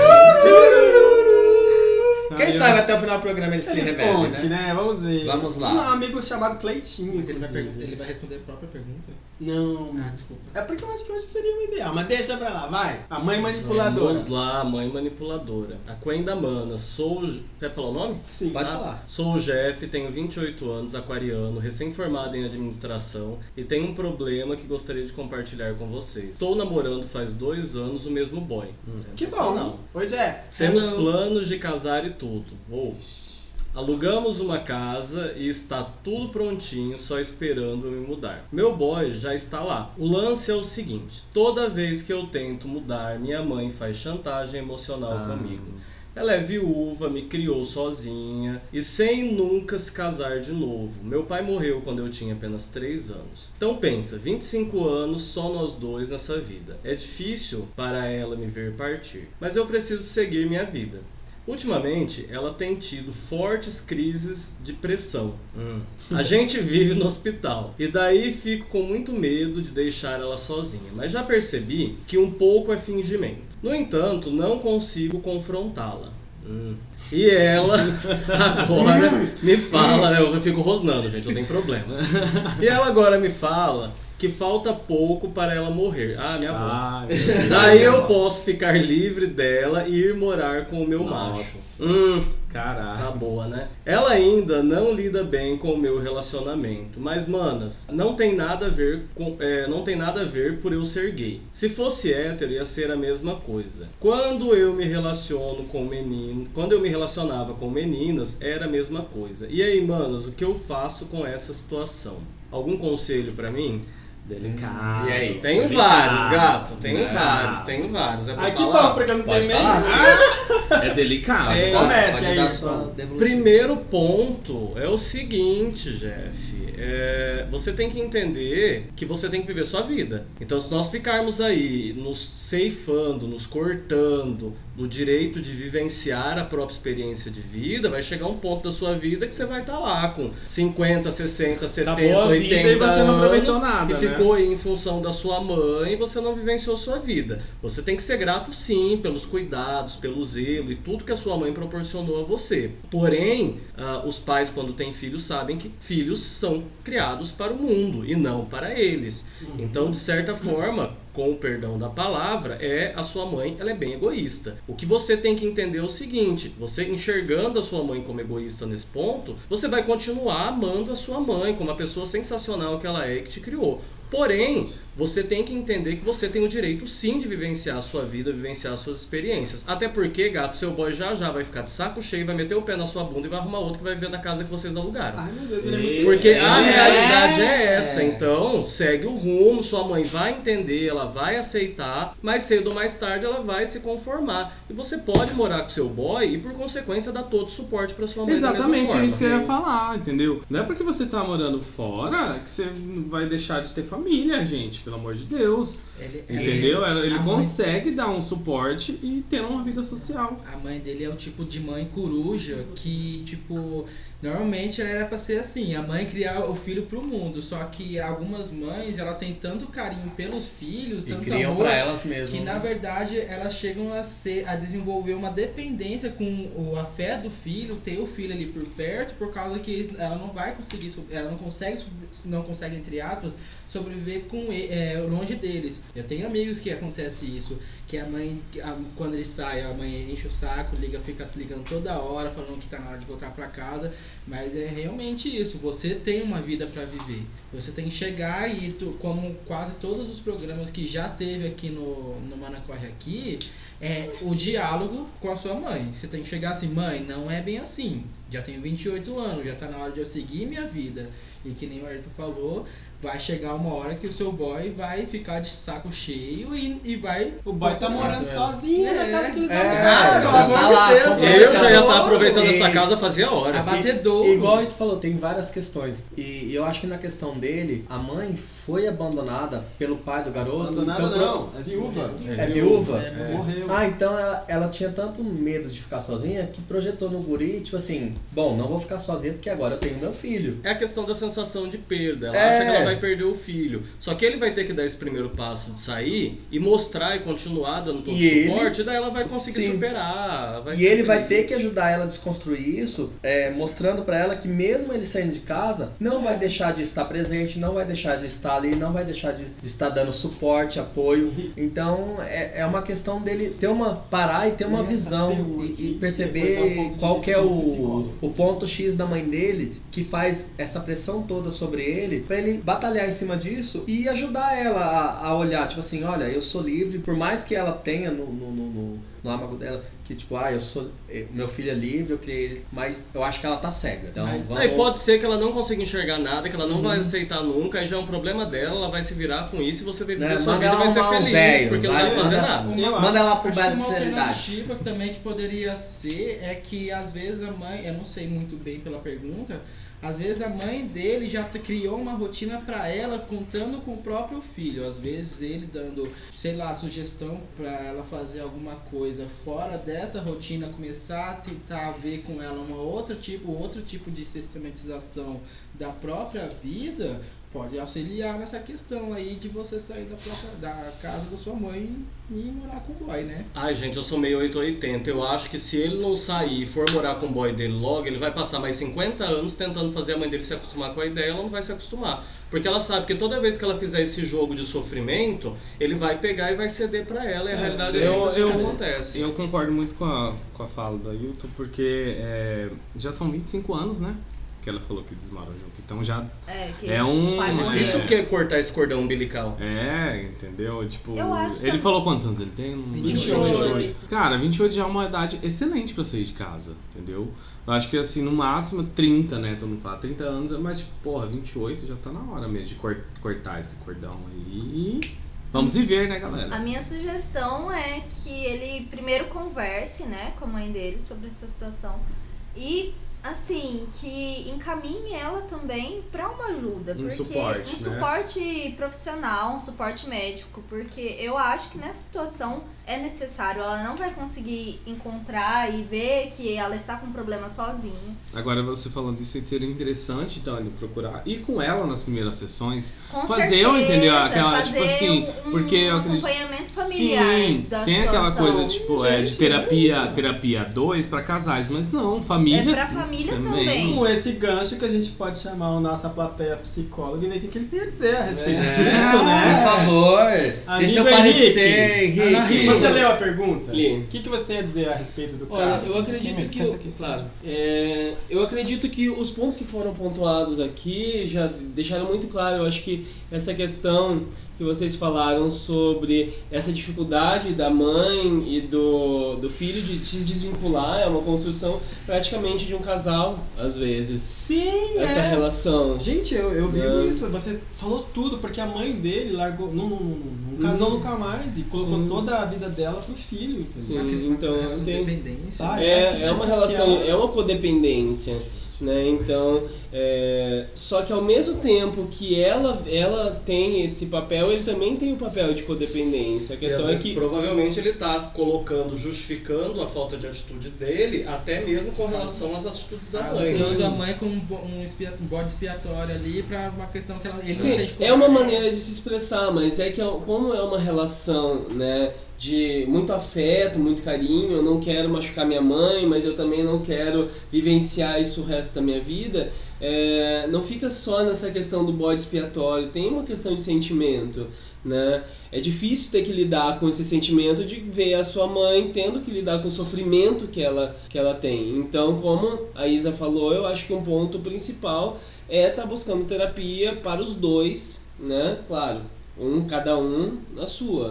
Quem Ah, eu- sabe até o final do programa ele se Ele revele, conte, né? né? Vamos ver. Vamos lá. Um amigo chamado Cleitinho. Mas ele vai, per- inclusive. ele vai responder a própria pergunta? Não. Ah, desculpa. É porque eu acho que hoje seria o ideal, mas deixa pra lá, vai. A mãe manipuladora. Vamos lá, mãe manipuladora. A Quenda Mana. Sou o... Quer falar o nome? Sim. Pode Ah, falar. Sou o Jeff, tenho vinte e oito anos, aquariano, recém-formado em administração e tenho um problema que gostaria de compartilhar com vocês. Estou namorando faz dois anos o mesmo boy. Que Sensacional. bom. Oi, Jeff. Temos Hello. planos de casar e tudo. Uou. Alugamos uma casa e está tudo prontinho, só esperando eu me mudar. Meu boy já está lá. O lance é o seguinte: toda vez que eu tento mudar, minha mãe faz chantagem emocional Ah. comigo. Ela é viúva, me criou sozinha e sem nunca se casar de novo. Meu pai morreu quando eu tinha apenas três anos. Então pensa, vinte e cinco anos só nós dois nessa vida. É difícil para ela me ver partir, mas eu preciso seguir minha vida. Ultimamente, ela tem tido fortes crises de pressão. Hum. A gente vive no hospital e daí fico com muito medo de deixar ela sozinha, mas já percebi que um pouco é fingimento. No entanto, não consigo confrontá-la. Hum. E ela agora me fala, eu fico rosnando, gente, eu tenho problema. E ela agora me fala que falta pouco para ela morrer. Ah, minha avó. Ah, meu Deus. Daí eu posso ficar livre dela e ir morar com o meu Nossa. macho. Hum, Caraca. tá boa, né? Ela ainda não lida bem com o meu relacionamento, mas manas, não tem nada a ver com, é, não tem nada a ver por eu ser gay. Se fosse hétero ia ser a mesma coisa. Quando eu me relaciono com menino, quando eu me relacionava com meninas era a mesma coisa. E aí, manas, o que eu faço com essa situação? Algum conselho pra mim? Delicado. E aí? Tenho Delicado. vários, gato. Tenho Não. vários, tenho vários. É pra Ai, que falar? bom, porque eu não Pode tenho falar? nenhum. É delicado. É, comece Pode aí, dar então. sua devolutiva. Primeiro ponto é o seguinte, Jeff. É, você tem que entender que você tem que viver sua vida. Então, se nós ficarmos aí nos ceifando, nos cortando do direito de vivenciar a própria experiência de vida, vai chegar um ponto da sua vida que você vai estar lá com cinquenta, sessenta, setenta, Acabou a vida oitenta e você não aproveitou anos nada, e né? ficou aí em função da sua mãe e você não vivenciou sua vida. Você tem que ser grato sim pelos cuidados, pelo zelo e tudo que a sua mãe proporcionou a você. Porém, ah, os pais quando têm filhos sabem que filhos são criados para o mundo e não para eles. Então, de certa forma, com o perdão da palavra, é a sua mãe, ela é bem egoísta. O que você tem que entender é o seguinte: você enxergando a sua mãe como egoísta nesse ponto, você vai continuar amando a sua mãe como a pessoa sensacional que ela é e que te criou. Porém, você tem que entender que você tem o direito sim de vivenciar a sua vida, vivenciar as suas experiências. Até porque, gato, seu boy já já vai ficar de saco cheio, vai meter o pé na sua bunda e vai arrumar outro que vai viver na casa que vocês alugaram. Ai, meu Deus, ele é muito Porque sincero. a É. realidade é essa, então segue o rumo, sua mãe vai entender, ela vai aceitar, mais cedo ou mais tarde ela vai se conformar. E você pode morar com seu boy e por consequência dar todo o suporte pra sua mãe da mesma Exatamente, forma. é isso que eu ia falar, entendeu? Não é porque você tá morando fora que você vai deixar de ter família, gente, pelo amor de Deus. Ele, Entendeu? Ele, ele a mãe- consegue dar um suporte e ter uma vida social. A mãe dele é o tipo de mãe coruja que, tipo, normalmente era pra ser assim, a mãe criar o filho pro mundo, só que algumas mães, ela tem tanto carinho pelos filhos, E tanto criam amor, pra elas mesmas. que na né? verdade elas chegam a ser, a desenvolver uma dependência com o a fé do filho, ter o filho ali por perto, por causa que eles- ela não vai conseguir, so- ela não consegue, não consegue entre aspas, sobreviver com e- é, longe deles. Eu tenho amigos que acontece isso, que a mãe, a- quando ele sai, a mãe enche o saco, liga, fica ligando toda hora, falando que tá na hora de voltar pra casa, mas é realmente isso, você tem uma vida pra viver, você tem que chegar e, tu- como quase todos os programas que já teve aqui no, no Mana Corre Aqui, é o diálogo com a sua mãe. Você tem que chegar assim, mãe, não é bem assim, já tenho vinte e oito anos, já tá na hora de eu seguir minha vida, E que nem o Ayrton falou, vai chegar uma hora que o seu boy vai ficar de saco cheio e, e vai... O boy tá morando é. sozinho É. na casa que eles É, alugaram. já pelo amor tá de lá, Deus, com- vai Eu tá já ia estar louco. aproveitando E- essa casa fazia hora. Abatedouro. Igual a gente falou, tem várias questões. E eu acho que na questão dele, a mãe foi abandonada pelo pai do garoto. Abandonada então, não, é viúva. É viúva? É, Morreu. Ah, então ela, ela tinha tanto medo de ficar sozinha que projetou no guri, tipo assim, bom, não vou ficar sozinha porque agora eu tenho meu filho. É a questão da sensação de perda. Ela É. acha que ela vai perder o filho. Só que ele vai ter que dar esse primeiro passo de sair e mostrar e continuar dando todo o E ele- suporte, e daí ela vai conseguir Sim. superar. Vai E ser ele vai feliz. ter que ajudar ela a desconstruir isso, é, mostrando pra ela que mesmo ele saindo de casa, não vai deixar de estar presente, não vai deixar de estar ali, não vai deixar de, de estar dando suporte, apoio. Então é, é uma questão dele ter uma parar e ter uma Essa visão pergunta e, e aqui, depois dá um perceber ponto de qual vista que é do o, psicólogo. o ponto X da mãe dele que faz essa pressão toda sobre ele, pra ele batalhar em cima disso e ajudar ela a, a olhar, tipo assim, olha, eu sou livre, por mais que ela tenha no, no, no, no, no âmago dela que tipo, ah, eu sou, meu filho é livre, eu criei ele, mas eu acho que ela tá cega. Então, Aí- vamos... Aí pode ser que ela não consiga enxergar nada, que ela não Uhum. vai aceitar nunca, aí já é um problema dela, ela vai se virar com isso e você vai viver Né, sua manda vida e vai ela ser arrumar um feliz, velho, porque vai, não vai fazer manda- nada. Uma- Eu Manda ela pro acho baile que de uma seriedade. alternativa também que poderia ser é que às vezes a mãe, eu não sei muito bem pela pergunta, às vezes a mãe dele já t- criou uma rotina pra ela contando com o próprio filho, às vezes ele dando, sei lá, sugestão pra ela fazer alguma coisa fora dessa rotina, começar a tentar ver com ela uma outra tipo, outro tipo de sistematização da própria vida, pode auxiliar nessa questão aí de você sair da, própria, da casa da sua mãe e morar com o boy, né? Ai, gente, eu sou meio oito ou oitenta. Eu acho que se ele não sair e for morar com o boy dele logo, ele vai passar mais cinquenta anos tentando fazer a mãe dele se acostumar com a ideia, ela não vai se acostumar. Porque ela sabe que toda vez que ela fizer esse jogo de sofrimento, ele vai pegar e vai ceder pra ela, e a É, realidade é eu- sempre assim eu- que acontece. Eu concordo muito com a, com a fala da Ailton, porque é, já são vinte e cinco anos, né? Que ela falou que desmarou junto. Então já É, que é um. pai morreu. Isso que é cortar esse cordão umbilical. É, entendeu? Tipo, Eu acho ele também. falou quantos anos ele tem? Não- vinte e vinte e oito. Cara, vinte e oito já é uma idade excelente pra sair de casa, entendeu? Eu acho que assim, no máximo trinta, né? Todo mundo fala trinta anos, mas, porra, vinte e oito já tá na hora mesmo de cor- cortar esse cordão aí. Vamos viver, né, galera? A minha sugestão é que ele primeiro converse, né, com a mãe dele sobre essa situação e, assim, que encaminhe ela também pra uma ajuda, Um porque suporte, um né? suporte profissional, um suporte médico, porque eu acho que nessa situação é necessário, ela não vai conseguir encontrar e ver que ela está com um problema sozinha. Agora você falando disso, seria interessante, então, ele procurar ir com ela nas primeiras sessões. Com Fazer, certeza, entendeu? Aquela, fazer tipo assim, um, porque eu um acredito- acompanhamento familiar Sim, da tem situação. aquela coisa, tipo, é, de Gente, terapia, é. terapia dois pra casais, mas não, família. É pra família também. Com esse gancho que a gente pode chamar a nossa plateia psicóloga e ver o que que ele tem a dizer a respeito É, disso, né? Por favor, Amigo deixa eu Henrique. parecer, Henrique. Ana Henrique. Você leu a pergunta? Li. O que, que você tem a dizer a respeito do Olha, caso? eu acredito Quem é que, senta o- aqui, claro, é, eu acredito que os pontos que foram pontuados aqui já deixaram muito claro. Eu acho que essa questão que vocês falaram sobre essa dificuldade da mãe e do, do filho de se desvincular é uma construção praticamente de um casal, às vezes. Sim, Essa é. relação. Gente, eu, eu vi É. isso, você falou tudo, porque a mãe dele largou, não, não, não, não casou Uhum. nunca mais e colocou Sim. toda a vida dela pro filho, entendeu? Sim. Uma então, relação de tem- dependência. Tá. É, essa é uma tipo relação, que é uma codependência, né? Então, é, só que ao mesmo tempo que ela, ela tem esse papel, ele também tem o papel de codependência. A E às questão é vezes, que provavelmente ele tá colocando, justificando a falta de atitude dele, até mesmo com relação às atitudes da mãe. Usando a mãe como um bo- um, expia- um bode expiatório ali pra uma questão que ela, ele Sim, não tem de é uma maneira de se expressar, mas é que como é uma relação, né, de muito afeto, muito carinho, eu não quero machucar minha mãe, mas eu também não quero vivenciar isso o resto da minha vida, é, não fica só nessa questão do bode expiatório, tem uma questão de sentimento, né? É difícil ter que lidar com esse sentimento de ver a sua mãe tendo que lidar com o sofrimento que ela, que ela tem. Então, como a Isa falou, eu acho que um ponto principal é estar buscando terapia para os dois, né? Claro, um cada um na sua.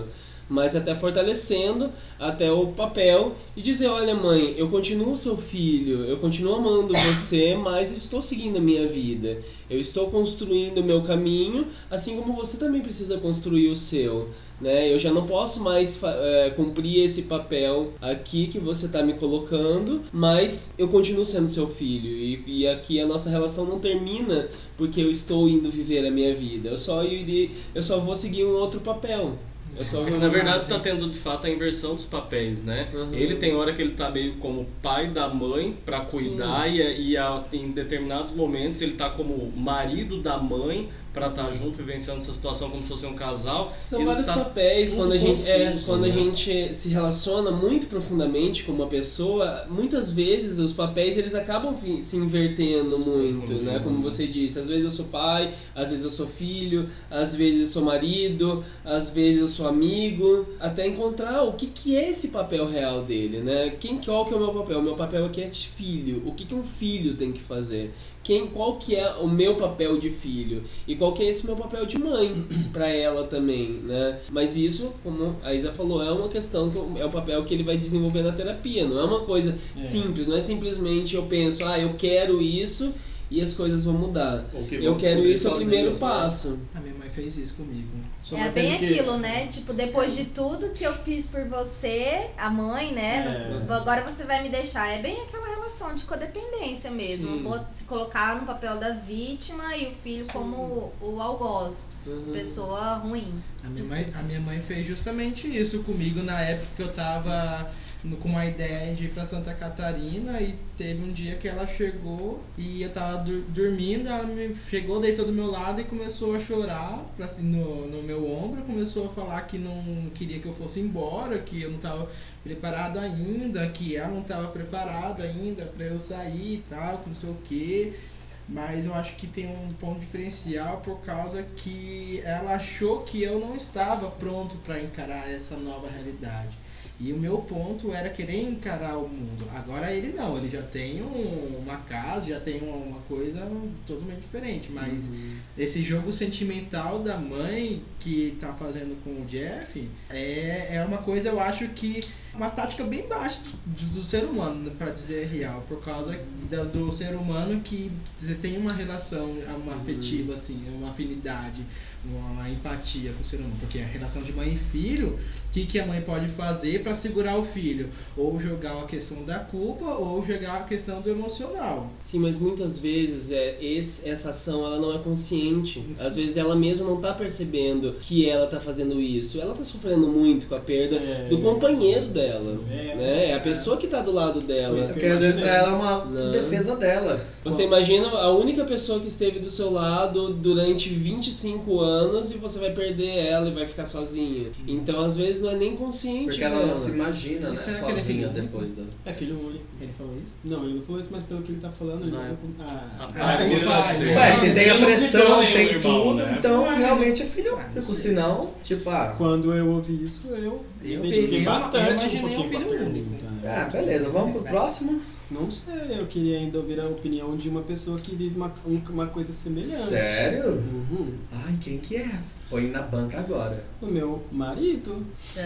mas até fortalecendo até o papel e dizer, olha mãe, eu continuo seu filho, eu continuo amando você, mas eu estou seguindo a minha vida, eu estou construindo o meu caminho, assim como você também precisa construir o seu, né? Eu já não posso mais é, cumprir esse papel aqui que você está me colocando, mas eu continuo sendo seu filho, e, e aqui a nossa relação não termina porque eu estou indo viver a minha vida, eu só, irei, eu só vou seguir um outro papel. Eu só É que, na verdade, está tendo de fato a inversão dos papéis, né? Uhum. Ele tem hora que ele tá meio como pai da mãe para cuidar e, e a, em determinados momentos ele tá como marido da mãe para estar tá junto vivenciando essa situação como se fosse um casal. São ele vários tá papéis quando a gente é, confuso, quando né? a gente se relaciona muito profundamente com uma pessoa, muitas vezes os papéis eles acabam vi- se invertendo muito, Uhum. né? Como você disse, às vezes eu sou pai, às vezes eu sou filho, às vezes eu sou marido, às vezes eu sou amigo, até encontrar o que que é esse papel real dele, né? Quem qual que é o meu papel? O meu papel aqui é de filho. O que que um filho tem que fazer? Quem, qual que é o meu papel de filho e qual que é esse meu papel de mãe para ela também, né? Mas isso, como a Isa falou, é uma questão que eu, é o papel que ele vai desenvolver na terapia, não é uma coisa É. simples, não é simplesmente eu penso, ah, eu quero isso e as coisas vão mudar. Ou que Eu vão quero descobrir isso é o sozinhos, primeiro né? passo. A minha mãe fez isso comigo. Sua É mãe bem fez o quê? aquilo, né? Tipo, depois de tudo que eu fiz por você, a mãe, né? É. Agora você vai me deixar. É bem aquela relação de codependência mesmo. Sim. Bot- Se colocar no papel da vítima e o filho como o algoz. Uhum. Pessoa ruim. A minha, mãe, a minha mãe fez justamente isso comigo na época que eu tava no- com uma ideia de ir pra Santa Catarina e teve um dia que ela chegou e eu tava dur- dormindo, ela me chegou, deitou do meu lado e começou a chorar pra, assim, no, no meu ombro, começou a falar que não queria que eu fosse embora, que eu não tava preparado ainda, que ela não tava preparada ainda pra eu sair e tal, que não sei o que. Mas eu acho que tem um ponto diferencial por causa que ela achou que eu não estava pronto para encarar essa nova realidade. E o meu ponto era querer encarar o mundo. Agora ele não, ele já tem um- uma casa, já tem uma, uma coisa totalmente diferente. Mas esse jogo sentimental da mãe que tá fazendo com o Jeff é, é uma coisa, eu acho que uma tática bem baixa do, do ser humano, para dizer real, por causa do, do ser humano que tem uma relação, uma afetiva, assim, uma afinidade, uma, uma empatia com o ser humano. Porque a relação de mãe e filho, o que, que a mãe pode fazer para segurar o filho? Ou jogar a questão da culpa, ou jogar a questão do emocional. Sim, mas muitas vezes é, esse, essa ação ela não é consciente. Sim. Às vezes ela mesma não tá percebendo que ela tá fazendo isso. Ela tá sofrendo muito com a perda É. do companheiro dela. É. Né? É a pessoa que tá do lado dela. Foi isso Porque às vezes pra ela é uma Não. defesa dela. Você imagina a única pessoa que esteve do seu lado durante vinte e cinco anos e você vai perder ela e vai ficar sozinha. Então às vezes não é nem consciente Porque ela dela. não se imagina, né? E será que ele é Sozinha filho depois da. É filho único. Ele falou isso? Não, ele não falou isso, mas pelo que ele tá falando, ele Não, não... é- Ah, a ah, parte o que pai, ele né? tá Ué, se tem a Ele não pressão, citou nenhum tem irmão, tudo, né? então Ah, realmente é filho ah, único. não sei. Senão, tipo, ah. Quando eu ouvi isso, eu me Eu identifiquei peguei uma- bastante eu um imaginei pouquinho um com a filho pergunta. Ah, beleza, vamos pro próximo? Não sei, eu queria ainda ouvir a opinião de uma pessoa que vive uma, um- uma coisa semelhante. Sério? Uhum. Ai, quem que é? Põe na banca agora. O meu marido.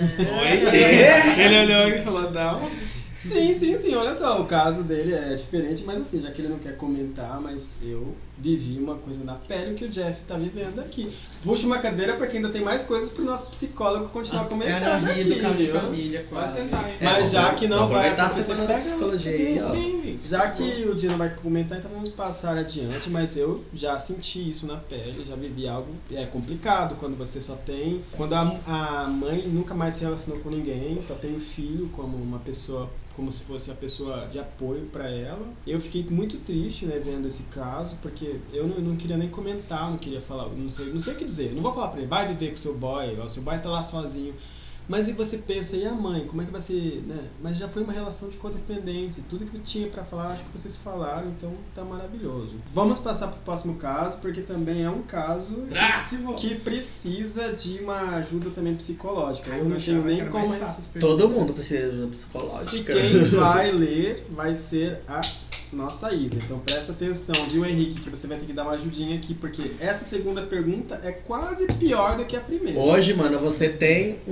Oi? Ele olhou e falou, não. Sim, sim, sim, olha só, o caso dele é diferente, mas assim, já que ele não quer comentar, mas eu vivi uma coisa na pele que o Jeff tá vivendo aqui. Puxa uma cadeira porque ainda tem mais coisas pro nosso psicólogo continuar comentando Era rir aqui, do caso de viu? família, Pode quase. sentar aí. Mas É, já vamos- que não vamos vai aproveitar a acontecer, semana da pega- psicologia aí, ó. Sim, já que o Dino vai comentar, então vamos passar adiante, mas eu já senti isso na pele, já vivi algo é complicado quando você só tem, quando a, a mãe nunca mais se relacionou com ninguém, só tem o filho como uma pessoa, como se fosse a pessoa de apoio pra ela. Eu fiquei muito triste, né, vendo esse caso, porque eu não, não queria nem comentar, não queria falar, não sei, não sei o que dizer. Não vou falar pra ele, vai viver com seu boy, ó, seu boy tá lá sozinho. Mas e você pensa, e a mãe, como é que vai ser, né? Mas já foi uma relação de codependência, tudo que eu tinha pra falar, acho que vocês falaram, então tá maravilhoso. Vamos passar pro próximo caso, porque também é um caso Próximo! que precisa de uma ajuda também psicológica. Ah, Eu não achava tenho que nem era como... mais fácil as Todo perguntas. mundo precisa de ajuda E psicológica. quem vai ler vai ser a nossa Isa. Então presta atenção, viu, Henrique, que você vai ter que dar uma ajudinha aqui, porque essa segunda pergunta é quase pior do que a primeira. Hoje, mano, você tem um aconselhamento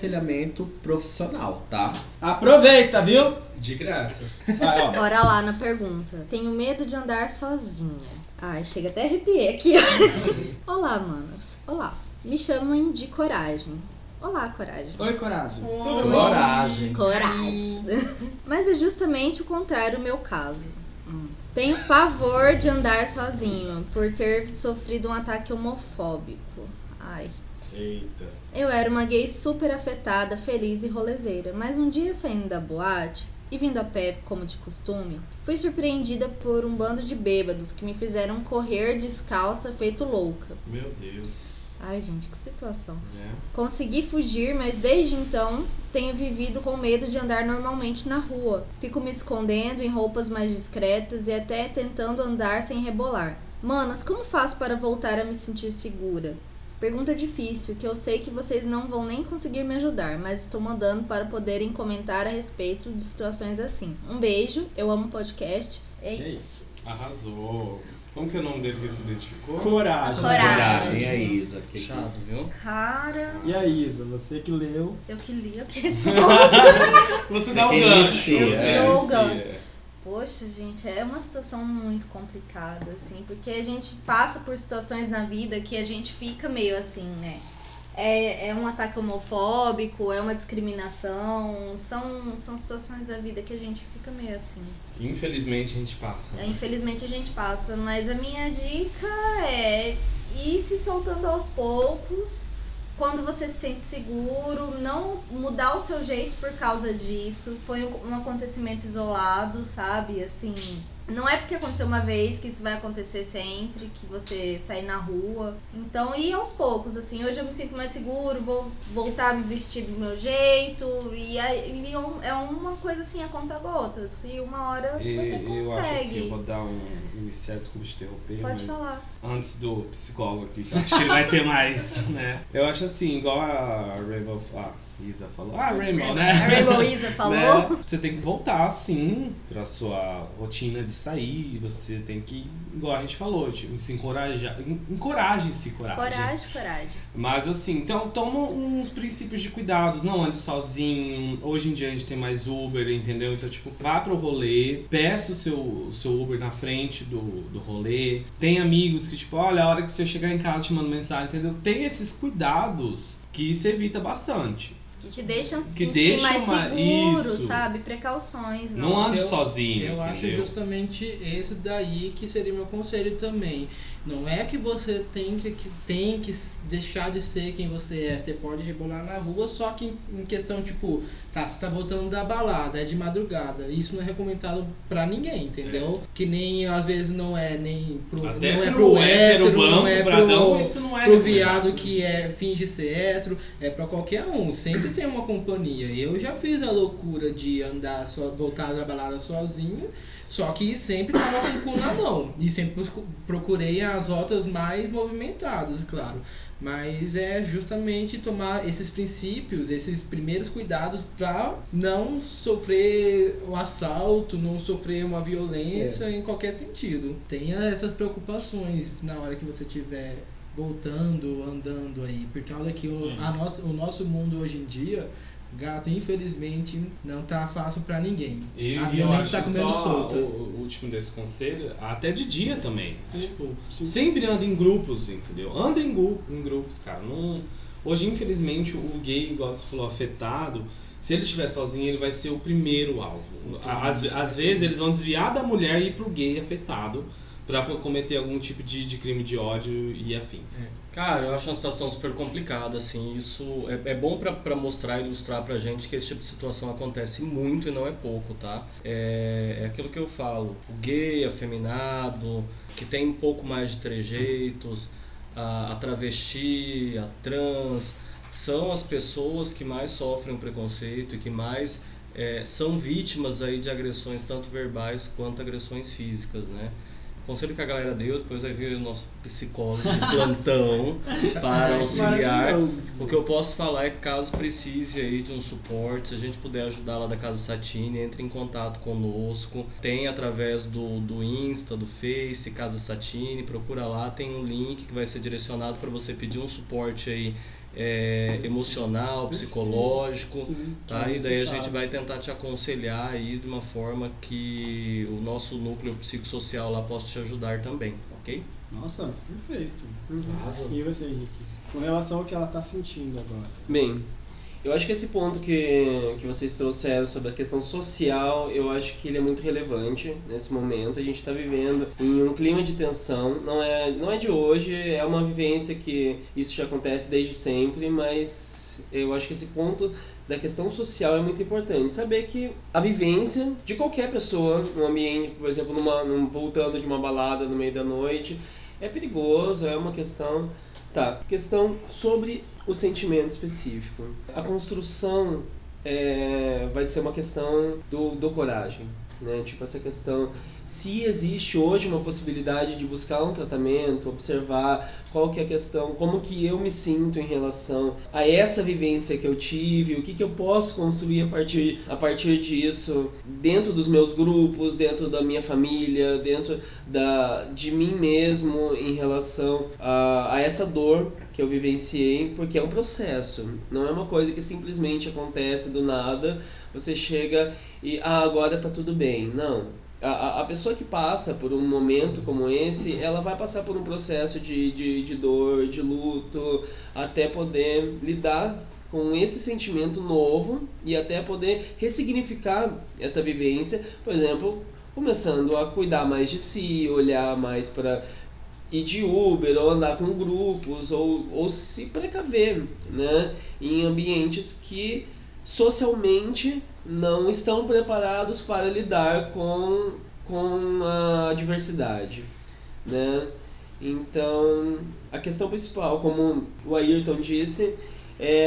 aconselhamento profissional, tá? Aproveita, viu? De graça. Vai, ó. Bora lá na pergunta. Tenho medo de andar sozinha. Ai, chega até arrepiei aqui. Olá, manas. Olá. Me chamam de Coragem. Olá, Coragem. Oi, Coragem. Coragem. Coragem. Mas é justamente o contrário o meu caso. Tenho pavor de andar sozinho, por ter sofrido um ataque homofóbico. Ai. Eita. Eu era uma gay super afetada, feliz e rolezeira, mas um dia saindo da boate e vindo a pé como de costume, fui surpreendida por um bando de bêbados que me fizeram correr descalça feito louca. Meu Deus. Ai, gente, que situação. É. Consegui fugir, mas desde então tenho vivido com medo de andar normalmente na rua. Fico me escondendo em roupas mais discretas e até tentando andar sem rebolar. Manas, como faço para voltar a me sentir segura? Pergunta difícil, que eu sei que vocês não vão nem conseguir me ajudar, mas estou mandando para poderem comentar a respeito de situações assim. Um beijo, eu amo o podcast. É isso. É isso. Arrasou. Como que é o nome dele que se identificou? Coragem. Coragem. Coragem, é Isa. Que Chato, viu? Cara, E a Isa, você que leu. eu que li, eu que Você Você dá o que gancho. inicia, Você é. dou o inicia. gancho. Poxa, gente, é uma situação muito complicada, assim, porque a gente passa por situações na vida que a gente fica meio assim, né? É, é um ataque homofóbico, é uma discriminação, são, são situações da vida que a gente fica meio assim. Que infelizmente a gente passa. É, infelizmente a gente passa, mas a minha dica é ir se soltando aos poucos. Quando você se sente seguro, não mudar o seu jeito por causa disso. Foi um acontecimento isolado, sabe? Assim, não é porque aconteceu uma vez que isso vai acontecer sempre, que você sair na rua. Então, ir aos poucos, assim. Hoje eu me sinto mais seguro, vou voltar a me vestir do meu jeito. E aí, é uma coisa assim, a conta gotas. E uma hora E, você eu acho assim, eu consegue. vou dar um iniciar, desculpa te interromper, Pode mas falar. antes do psicólogo aqui, que eu acho que ele vai ter mais, né? Eu acho assim, igual a Rainbow, a Isa falou, ah, Rainbow, né? A Rainbow Isa falou. Né? Você tem que voltar, sim, pra sua rotina de sair, você tem que, igual a gente falou, tipo, se encorajar, encoraje-se, coragem. Coragem, coragem. Mas assim, então toma uns princípios de cuidados, não ande sozinho. Hoje em dia a gente tem mais Uber, entendeu? Então, tipo, vá pro rolê, peça o seu, o seu Uber na frente do, do rolê. Tem amigos que, tipo, olha, a hora que você chegar em casa te manda mensagem, entendeu? Tem esses cuidados que isso evita bastante. Que te deixam se Que sentir deixam mais uma- seguro, isso. sabe? Precauções. Não ande Eu- sozinho, Eu acho entendeu? justamente esse daí que seria meu conselho também. Não é que você tem que, que tem que deixar de ser quem você é. Você pode rebolar na rua, só que em, em questão, tipo, tá, você tá voltando da balada, é de madrugada. Isso não é recomendado pra ninguém, entendeu? Que nem, às vezes, não é nem pro, Até não é pro pro hétero, hétero, não branco, é bradão, pro, isso não é pro recomendado. viado que é, finge ser hétero, é pra qualquer um. Sempre tem uma companhia. Eu já fiz a loucura de andar, só, voltar da balada sozinho, só que sempre tava com o cu na mão. E sempre procurei as rotas mais movimentadas, claro. Mas é justamente tomar esses princípios, esses primeiros cuidados para não sofrer um assalto, não sofrer uma violência em qualquer sentido. Tenha essas preocupações na hora que você estiver voltando, andando aí. Por causa que o, a nossa, o nosso mundo hoje em dia, gato, infelizmente, não tá fácil pra ninguém. E, A e eu violência acho tá comendo só solta. O, o último desse conselho, até de dia também. Tipo, sempre anda em grupos, entendeu? Anda em, gru- em grupos, cara. Não, hoje, infelizmente, o gay, igual você falou, afetado, se ele estiver sozinho, ele vai ser o primeiro alvo. Às, às vezes, eles vão desviar da mulher e ir pro gay afetado pra cometer algum tipo de, de crime de ódio e afins. É. Cara, eu acho uma situação super complicada, assim, isso é, é bom pra, pra mostrar e ilustrar pra gente que esse tipo de situação acontece muito e não é pouco, tá? É, é aquilo que eu falo, o gay, afeminado, que tem um pouco mais de trejeitos, a, a travesti, a trans, são as pessoas que mais sofrem o preconceito e que mais é, são vítimas aí de agressões tanto verbais quanto agressões físicas, né? O conselho que a galera deu, depois vai vir o nosso psicólogo de plantão para auxiliar. O que eu posso falar é que caso precise aí de um suporte, se a gente puder ajudar lá da Casa Satine, entre em contato conosco. Tem através do, do Insta, do Face, Casa Satine, procura lá, tem um link que vai ser direcionado para você pedir um suporte aí é, emocional, psicológico, Sim, tá? é E daí a necessário. gente vai tentar te aconselhar aí de uma forma que o nosso núcleo psicossocial lá possa te ajudar também, ok? Nossa, perfeito. Claro. E você, Henrique? Com relação ao que ela tá sentindo agora. Bem, eu acho que esse ponto que, que vocês trouxeram sobre a questão social, eu acho que ele é muito relevante nesse momento. A gente está vivendo em um clima de tensão, não é, não é de hoje, é uma vivência que isso já acontece desde sempre, mas eu acho que esse ponto da questão social é muito importante. Saber que a vivência de qualquer pessoa no ambiente, por exemplo, numa, num, voltando de uma balada no meio da noite, é perigoso, é uma questão... Tá, questão sobre o sentimento específico. A construção é, vai ser uma questão do, do coragem, né? Tipo, essa questão, se existe hoje uma possibilidade de buscar um tratamento, observar qual que é a questão, como que eu me sinto em relação a essa vivência que eu tive, o que que eu posso construir a partir, a partir disso, dentro dos meus grupos, dentro da minha família, dentro da, de mim mesmo em relação a, a essa dor que eu vivenciei, porque é um processo, não é uma coisa que simplesmente acontece do nada, você chega e ah, agora tá tudo bem. Não. A, a pessoa que passa por um momento como esse, ela vai passar por um processo de, de, de dor, de luto, até poder lidar com esse sentimento novo e até poder ressignificar essa vivência, por exemplo, começando a cuidar mais de si, olhar mais para ir de Uber, ou andar com grupos, ou, ou se precaver, né, em ambientes que socialmente não estão preparados para lidar com, com a diversidade, né? Então, a questão principal, como o Ayrton disse, é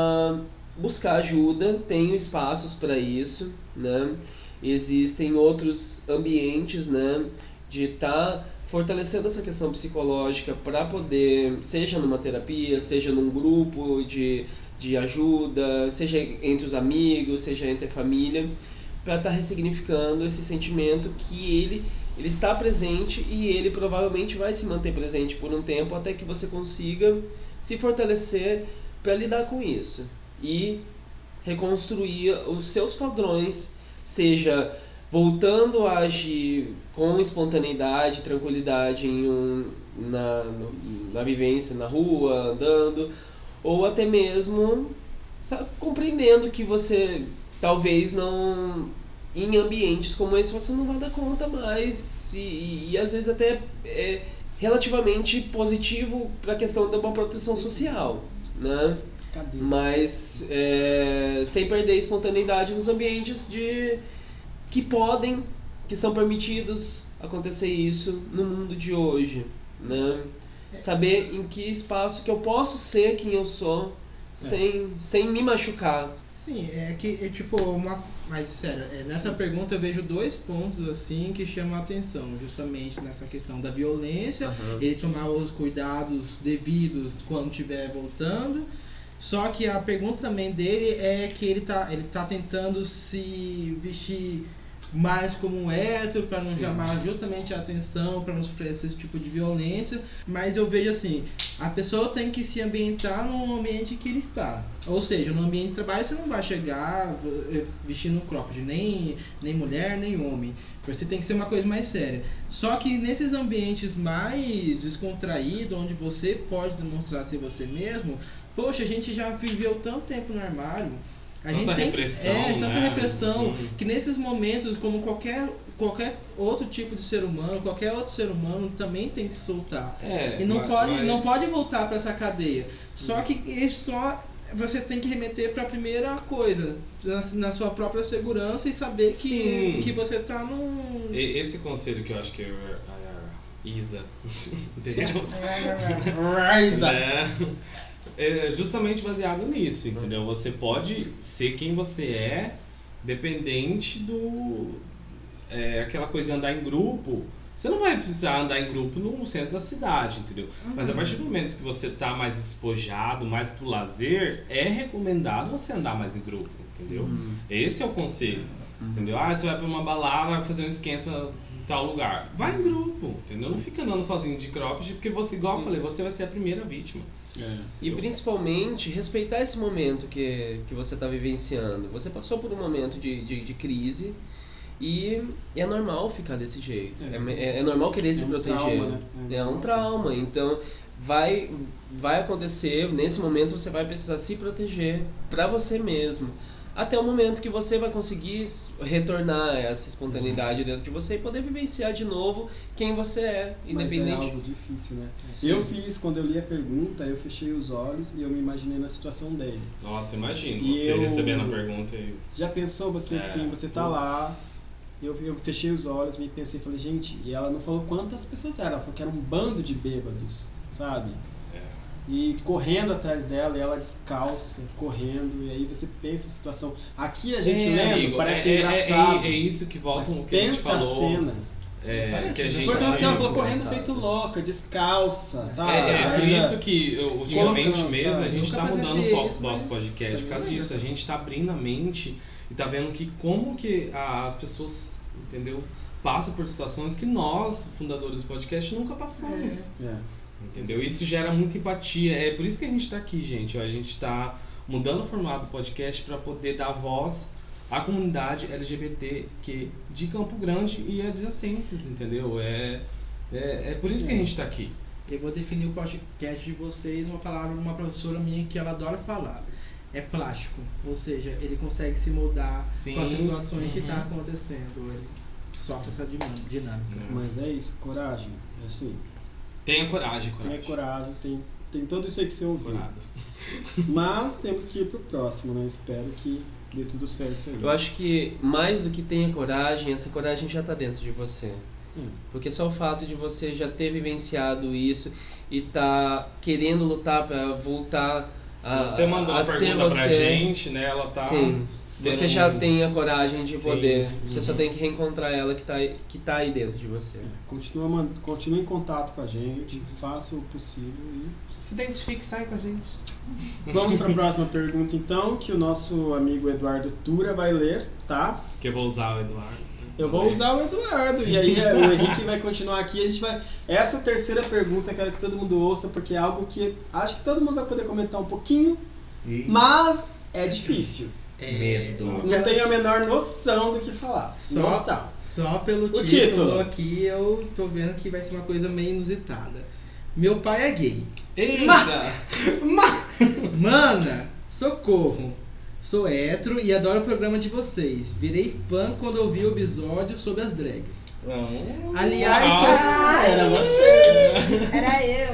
buscar ajuda, tem espaços para isso, né? Existem outros ambientes, né, de estar tá fortalecendo essa questão psicológica para poder, seja numa terapia, seja num grupo de de ajuda, seja entre os amigos, seja entre a família, para estar tá ressignificando esse sentimento que ele, ele está presente e ele provavelmente vai se manter presente por um tempo até que você consiga se fortalecer para lidar com isso e reconstruir os seus padrões, seja voltando a agir com espontaneidade, tranquilidade em um, na, na vivência na rua, andando, ou até mesmo, sabe, compreendendo que você talvez não, em ambientes como esse, você não vai dar conta mais e, e, e às vezes até é relativamente positivo para a questão da uma proteção social, né? Cadê? Mas é, sem perder a espontaneidade nos ambientes de, que podem, que são permitidos acontecer isso no mundo de hoje, né? Saber em que espaço que eu posso ser quem eu sou sem, é. sem me machucar. Sim, é que é tipo uma, mas sério, é, nessa pergunta eu vejo dois pontos assim que chamam a atenção, justamente nessa questão da violência, uhum. ele tomar os cuidados devidos quando estiver voltando. Só que a pergunta também dele é que ele tá, ele tá tentando se vestir mais como um hétero, para não chamar justamente a atenção, para não sofrer esse tipo de violência, mas eu vejo assim, a pessoa tem que se ambientar no ambiente que ele está, ou seja, no ambiente de trabalho você não vai chegar vestindo cropped, nem, nem mulher, nem homem, você tem que ser uma coisa mais séria, só que nesses ambientes mais descontraídos, onde você pode demonstrar ser você mesmo, poxa, a gente já viveu tanto tempo no armário, a tanta gente tem repressão, é, tanta né? repressão, Uhum. que nesses momentos, como qualquer, qualquer outro tipo de ser humano, qualquer outro ser humano também tem que se soltar. É, e não, mas, pode, mas... não pode voltar para essa cadeia. Só que é só você tem que remeter para a primeira coisa, na, na sua própria segurança e saber que, que você tá num... Esse conselho que eu acho que a, a Isa, entendeu? Isa. É, é justamente baseado nisso, entendeu? Você pode ser quem você é, dependente do... É, aquela coisa de andar em grupo. Você não vai precisar andar em grupo no centro da cidade, entendeu? Uhum. Mas a partir do momento que você tá mais despojado, mais pro lazer, é recomendado você andar mais em grupo, entendeu? Sim. Esse é o conselho. Entendeu? Ah, você vai pra uma balada, vai fazer um esquenta em tal lugar. Vai em grupo, entendeu? Não fica andando sozinho de cropped, porque você, igual eu falei, você vai ser a primeira vítima. É. E principalmente respeitar esse momento que, que você está vivenciando. Você passou por um momento de, de, de crise e é normal ficar desse jeito. É, é, é normal querer se É um proteger. trauma, né? É um trauma. Então vai, vai acontecer, nesse momento você vai precisar se proteger para você mesmo. Até o momento que você vai conseguir retornar essa espontaneidade dentro de você e poder vivenciar de novo quem você é, independente. Mas é algo difícil, né? Eu fiz, quando eu li a pergunta, eu fechei os olhos e eu me imaginei na situação dele. Nossa, imagina, E você eu- recebendo a pergunta e... Já pensou você É, assim, você tá lá, eu, eu fechei os olhos, me pensei, falei, gente, e ela não falou quantas pessoas eram, ela falou que era um bando de bêbados, sabe? E correndo atrás dela, e ela descalça, correndo, e aí você pensa a situação. Aqui a gente É, lembra, amigo, parece é, é- engraçado. É, é isso que volta mas no que a gente pensa a falou. cena. É, Parece, que a né? gente... Por causa que ela falou correndo engraçado. feito louca, descalça, sabe? É, é por Ainda- isso que eu, ultimamente Colocando, mesmo sabe? a gente Nunca tá mudando presenciei o foco isso, do nosso mas podcast por causa também disso. A gente tá abrindo a mente e tá vendo que como que a- as pessoas, entendeu, passam por situações que nós, fundadores do podcast, nunca passamos. É. Entendeu? Isso gera muita empatia. É por isso que a gente tá aqui, gente. A gente tá mudando o formato do podcast para poder dar voz à comunidade L G B T Q de Campo Grande e adjacências, entendeu? É, é, é por isso que a gente tá aqui. Eu vou definir o podcast de vocês numa palavra de uma professora minha que ela adora falar. É plástico, ou seja, ele consegue se moldar Sim. com as situações que Uhum. está acontecendo. Ele sofre essa dinam- dinâmica. Mas é isso, coragem. É assim, Tenha coragem, coragem. tenha coragem, tem, tem tudo isso aí que você ouviu. Coragem. Mas temos que ir pro próximo, né? Espero que dê tudo certo aí. Eu acho que mais do que tenha coragem, essa coragem já está dentro de você. Hum. Porque só o fato de você já ter vivenciado isso e tá querendo lutar para voltar a, Se você mandou a uma ser pergunta pra você, gente, né? Ela tá. sim, tendo você já um- tem a coragem de Sim. poder. Você só Uhum. tem que reencontrar ela que tá, aí- que tá aí dentro de você. É, continua, man- continue em contato com a gente, faça o possível e Se identifique, sai com a gente. vamos para a próxima pergunta então, que o nosso amigo Eduardo Tura vai ler, tá? Que eu vou usar o Eduardo. Eu vou usar o Eduardo e aí é, o Henrique vai continuar aqui. A gente vai. Essa terceira pergunta eu quero que todo mundo ouça, porque é algo que acho que todo mundo vai poder comentar um pouquinho, E mas é difícil. medo. Não tenho a menor noção do que falar. Só- Noção. Só pelo título, título. aqui eu tô vendo que vai ser uma coisa meio inusitada. Meu pai é gay. Eita! Mana, socorro. Sou hétero e adoro o programa de vocês. Virei fã quando ouvi o episódio sobre as drags. Não. Aliás, Ah, sou... Era você. Era eu.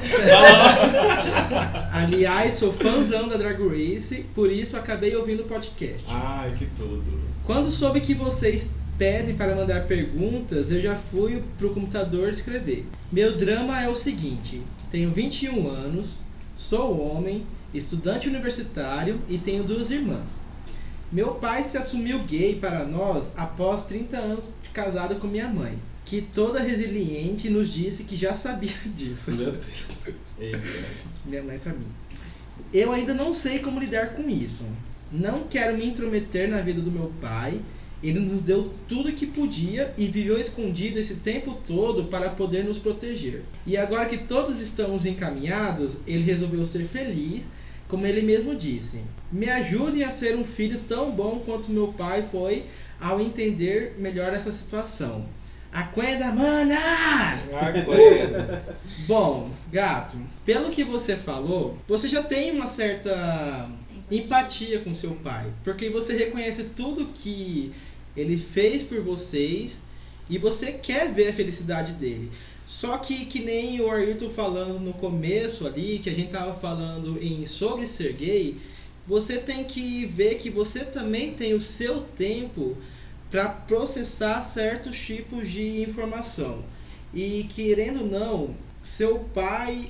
Aliás, sou fãzão da Drag Race, por isso acabei ouvindo o podcast. Ai, que tudo. Quando soube que vocês pedem para mandar perguntas, eu já fui pro computador escrever. Meu drama é o seguinte: tenho vinte e um anos, sou homem, estudante universitário e tenho duas irmãs. Meu pai se assumiu gay para nós após trinta anos de casado com minha mãe, que toda resiliente nos disse que já sabia disso. Meu Deus. Eita. Minha mãe pra mim. Eu ainda não sei como lidar com isso. Não quero me intrometer na vida do meu pai. Ele nos deu tudo que podia e viveu escondido esse tempo todo para poder nos proteger. E agora que todos estamos encaminhados, ele resolveu ser feliz, como ele mesmo disse. Me ajudem a ser um filho tão bom quanto meu pai foi ao entender melhor essa situação. Acuenda, mana! Aguenta. Bom, gato, pelo que você falou, você já tem uma certa empatia com seu pai, porque você reconhece tudo que ele fez por vocês e você quer ver a felicidade dele. Só que, que nem o Ayrton falando no começo ali, que a gente tava falando em sobre ser gay, você tem que ver que você também tem o seu tempo para processar certos tipos de informação. E querendo ou não, seu pai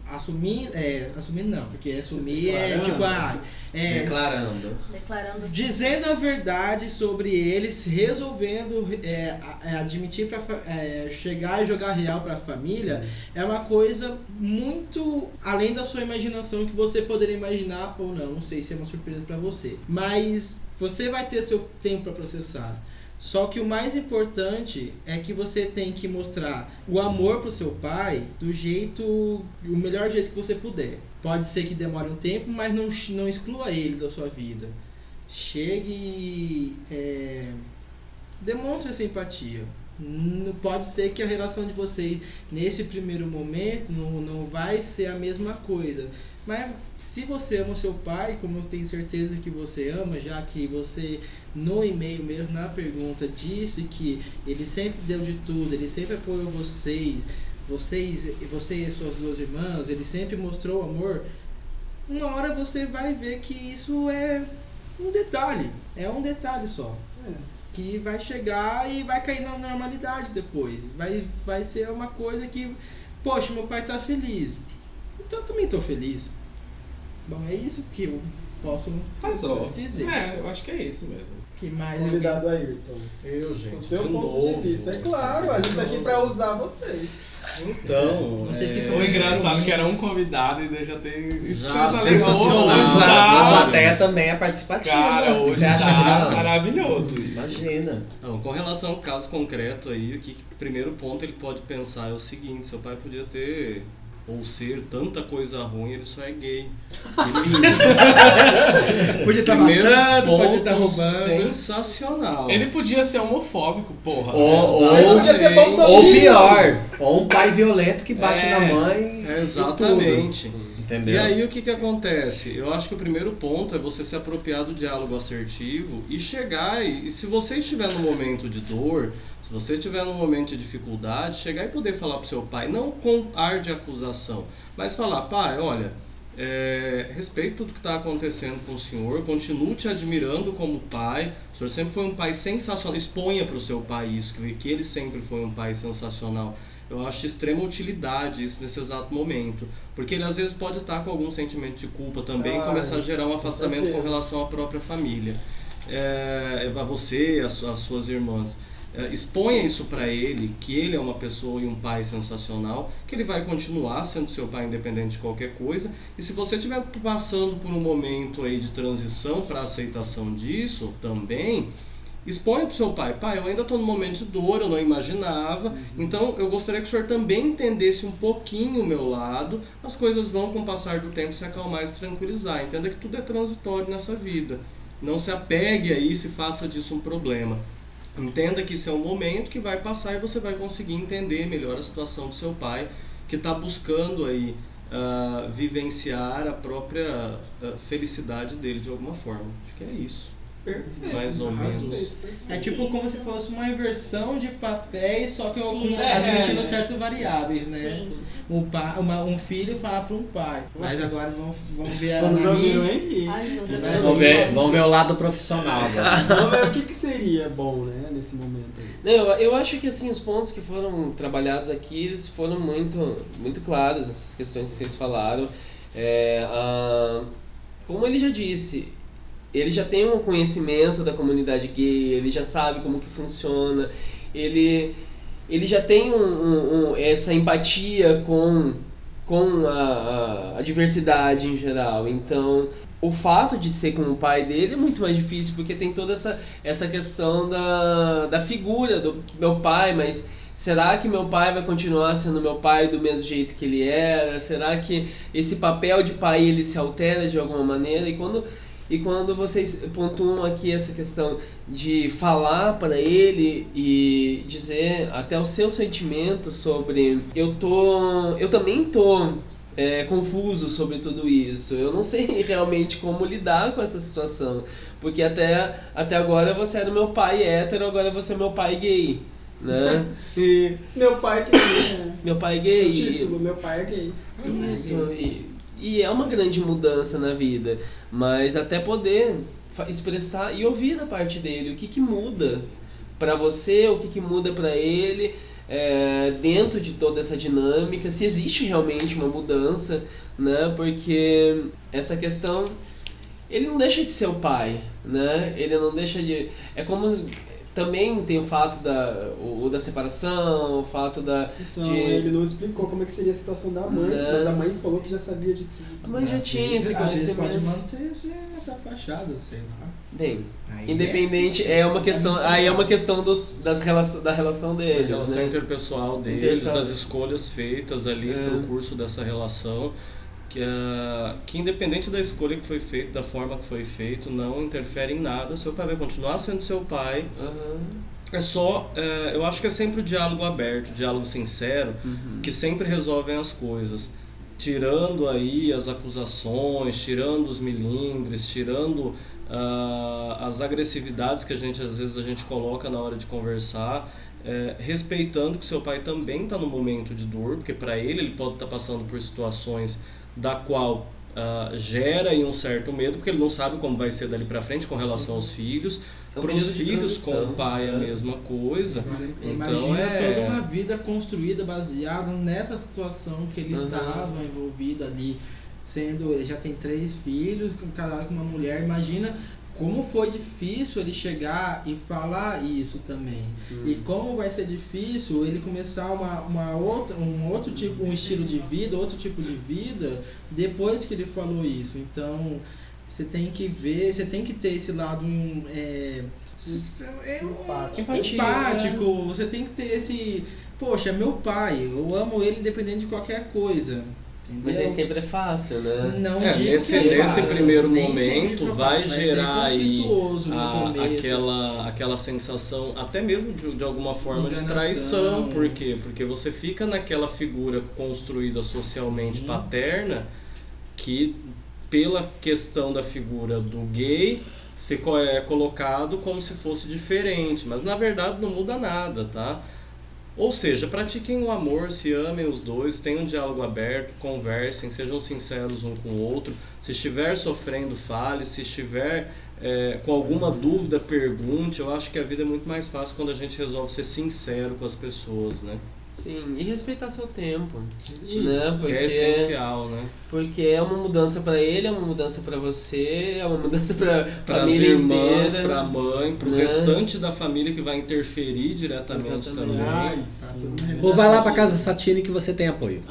Assumir, é, assumir não, porque assumir é Declarando. tipo, ah, é, Declarando. Declarando assim. dizendo a verdade sobre eles, resolvendo é, a- é, admitir para é, chegar e jogar real para a família, é uma coisa muito além da sua imaginação que você poderia imaginar ou não, não sei se é uma surpresa para você, mas você vai ter seu tempo para processar. Só que o mais importante é que você tem que mostrar o amor pro seu pai do jeito, o melhor jeito que você puder. Pode ser que demore um tempo, mas não, não exclua ele da sua vida. Chegue e é, demonstre essa empatia. Não pode ser que a relação de vocês nesse primeiro momento não, não vai ser a mesma coisa, mas se você ama o seu pai, como eu tenho certeza que você ama, já que você no e-mail mesmo, na pergunta, disse que ele sempre deu de tudo, ele sempre apoiou vocês, vocês, você e suas duas irmãs, ele sempre mostrou amor, uma hora você vai ver que isso é um detalhe, é um detalhe só. É. Que vai chegar e vai cair na normalidade depois. Vai, vai ser uma coisa que, poxa, meu pai tá feliz, então eu também tô feliz. Bom, é isso que eu posso Casou. dizer. É, eu acho que é isso mesmo. Que mais Convidado Ayrton. Eu, gente. O seu de ponto novo. de vista, é claro, a gente tá aqui pra usar vocês. Então, Vocês que é, são O mais engraçado é que era um instrumentos. convidado e daí já tem Já, escrito ali, sensacional. hoje A, tá- a plateia também é participativa. Cara, hoje Você acha tá que não? maravilhoso isso. Imagina. Não, com relação ao caso concreto aí, o que que- primeiro ponto ele pode pensar é o seguinte: seu pai podia ter ou ser tanta coisa ruim, ele só é gay. Ele, Podia estar primeiro matando, ponto pode estar roubando. sensacional. Ele podia ser homofóbico, porra. Ou, Exatamente. ou, Podia ser bolsominion. ou pior, ou um pai violento que bate É. na mãe. É, e exatamente. tudo, entendeu? E aí o que que acontece? Eu acho que o primeiro ponto é você se apropriar do diálogo assertivo e chegar e, e se você estiver num momento de dor, se você estiver num momento de dificuldade, chegar e poder falar pro seu pai, não com ar de acusação, mas falar: pai, olha, é, respeito tudo que está acontecendo com o senhor, continuo te admirando como pai, o senhor sempre foi um pai sensacional, exponha para o seu pai isso, que, que ele sempre foi um pai sensacional. Eu acho de extrema utilidade isso nesse exato momento, porque ele às vezes pode estar com algum sentimento de culpa também e Ah, começar a gerar um afastamento com certeza. relação à própria família, é, a você, as, as suas irmãs. É, exponha isso para ele, que ele é uma pessoa e um pai sensacional, que ele vai continuar sendo seu pai independente de qualquer coisa, e se você estiver passando por um momento aí de transição para aceitação disso também, exponha para o seu pai: pai, eu ainda estou num momento de dor, eu não imaginava, então eu gostaria que o senhor também entendesse um pouquinho o meu lado, as coisas vão com o passar do tempo se acalmar e se tranquilizar, entenda que tudo é transitório nessa vida, não se apegue a isso e faça disso um problema. Entenda que isso é um momento que vai passar e você vai conseguir entender melhor a situação do seu pai, que está buscando aí uh, vivenciar a própria uh, felicidade dele de alguma forma. Acho que é isso. Perfeito. Mais ou menos. É tipo como se fosse uma inversão de papéis, só que Sim. com, É. admitindo certas variáveis, né? Sim. Um, pa, uma, um filho falar para um pai. Mas agora vamos, vamos ver a Vamos ouvir o Nani. Henrique. Ai, meu Deus. Vamos Vamos ver, vamos ver o lado profissional agora. Vamos ver o que, que seria bom, né, nesse momento aí. Não, eu, eu acho que assim, os pontos que foram trabalhados aqui, eles foram muito, muito claros, essas questões que vocês falaram. É, a, como ele já disse, ele já tem um conhecimento da comunidade gay, ele já sabe como que funciona, ele, ele já tem um, um, um, essa empatia com, com a, a, a diversidade em geral. Então, o fato de ser com o pai dele é muito mais difícil, porque tem toda essa, essa questão da, da figura do meu pai, mas será que meu pai vai continuar sendo meu pai do mesmo jeito que ele era? Será que esse papel de pai ele se altera de alguma maneira? E quando, e quando vocês pontuam aqui essa questão de falar para ele e dizer até o seu sentimento sobre eu tô, eu também tô É, confuso sobre tudo isso. Eu não sei realmente como lidar com essa situação, porque até, até agora você era meu pai hétero, agora você é meu pai gay, né? E Meu pai que é meu pai gay. o título, meu pai é gay. Isso, e, e é uma grande mudança na vida, mas até poder fa- expressar e ouvir da parte dele o que que muda pra você, o que que muda pra ele. é, dentro de toda essa dinâmica, se existe realmente uma mudança, né? Porque essa questão, ele não deixa de ser o pai, né? Ele não deixa de... É como... Também tem o fato da, o, da separação, o fato da... Então, de... ele não explicou como é que seria a situação da mãe, Não. mas a mãe falou que já sabia de tudo. A mãe já Às tinha vezes- esse Às vezes pode conhecimento. manter esse- essa fachada, sei lá. Bem, Aí independente, é uma questão, muito aí é uma legal. questão dos, das relação, da relação A deles, relação né? interpessoal deles, Interpessoal. das escolhas feitas ali É. no curso dessa relação, que, é, que independente da escolha que foi feita, da forma que foi feito, não interfere em nada. Seu pai vai continuar sendo seu pai. Aham. É só, é, eu acho que é sempre o diálogo aberto, o diálogo sincero, Uhum. que sempre resolvem as coisas. Tirando aí as acusações, tirando os milindres, tirando ah, as agressividades que a gente às vezes a gente coloca na hora de conversar, é, respeitando que seu pai também está no momento de dor, porque para ele ele pode estar passando por situações da qual ah, gera aí um certo medo, porque ele não sabe como vai ser dali para frente com relação aos filhos. É um Para os período de filhos com transição, o pai é a né? mesma coisa. Agora, Então, imagina é- toda uma vida construída baseada nessa situação que ele Uhum. estava envolvido ali, sendo, ele já tem três filhos, casado com uma mulher, imagina como foi difícil ele chegar e falar isso também. E como vai ser difícil ele começar uma, uma outra, um outro tipo, um estilo de vida, outro tipo de vida, depois que ele falou isso. Então, você tem que ver, você tem que ter esse lado um, é, é um- Empático. empático, você tem que ter esse, poxa, meu pai, eu amo ele independente de qualquer coisa. Mas Entendeu? nem sempre é fácil, né? Não É, digo nesse, que é nesse fácil, primeiro nem momento sempre é vai fácil, ser gerar aí conflituoso no a- começo. aquela, aquela sensação, até mesmo de, de alguma forma de Enganação. traição. Por quê? Porque você fica naquela figura construída socialmente Sim. paterna que, pela questão da figura do gay, se co- é colocado como se fosse diferente, mas na verdade não muda nada, tá? Ou seja, pratiquem o amor, se amem os dois, tenham um diálogo aberto, conversem, sejam sinceros um com o outro. Se estiver sofrendo, fale. Se estiver é, com alguma dúvida, pergunte. Eu acho que a vida é muito mais fácil quando a gente resolve ser sincero com as pessoas, né? Sim, e respeitar seu tempo, E- né? Que Porque é essencial, né? Porque é uma mudança pra ele, é uma mudança pra você, é uma mudança pra Para as família irmãs, inteira. para a mãe, para o né? restante da família que vai interferir diretamente Exatamente. também. Ai, Tá sim. tudo na Ou vai lá pra casa Satine que você tem apoio.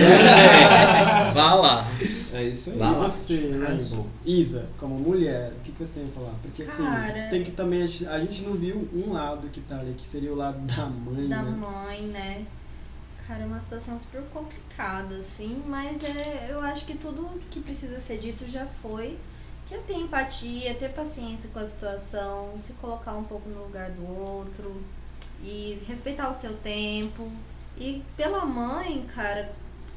É, vá lá. É isso aí. Vá E lá. você, né, Isa, como mulher, o que que você tem a falar? Porque assim, Cara. tem que também, a gente- a gente não viu um lado que tá ali, que seria o lado da mãe, Da né? mãe, né? Cara, é uma situação super complicada, assim, mas é, eu acho que tudo que precisa ser dito já foi. Que é ter empatia, ter paciência com a situação, se colocar um pouco no lugar do outro e respeitar o seu tempo. E pela mãe, cara,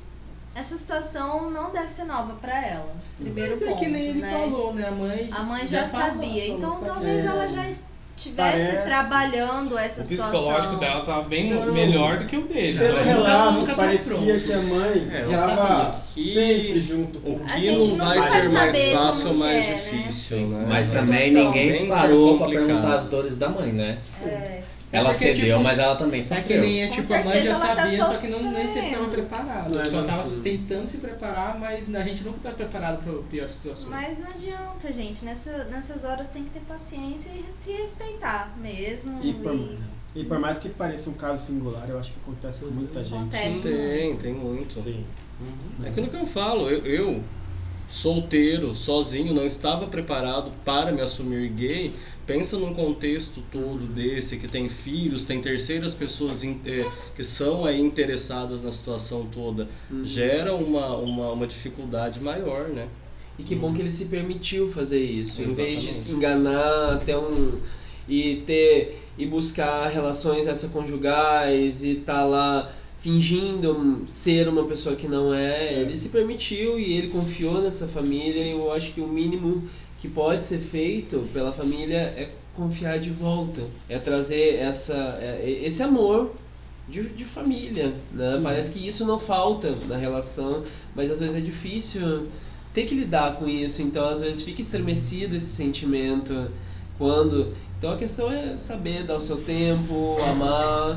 essa situação não deve ser nova pra ela. Primeiro Mas é ponto, que nem ele né? falou, né? A mãe, A mãe já, falou, sabia, falou, então sabia. talvez É. ela já estivesse Parece- trabalhando essa O situação. psicológico dela tava bem Não. melhor do que o dele. Pelo Ela relato, nunca tá parecia pronto. que a mãe É, eu estava sabia. sempre E junto com O A que gente não nunca vai vai ser mais saber fácil ou como mais que é, né? difícil, né? Mas Essa também situação. ninguém Bem parou ser pra complicado. perguntar as dores da mãe, né? É. Ela porque, cedeu, tipo, mas ela também É sofreu. que nem é Com tipo, a mãe já certeza ela tá sabia, só que não, nem sempre estava sofrendo. preparada. Não, Só não, estava não. tentando se preparar, mas a gente nunca está preparado para piores situações. Mas não adianta, gente. Nessa, nessas horas tem que ter paciência e se respeitar mesmo. E por, e por mais que pareça um caso singular, eu acho que acontece com muita gente. Acontece. Tem, tem muito. Sim. É aquilo que eu falo, eu, eu, solteiro, sozinho, não estava preparado para me assumir gay. Pensa num contexto todo desse, que tem filhos, tem terceiras pessoas in- eh, que são aí interessadas na situação toda. Uhum. Gera uma, uma, uma dificuldade maior, né? E que bom que ele se permitiu fazer isso, em vez de Exatamente. se enganar até um e ter e buscar relações extraconjugais e tá lá fingindo ser uma pessoa que não é. É. Ele se permitiu e ele confiou nessa família, e eu acho que o mínimo que pode ser feito pela família é confiar de volta, é trazer essa, é- esse amor de, de família, né? Parece que isso não falta na relação, mas às vezes é difícil ter que lidar com isso, então às vezes fica estremecido esse sentimento quando... Então a questão é saber dar o seu tempo, amar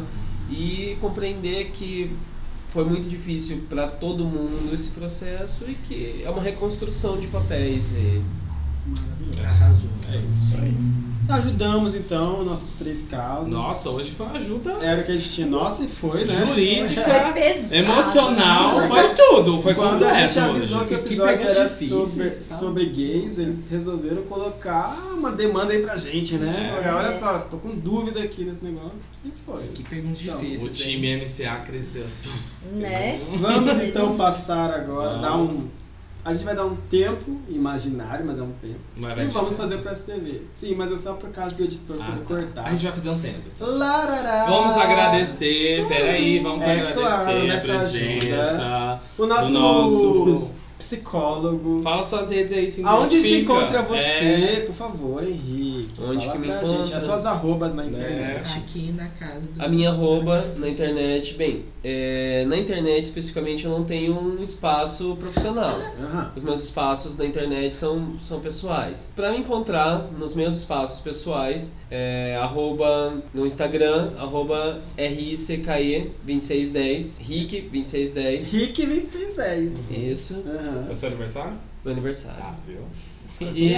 e compreender que foi muito difícil para todo mundo esse processo e que é uma reconstrução de papéis. E... Arrasou. É isso aí. Ajudamos então nossos três casos. Nossa, hoje foi uma ajuda Era o que a gente tinha. Nossa, e foi, né? jurídica, Foi pesado. emocional, foi tudo. Foi Quando a gente completo avisou hoje. que o E que episódio perguntas era difíceis, sobre, tá? sobre gays, eles resolveram colocar uma demanda aí pra gente, né? É. Falei, olha só, tô com dúvida aqui nesse negócio. E foi. Que perguntas Então, difíceis. O time M C A cresceu assim. Né? Vamos Vocês então vão- passar agora, Vamos. dar um. A gente vai dar um tempo imaginário, mas é um tempo. Mas E vai vamos te- fazer pra S T V. Sim, mas é só por causa do editor Ah, poder tá. cortar. A gente vai fazer um tempo. Larará. Vamos agradecer, peraí, vamos É, agradecer claro, a nessa presença O nosso, do nosso... psicólogo. Fala suas redes aí, se Aonde te identifica. encontra você, É. por favor, Henrique? Onde Fala que me pra encontra? gente. As suas arrobas na Né? internet. Aqui na casa do... A minha arroba na internet, bem, é, na internet especificamente eu não tenho um espaço profissional. Aham. Os meus espaços na internet são, são pessoais. Para me encontrar nos meus espaços pessoais, é, arroba no Instagram, arroba R I C K E vinte e seis dez, Rick vinte e seis dez. Rick vinte e seis dez. Isso, Aham. É o seu aniversário? meu aniversário. Ah, viu? E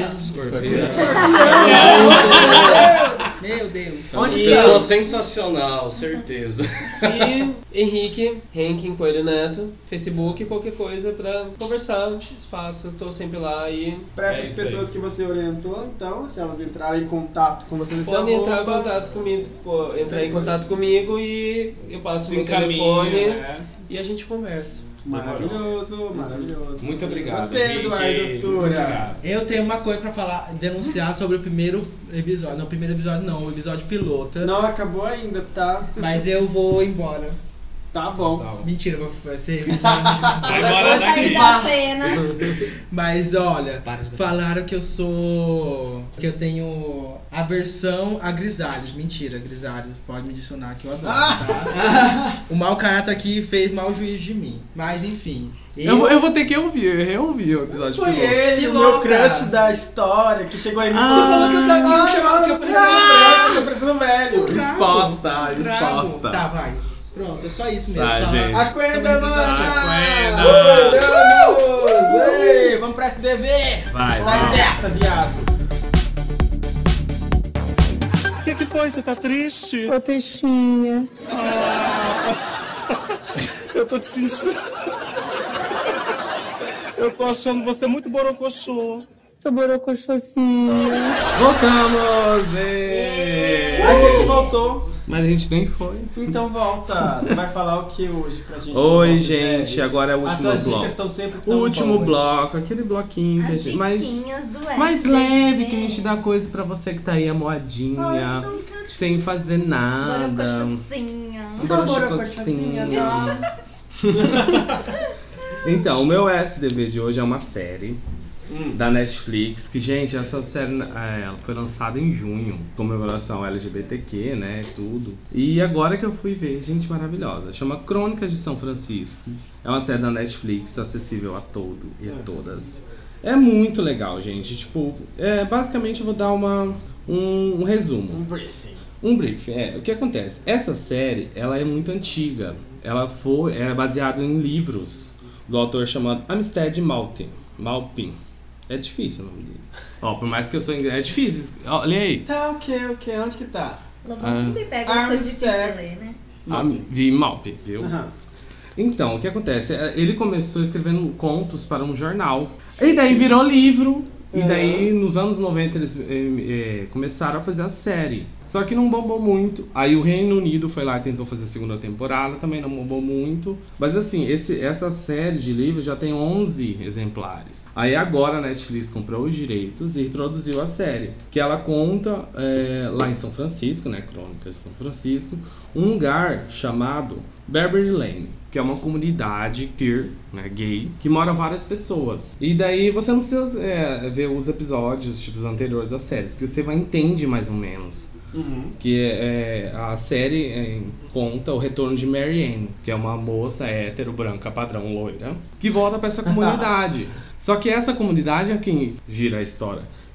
Meu Deus. Onde E- está? Pessoa sensacional, certeza. E Henrique, Henrique Coelho Neto, Facebook, qualquer coisa pra conversar, espaço, eu tô sempre lá e Pra É essas isso pessoas aí. que você orientou, então, se elas entrarem em contato com você nesse podem entrar em arroba, contato comigo, pô, entrar em contato comigo e eu passo Se meu encaminha, telefone né? e a gente conversa. Maravilhoso, maravilhoso. Muito obrigado, Você, Henrique. Eduardo Muito Tura. obrigado. Eu tenho uma coisa pra falar, denunciar sobre o primeiro episódio. Não, o primeiro episódio não, o episódio pilota. Não acabou ainda, tá? Mas eu vou embora. Tá bom. Tá bom. Mentira, vai ser. Vai embora Vou sair daqui. da cena. Mas olha, Para de- falaram que eu sou. que eu tenho aversão a grisalhos. Mentira, grisalhos. Pode me adicionar que eu adoro, tá? O mau caráter aqui fez mau juízo de mim. Mas enfim. Eu, vou- eu vou ter que ouvir, reouvir o episódio Foi piloto. ele, o Pilota. meu crush da história, que chegou em mim. Ah. Tu falou que eu tô aqui, Ah, eu chamava que eu falei, ah, ah, tô parecendo velho. Resposta, Bravo. resposta. Tá, vai. Pronto, é só isso mesmo. Tá, só... gente. Acuenda, Só uma mano! introdução. Vamos! Ei, vamos pra S D V! Vai, Sai vai. dessa, viado! O que, que foi? Você tá triste? Ô, Teixinha. Eu tô te sentindo. Eu tô achando você muito borocochô. Tô borocochosinha. Voltamos! ê! Ai, quem que voltou? Mas a gente nem foi. Então volta! Você vai falar o que hoje pra gente? Oi, Nossa, gente, Jerry. agora é o As último suas bloco. dicas estão sempre O tão último boas. bloco, aquele bloquinho que a As gente, mais, diquinhas do mais S D V. leve, que a gente dá coisa pra você que tá aí amoadinha, Ai, então, cara. sem fazer nada. Borocochosinha. Borocochosinha. Então, o meu S D V de hoje é uma série Hum. da Netflix, que, gente, essa série é, ela foi lançada em junho, comemoração L G B T Q, né, tudo. E agora que eu fui ver, gente, maravilhosa. Chama Crônicas de São Francisco. É uma série da Netflix, acessível a todo e a todas. É muito legal, gente. Tipo, é, basicamente eu vou dar uma, um, um resumo. Um briefing. Um brief, é. O que acontece? Essa série, ela é muito antiga. Ela foi, é baseada em livros do autor chamado Amistad Maupin. Maupin. É difícil o nome dele. Ó, por mais que eu sou inglês, é difícil. Ó, lê aí. Tá, ok, ok. Onde que tá? Lobão Ah. sempre pega as coisas difíceis de Amistad. ler, né? Am- Vi Maupin, viu? Aham. Então, o que acontece? É, ele começou escrevendo contos para um jornal. E daí virou livro. E daí, nos anos noventa, eles eh, eh, começaram a fazer a série. Só que não bombou muito. Aí o Reino Unido foi lá e tentou fazer a segunda temporada, também não bombou muito. Mas assim, esse, essa série de livros já tem onze exemplares. Aí agora a Netflix comprou os direitos e produziu a série. Que ela conta eh, lá em São Francisco, né? Crônicas de São Francisco, um lugar chamado Beverly Lane, que é uma comunidade queer, né, gay, que mora várias pessoas. E daí você não precisa é, ver os episódios, tipo, os anteriores das séries, porque você vai entender mais ou menos. Uhum. Que é, a série é, conta o retorno de Mary Ann, que é uma moça hétero, branca, padrão, loira, que volta pra essa comunidade. Só que essa comunidade é quem gira a história.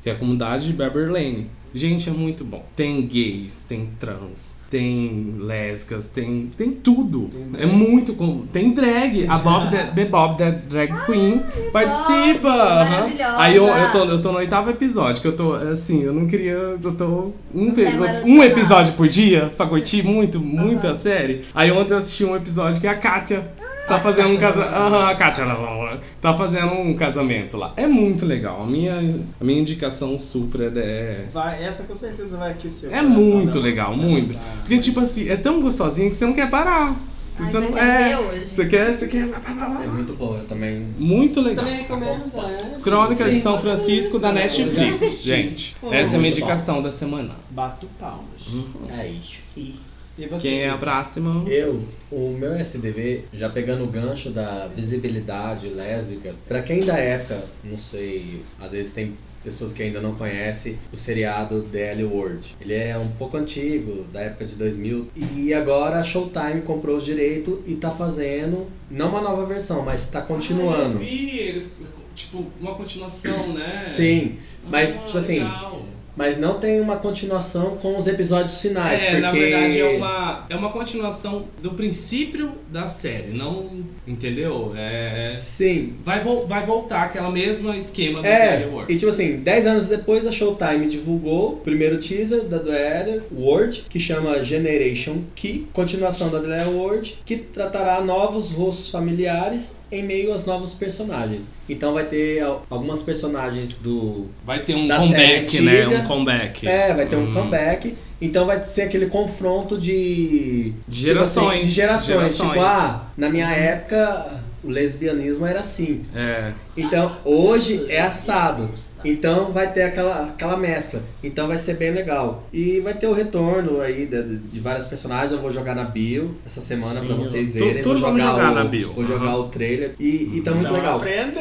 que é a comunidade de Beverly Lane. Gente, é muito bom. Tem gays, tem trans, tem lésbicas, tem, tem tudo. Tem é muito com. Tem drag. A Bob the, the Bob the Drag Queen Ai, participa. Bob, uhum. Aí eu, eu, tô, eu tô no oitavo episódio, que eu tô assim, eu não queria. Eu tô um, um episódio por dia pra curtir muito, muito uhum. a série. Aí ontem eu assisti um episódio que é a Kátia. Tá fazendo um casamento. Aham, a Kátia tá fazendo um casamento lá. É muito legal. A minha, a minha indicação super é. Vai, essa com certeza vai aquecer. É muito legal, muito. Passar. Porque, tipo assim, é tão gostosinho que você não quer parar. Ai, você não quer é. ver hoje. Você quer, você quer. É muito boa, eu também. Muito legal. Também recomendo. É. Crônicas Sim, de São Francisco isso, da né? Netflix, gente. Pô, Essa é a minha muito indicação da semana. Bato palmas. Uhum. É isso. E E você? Quem é a próxima? Eu, o meu S D V, já pegando o gancho da visibilidade lésbica, pra quem da época, não sei, às vezes tem pessoas que ainda não conhecem o seriado The L Word. Ele é um pouco antigo, da época de dois mil, e agora a Showtime comprou os direitos e tá fazendo, não uma nova versão, mas tá continuando. Ah, eu vi, eles, tipo, uma continuação, né? Sim, mas ah, tipo assim... legal. Mas não tem uma continuação com os episódios finais, É, porque... na verdade é uma, é uma continuação do princípio da série, não... Entendeu? É... Sim. Vai, vo vai voltar aquela mesma esquema do É, The World. e tipo assim, dez anos depois a Showtime divulgou o primeiro teaser da The World, que chama Generation Key, continuação da The World, que tratará novos rostos familiares em meio aos novos personagens. Então vai ter algumas personagens do... Vai ter um da comeback, série né? antiga. Um comeback. É, vai ter um Hum. comeback. Então vai ser aquele confronto de... De gerações. Tipo assim, de gerações. Gerações. Tipo, ah, na minha época o lesbianismo era assim. É. Então, hoje é assado. Então vai ter aquela, aquela mescla. Então vai ser bem legal. E vai ter o retorno aí de, de vários personagens. Eu vou jogar na bio essa semana Sim, pra vocês tu- verem. tudo vou vamos jogar, jogar o, na bio. Vou jogar Uhum. o trailer. E, e tá muito Tão legal. aprendendo.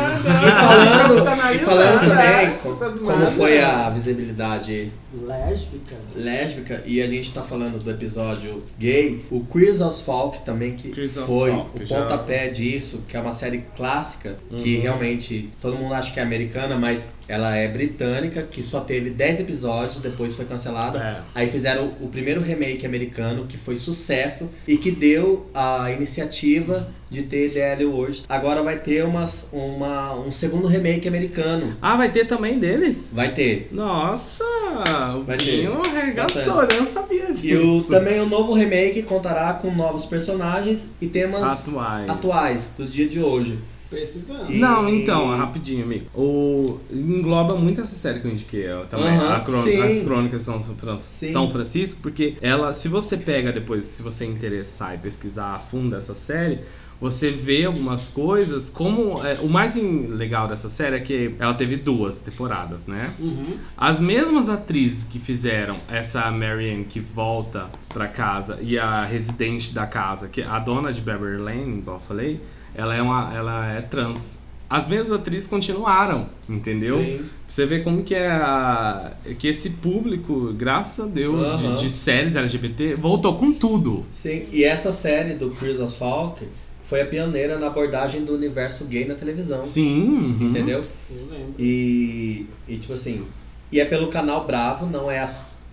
E falando, e falando também co- Essas como manas. foi a visibilidade Lésbica. lésbica, e a gente tá falando do episódio gay, o Queers as Folk também, que Queers as foi Folk, o já. pontapé disso, que é uma série clássica, que Uhum. realmente todo mundo acha que é americana, mas ela é britânica, que só teve dez episódios, depois foi cancelada. É. Aí fizeram o primeiro remake americano, que foi sucesso, e que deu a iniciativa de ter The L Word. Agora vai ter umas, uma, um segundo remake americano. Ah, vai ter também deles? Vai ter. Nossa! O Vai ter. Binho arregaçou, Bastante. eu não sabia disso. E o, também o novo remake contará com novos personagens e temas Atuais. atuais dos dias de hoje. Precisando. E- Não, então, rapidinho, amigo. O... Engloba muito essa série que eu indiquei ó, também. Aham, a crô- sim. As Crônicas de São, Fran- Sim. São Francisco, porque ela, se você pega depois, se você interessar e pesquisar a fundo essa série, você vê algumas coisas, como... é, o mais em- legal dessa série é que ela teve duas temporadas, né? Uhum. As mesmas atrizes que fizeram essa Marianne que volta pra casa e a residente da casa, que a dona de Beverly Lane, igual eu falei, ela é, uma, ela é trans. As mesmas atrizes continuaram, entendeu? Sim. Pra você ver como que é a, que esse público, graças a Deus, Aham. de, de séries L G B T, voltou com tudo. Sim, e essa série do Queers as Folk foi a pioneira na abordagem do universo gay na televisão. Sim. uhum. Entendeu? Eu lembro. E, e tipo assim, e é pelo canal Bravo, não é a,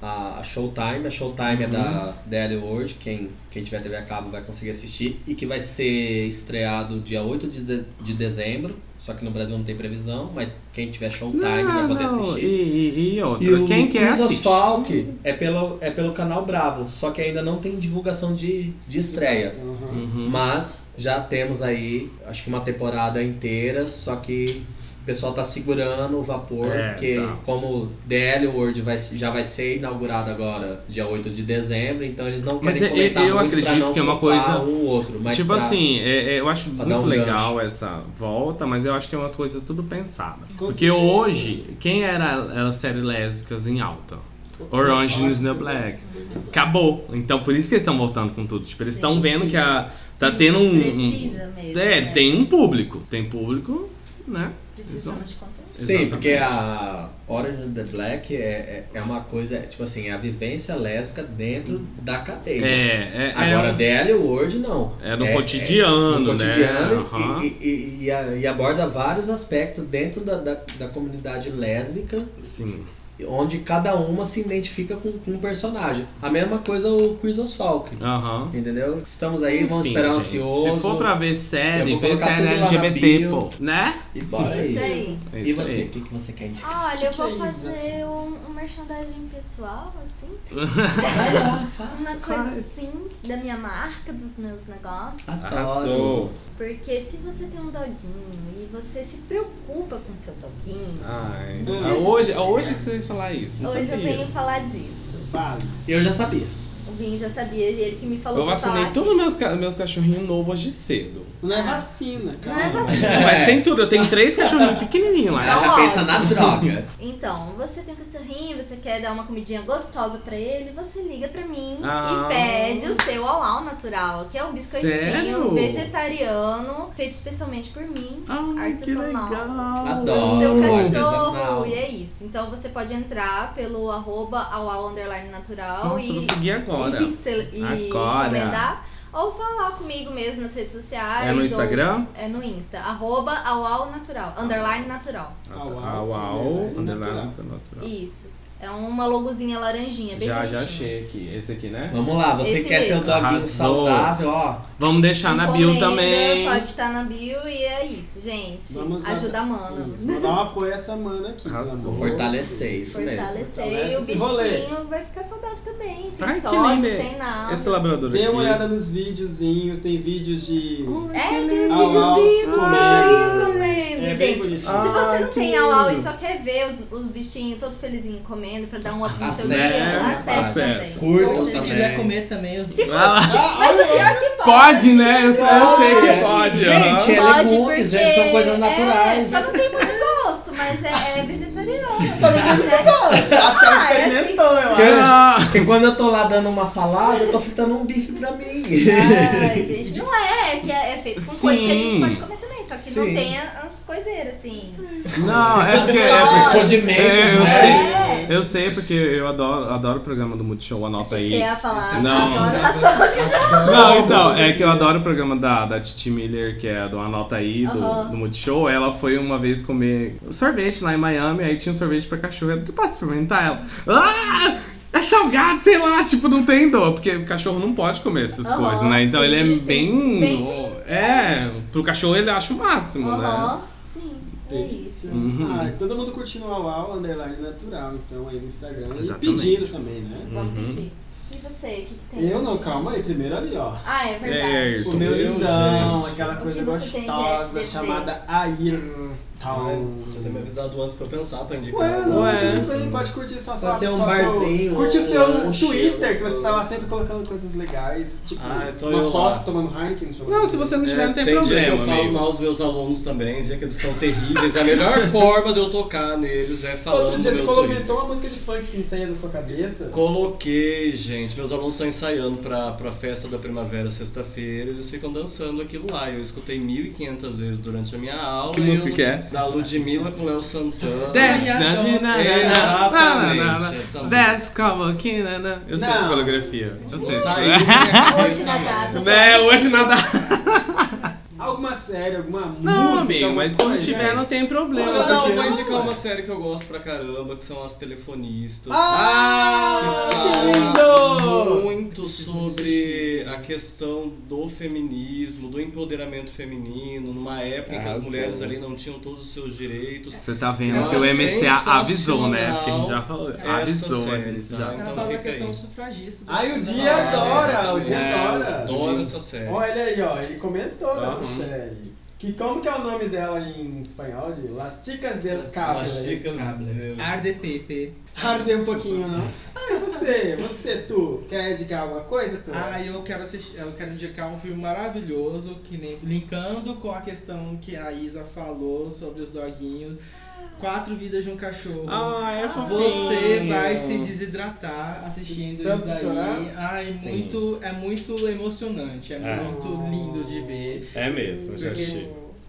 a Showtime. A Showtime é da The L Word, quem, quem tiver T V a cabo vai conseguir assistir. E que vai ser estreado dia oito de, de- de dezembro. Só que no Brasil não tem previsão, mas quem tiver Showtime vai poder não, assistir. E, e, e outra, E o quem quer Queers as assistir? Folk é pelo, é pelo canal Bravo, só que ainda não tem divulgação de, de estreia. Uhum. Uhum. Mas já temos aí, acho que uma temporada inteira, só que o pessoal tá segurando o vapor, É, porque tá. como The L Word vai, já vai ser inaugurado agora, dia oito de dezembro, então eles não Mas querem eu- comentar eu muito pra acredito não que é uma flopar coisa- um ou outro. Mas tipo pra- assim, é- é, eu acho pra dar muito um legal gancho. essa volta, mas eu acho que é uma coisa tudo pensada. Com Porque certeza. hoje, quem era as séries lésbicas em alta? Orange is the Black. Acabou. Então por isso que eles estão voltando com tudo. Tipo, eles estão Sim. vendo que a, tá tendo um... um Precisa mesmo. é, né? tem um público. Tem público né? Precisamos de conteúdo. Sim, Exatamente. porque a Orange is the Black é, é, é uma coisa, tipo assim, é a vivência lésbica dentro da cadeia. É, é. Agora, é, Deli World não. é no cotidiano, no cotidiano né? Aham. e, e, e, e, e aborda vários aspectos dentro da, da, da comunidade lésbica, Sim. onde cada uma se identifica com, com um personagem. A mesma coisa o Queers of Folk. Aham. Entendeu? Estamos aí, vamos Enfim, esperar gente, ansioso. Se for pra ver Eu série, vou vê colocar série tudo lá na L G B T, bio. pô. Né? E bora aí. Isso aí. É E isso você, aí. o que, que você quer indicar? Olha, eu que vou é isso? fazer um, um merchandising pessoal, assim. Vai lá, faça. Uma coisa faz. assim, da minha marca, dos meus negócios. Arrasou. Porque se você tem um doguinho e você se preocupa com seu doguinho, Ai, ah, hoje, hoje que você vai falar isso. Não hoje eu sabia. venho falar disso. Vale. Eu já sabia. O Vinho já sabia, ele que me falou Eu pra vacinei falar todos os meus, ca- meus cachorrinhos novos hoje cedo. Não é vacina, Não é calma. vacina. Mas tem tudo, eu tenho três cachorrinhos pequenininhos lá. Então, Ela pensa na ótimo. droga. Então, você tem um cachorrinho, você quer dar uma comidinha gostosa pra ele, você liga pra mim Ah. e pede o seu au-au natural, que é um biscoitinho Sério? vegetariano, feito especialmente por mim, Ai, que artesanal. legal. Adoro. O seu artesanal. cachorro, e é isso. Então você pode entrar pelo arroba au-au underline natural Nossa, eu e, vou seguir agora. e, se- e Agora. encomendar. Ou falar comigo mesmo nas redes sociais. É no ou- Instagram? É no Insta. Arroba au-au natural. Underline natural. Au, Au, au, underline underline natural. natural. Isso. É uma logozinha laranjinha, bem Já, já bonitinha. achei aqui. Esse aqui, né? Vamos lá, você Esse quer seu mesmo. doguinho Arrasou. saudável, ó. Vamos deixar na bio Encomenda, também. Pode estar na bio e é isso, gente. Vamos Ajuda a mana. Isso, vou dar um apoio a essa mana aqui. pelo Arrasou. amor Vou fortalecer isso mesmo. Fortalecer Fortalece e o esse rolê. bichinho vai ficar saudável também. Sem Ai, que sódio, lindo. sem nada. Esse labrador Dê aqui. uma olhada nos videozinhos, tem vídeos de... É, tem os Au-au, videozinhos dos comendo. cachorrinhos comendo, É bem gente. bonitinho. Se você não Ai, tem que au-au e lindo. só quer ver os, os bichinhos todo felizinho comendo pra dar um up no seu Acesse, dia, acesse acesse. também. Curtam Ou se também. quiser comer também, os Se Ah, conseguir, mas o pior que pode. pode, né? Eu, só- eu sei que Pode. pode. Gente, aham. é Pode legumes, porque eles são coisas é, naturais. só não tem muito gosto, mas é, é vegetariano. né? Acho que ela Ah, é assim. experimentou, eu Porque, acho. Ah, porque quando eu tô lá dando uma salada, eu tô fritando um bife pra mim. Ai, gente, não é, é que é, é feito com coisa que a gente Sim. pode comer também, só que não Sim. tem as coiseiras, assim. não, é porque... Os Só- condimentos, É, eu né? É. Eu sei porque eu adoro, adoro o programa do Multishow, anota Achei que aí. você ia falar, Não. adoro ração de cachorro. Não, então, é que eu adoro o programa da, da Titi Miller, que é do Anota Aí, do, Aham. do Multishow. Ela foi uma vez comer sorvete lá em Miami, aí tinha um sorvete pra cachorro. Eu, tu pode experimentar ela? Ah! É salgado, sei lá, tipo, não tem dor, porque o cachorro não pode comer essas Aham, coisas, né? Então sim, ele é tem- bem. bem sim. É, pro cachorro ele acha o máximo, né? Aham, sim, é isso. Uhum. Ah, e todo mundo curtindo o Au underline natural, então aí no Instagram. Exatamente. E pedindo também, né? Vamos Uhum. pedir. E você, o que, que tem? Eu não, calma aí, primeiro ali, ó. Ah, é É, verdade. isso. O meu Meu lindão, gente. aquela O coisa que você tem de gostosa S D V? chamada Ayrton. Tinha ter me avisado antes pra eu pensar, pra indicar. Ué, não, Ué. tudo bem, pode curtir só sua Pode ser um só barzinho, seu, Curte o um seu lanche, Twitter, que um- você tava sempre colocando coisas legais. Tipo, Ah, então uma eu foto lá. tomando Heineken no seu Não, se você não tiver, não tem, dia que problema, eu falo amigo. mal dos meus alunos também, dia que eles estão terríveis. A melhor forma de eu tocar neles é falando Outro dia no você meu comentou Twitter. uma música de funk que saía da sua cabeça. Coloquei, gente. Meus alunos estão ensaiando pra, pra festa da primavera sexta-feira. Eles ficam dançando aquilo lá. Eu escutei mil e quinhentas vezes durante a minha aula. Que e música eu- que é? Da Ludmilla com Léo Santana. Desce, Ai, na- adoro. na- na- Exatamente, na- na- essa Desce, calma aqui, né? né? Eu sei Não. essa coreografia. Eu sei. Saiu da minha cabeça, Hoje na data. Né, hoje nada. Alguma série, alguma Não, música, amigo, alguma mas se não coisa. tiver, não tem problema. Não, não, porque- vou indicar uma série que eu gosto pra caramba, que são As Telefonistas. Ah, que que fala lindo! muito sobre a questão do feminismo, do empoderamento feminino, numa época em que as Arrasou. mulheres ali não tinham todos os seus direitos. Você tá vendo Eu que o acho M C A avisou, né? sensacional Porque a gente já falou. essa Avisou, a série, gente tá? já. Ela Então fala da fica questão aí. sufragista. do- Ai, o da- dia adora, o dia É, adora. Adoro essa série. Olha aí, ó, ele comentou dessa Aham. série. Que como que é o nome dela em espanhol, de Las Chicas del As Cable. dicas Cable. dele. Arde Pepe. Ardeu um pouquinho, não? Ah, e você, você, tu, quer indicar alguma coisa, tu? Ah, eu quero assistir, eu quero indicar um filme maravilhoso, que nem linkando com a questão que a Isa falou sobre os doguinhos. Quatro Vidas de um Cachorro. Ah, é fofinho. Você vai se desidratar assistindo Tanto isso daí. chorar? Ai, Sim. muito, é muito emocionante, é, É. muito lindo de ver. É mesmo, já Porque achei.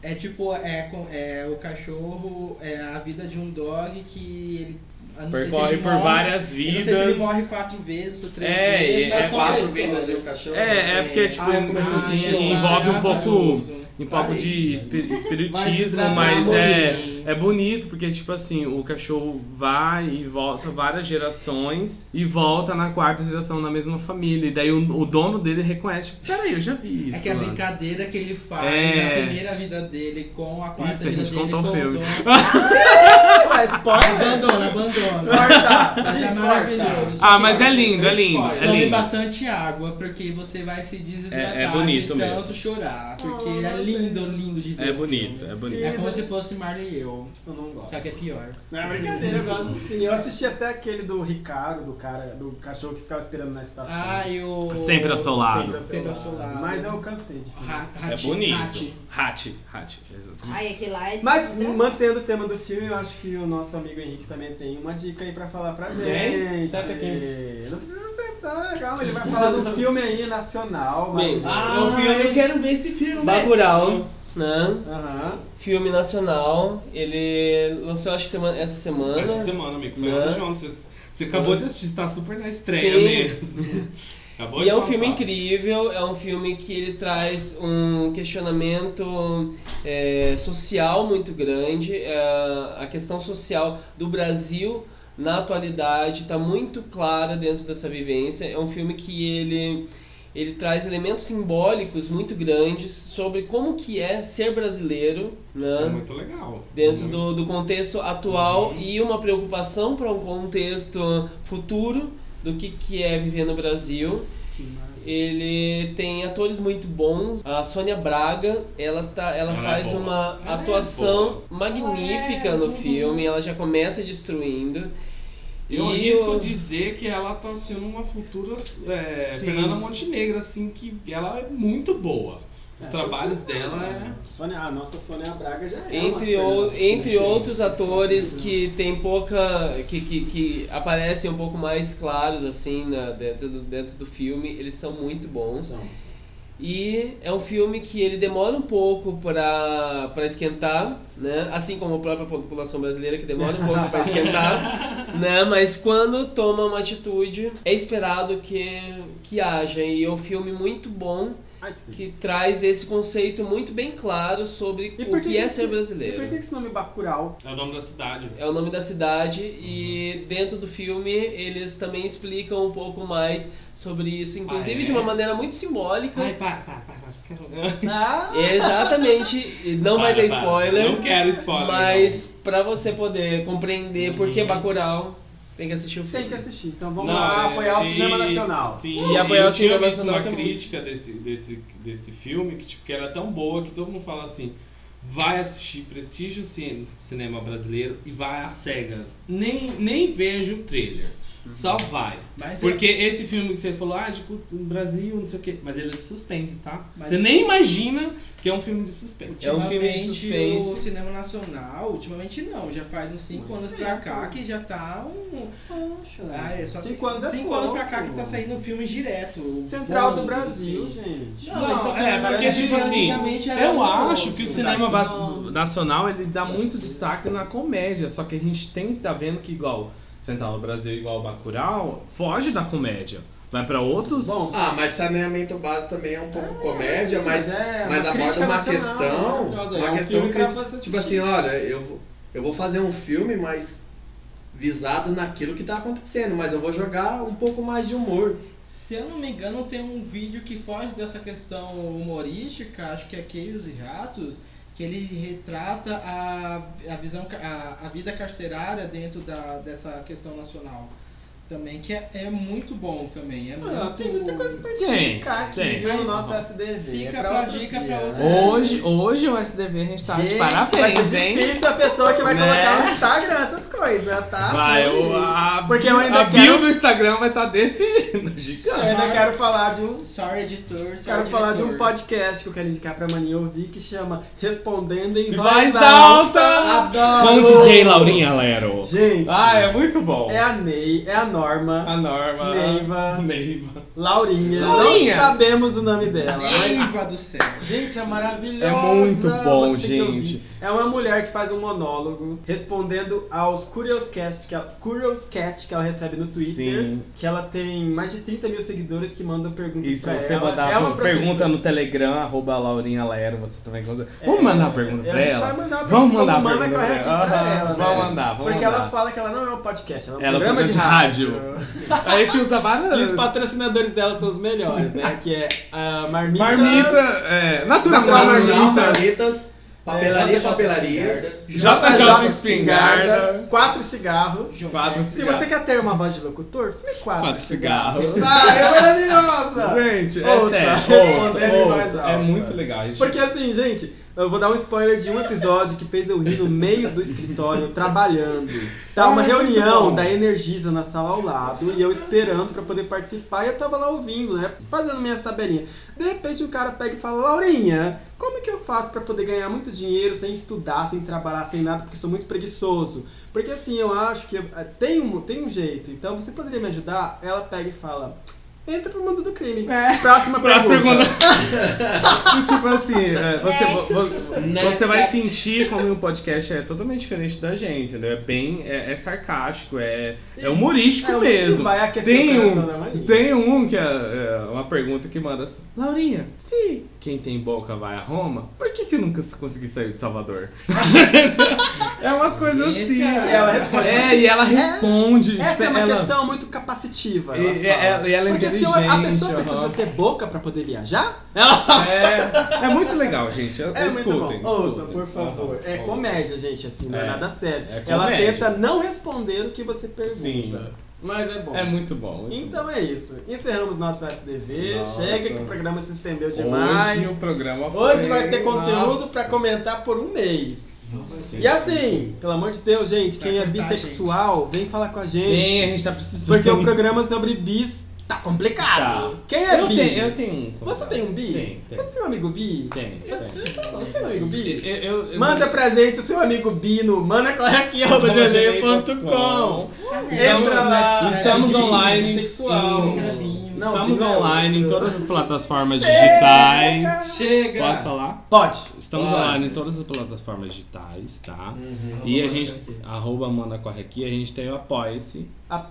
É tipo, é, com- é o cachorro, é a vida de um dog que ele. eu não sei se Percorre ele por morre- várias Eu vidas. não sei se ele morre quatro vezes ou três É, vezes, e- mas é qual é a quatro história? vidas de um cachorro. É, é porque, tipo, Ah, eu comecei a assistir. envolve um pouco, Maravilhoso. um pouco de espi- Vai espiritismo, desbravar mas um é, pouquinho. é bonito, porque, tipo assim, o cachorro vai e volta várias gerações e volta na quarta geração na mesma família. E daí o, o dono dele reconhece, tipo, peraí, eu já vi isso. É que a mano." brincadeira que ele faz É. na primeira vida dele com a quarta Isso, a vida gente dele contou o com filme. o dono. Ué, spoiler? Abandona, abandona. Corta, Mas é corta. maravilhoso. Ah, mas é lindo, é Spoiler. lindo, é Tome lindo. bastante água, porque você vai se desidratar É- é bonito de tanto mesmo. chorar. Porque Oh, é lindo, lindo de ver. É o bonito, filme. é bonito. É como se fosse Marley e eu. Eu não gosto. Só que é pior. Não é brincadeira, eu gosto sim. Eu assisti até aquele do Ricardo, do cara, do cachorro que ficava esperando na estação. Ah, e o. Sempre ao seu lado. Sempre ao seu Sempre ao lado. seu lado. Mas eu cansei de filme. Ha- É Hati- bonito. Hati. Hati, Hati, exatamente. Ai, aquele lá é de- Mas mantendo o tema do filme, eu acho que o nosso amigo Henrique também tem uma dica aí pra falar pra gente. Tem? Senta aqui. Não precisa sentar, calma, ele vai falar do filme aí nacional. Bem, maravilhoso. Ah, filme- eu quero ver esse filme. Bacurau, né? Aham. Filme nacional. Ele lançou, acho que semana, essa semana. Essa semana, amigo, foi Né? ano junto. Você, você acabou de assistir, tá super na estreia Sim. mesmo. Acabou E de é um lançar. filme incrível, é um filme que ele traz um questionamento é, social muito grande. É, a questão social do Brasil na atualidade está muito clara dentro dessa vivência. É um filme que ele, ele traz elementos simbólicos muito grandes sobre como que é ser brasileiro, Isso é né? muito legal. Dentro Muito. do, do contexto atual Uhum. e uma preocupação para um contexto futuro do que, que é viver no Brasil. Ele tem atores muito bons. A Sônia Braga, ela, tá, ela, Ela é faz boa. uma Ela é atuação magnífica no filme. Ela já começa destruindo. Eu E arrisco o- dizer que ela tá sendo uma futura é, Sim. Fernanda Montenegro, assim, que ela é muito boa. Os É, trabalhos todo mundo, dela né? é... Sônia, a nossa Sônia Braga já é Entre, uma o, coisa entre assim, outros né? atores que tem pouca. que, que, que aparecem um pouco mais claros assim na, dentro, do, dentro do filme, eles são muito bons. São, são. E é um filme que ele demora um pouco para para esquentar, né? Assim como a própria população brasileira que demora um pouco para esquentar, né? Mas quando toma uma atitude, é esperado que que haja. E é um filme muito bom Ai, que que delícia. traz esse conceito muito bem claro sobre E por o que, que é que ser esse- brasileiro. E por que esse nome Bacurau? É o nome da cidade. É o nome da cidade e dentro do filme eles também explicam um pouco mais sobre isso, inclusive Ah, é? de uma maneira muito simbólica. Ai, para, para, para. para. Quero... Ah! Exatamente, e não vai Para, ter para. spoiler, Não quero spoiler. mas pra você poder compreender Uhum. por que Bacurau, tem que assistir o filme. Tem que assistir. Então vamos Não, lá é, apoiar o e- cinema nacional. Sim, E apoiar eu o cinema tinha visto nacional uma que é muito- crítica desse, desse, desse filme que, tipo, que era tão boa que todo mundo fala assim: vai assistir Prestígio Cin- Cinema Brasileiro e vai às cegas. Nem, nem veja o trailer. Só vai. Mas Porque esse filme que você falou, ah, de culto no Brasil, não sei o quê, mas ele é de suspense, tá? Mas- Você nem imagina que é um filme de suspense. É um filme de ultimamente, suspense. o cinema nacional, ultimamente não, já faz uns cinco anos pra cá que já tá um. Poxa. Ah, é só Cinco anos é cinco anos pra pouco. cá que tá saindo filmes direto. Central bons, do Brasil, assim. gente. Não, mas tô Não, é, falando porque, que tipo assim, antigamente era eu tipo acho outro. que o cinema bas- nacional ele dá muito destaque na comédia, só que a gente tem que tá vendo que igual Central do Brasil igual Bacurau foge da comédia, vai pra outros. Bom, Ah, mas saneamento básico também é um pouco comédia, mas, é, mas uma aborda crítica uma nacional, questão, maravilhosa. uma É um questão filme pra crítica. você Tipo assistir. assim, olha, eu, vou- eu vou fazer um filme, mas visado naquilo que tá acontecendo, mas eu vou jogar um pouco mais de humor. Se eu não me engano, tem um vídeo que foge dessa questão humorística, acho que é Queijos e Ratos, que ele retrata a, a, visão, a, a vida carcerária dentro da, dessa questão nacional. Também, que é, é muito bom também. É Ah, muito... tem muita coisa pra gente Tem, buscar aqui, tem. viu, no Mas nosso S D V. fica É pra outro dica dia, pra outro né? Hoje, hoje o S D V a gente tá de Gente, vai parabéns, ser hein? difícil a pessoa que vai Né? colocar no Instagram essas coisas. coisa, tá? Vai, Então, o, a, Porque eu ainda a quero- bio do Instagram vai estar desse gigante. Eu ainda quero falar de um. Sorry, editor. Sorry, Quero falar de um diretor. podcast que eu quero indicar pra Maninha ouvir que chama Respondendo em Voz Voz alta! Adoro! Com o D J Laurinha Lero. Gente, Ah, é muito bom. é a Ney, é a Norma, A Norma. Neiva. Neiva. Laurinha. Laurinha. Não sabemos o nome dela. mas- Eiva do céu. Gente, é maravilhosa. É muito bom, você tem que ouvir. gente. É uma mulher que faz um monólogo respondendo aos Curious Cat que, ela- Curious Cat que ela recebe no Twitter. Sim. Que ela tem mais de trinta mil seguidores que mandam perguntas E se pra você ela. mandar é uma uma pergunta professora. no Telegram, arroba Laurinha Lero, você também consegue. É, Vamos mandar uma pergunta a pra gente ela? vai mandar uma Vamos pergunta, mandar a como manda pergunta correr aqui pra pra ela. ela, Aham, né? vamos mandar, vamos Porque mandar. ela fala que ela não é um podcast, ela é um Ela é um programa de programa de rádio. A gente usa várias. E os patrocinadores dela são os melhores, né? Que é a Marmita. Marmita, é, Natural, Natural Marmita, Marmita. Marmitas, papelaria, É, papelarias. J J Espingarda, quatro cigarros. quatro Se cigarros. você quer ter uma voz de locutor, fale quatro, Quatro cigarros. cigarros. Ah, é maravilhosa! Gente, é Ouça, sério, respondendo em ouça, voz ouça, alta. é muito legal. gente. Porque assim, gente, eu vou dar um spoiler de um episódio que fez eu rir no meio do escritório, trabalhando. Tá uma Ah, muito reunião bom. da Energisa na sala ao lado e eu esperando pra poder participar e eu tava lá ouvindo, né? Fazendo minhas tabelinhas. De repente o cara pega e fala: Laurinha, como que eu faço pra poder ganhar muito dinheiro sem estudar, sem trabalhar, sem nada, porque sou muito preguiçoso? Porque assim, eu acho que eh, tem um, tem um jeito, então você poderia me ajudar? Ela pega e fala: entra pro mundo do crime. É. Próxima Próxima pergunta. E tipo assim, é, você, vo- Next. você vai sentir como um podcast é totalmente diferente da gente, entendeu? É bem, é, é sarcástico, é, é humorístico É, mesmo. vai aquecer Tem o coração um, da Maria. tem um que é, é uma pergunta que manda assim: Laurinha, se quem tem boca vai a Roma, por que que eu nunca consegui sair de Salvador? É umas coisas assim. E ela responde. É, e ela responde. Essa tipo, é uma ela- questão muito capacitiva. E- Ela e- fala. ela- e ela é Porque se inteligente. a pessoa precisa aham. ter boca pra poder viajar, ela É, é muito legal, gente. é muito Escutem. bom. Ouça, escutem. por favor. Aham, É ouça. comédia, gente, assim, não é, É, nada sério. é Ela comédia. tenta não responder o que você pergunta. Sim. Mas é bom. É muito bom. muito Então bom. é isso. Encerramos nosso S D V. Nossa. Chega que o programa se estendeu demais. Hoje o programa foi... Hoje vai ter conteúdo Nossa. pra comentar por um mês. Sim. E assim, pelo amor de Deus, gente, Vai quem é cortar, bissexual, vem falar com a gente. Vem, a gente tá precisando. Porque o programa sobre bis tá complicado. Tá. Quem é eu bi? Tenho, eu tenho um. Você tem um bi? Tem, tem. Você tem um amigo bi? Tem, tem. Você tem um amigo bi? Eu, eu, eu- Manda pra gente o seu amigo bi no manacorreaqui arroba gmail ponto com. Entra lá. Estamos é bi, online. bissexual. em- Não, Estamos bi não é online em outro. todas as plataformas digitais. Chega! Posso falar? Pode. Estamos Pode. online em todas as plataformas digitais, tá? Uhum. E a gente, arroba Mana Corre Aqui, a gente tem o Apoia-se.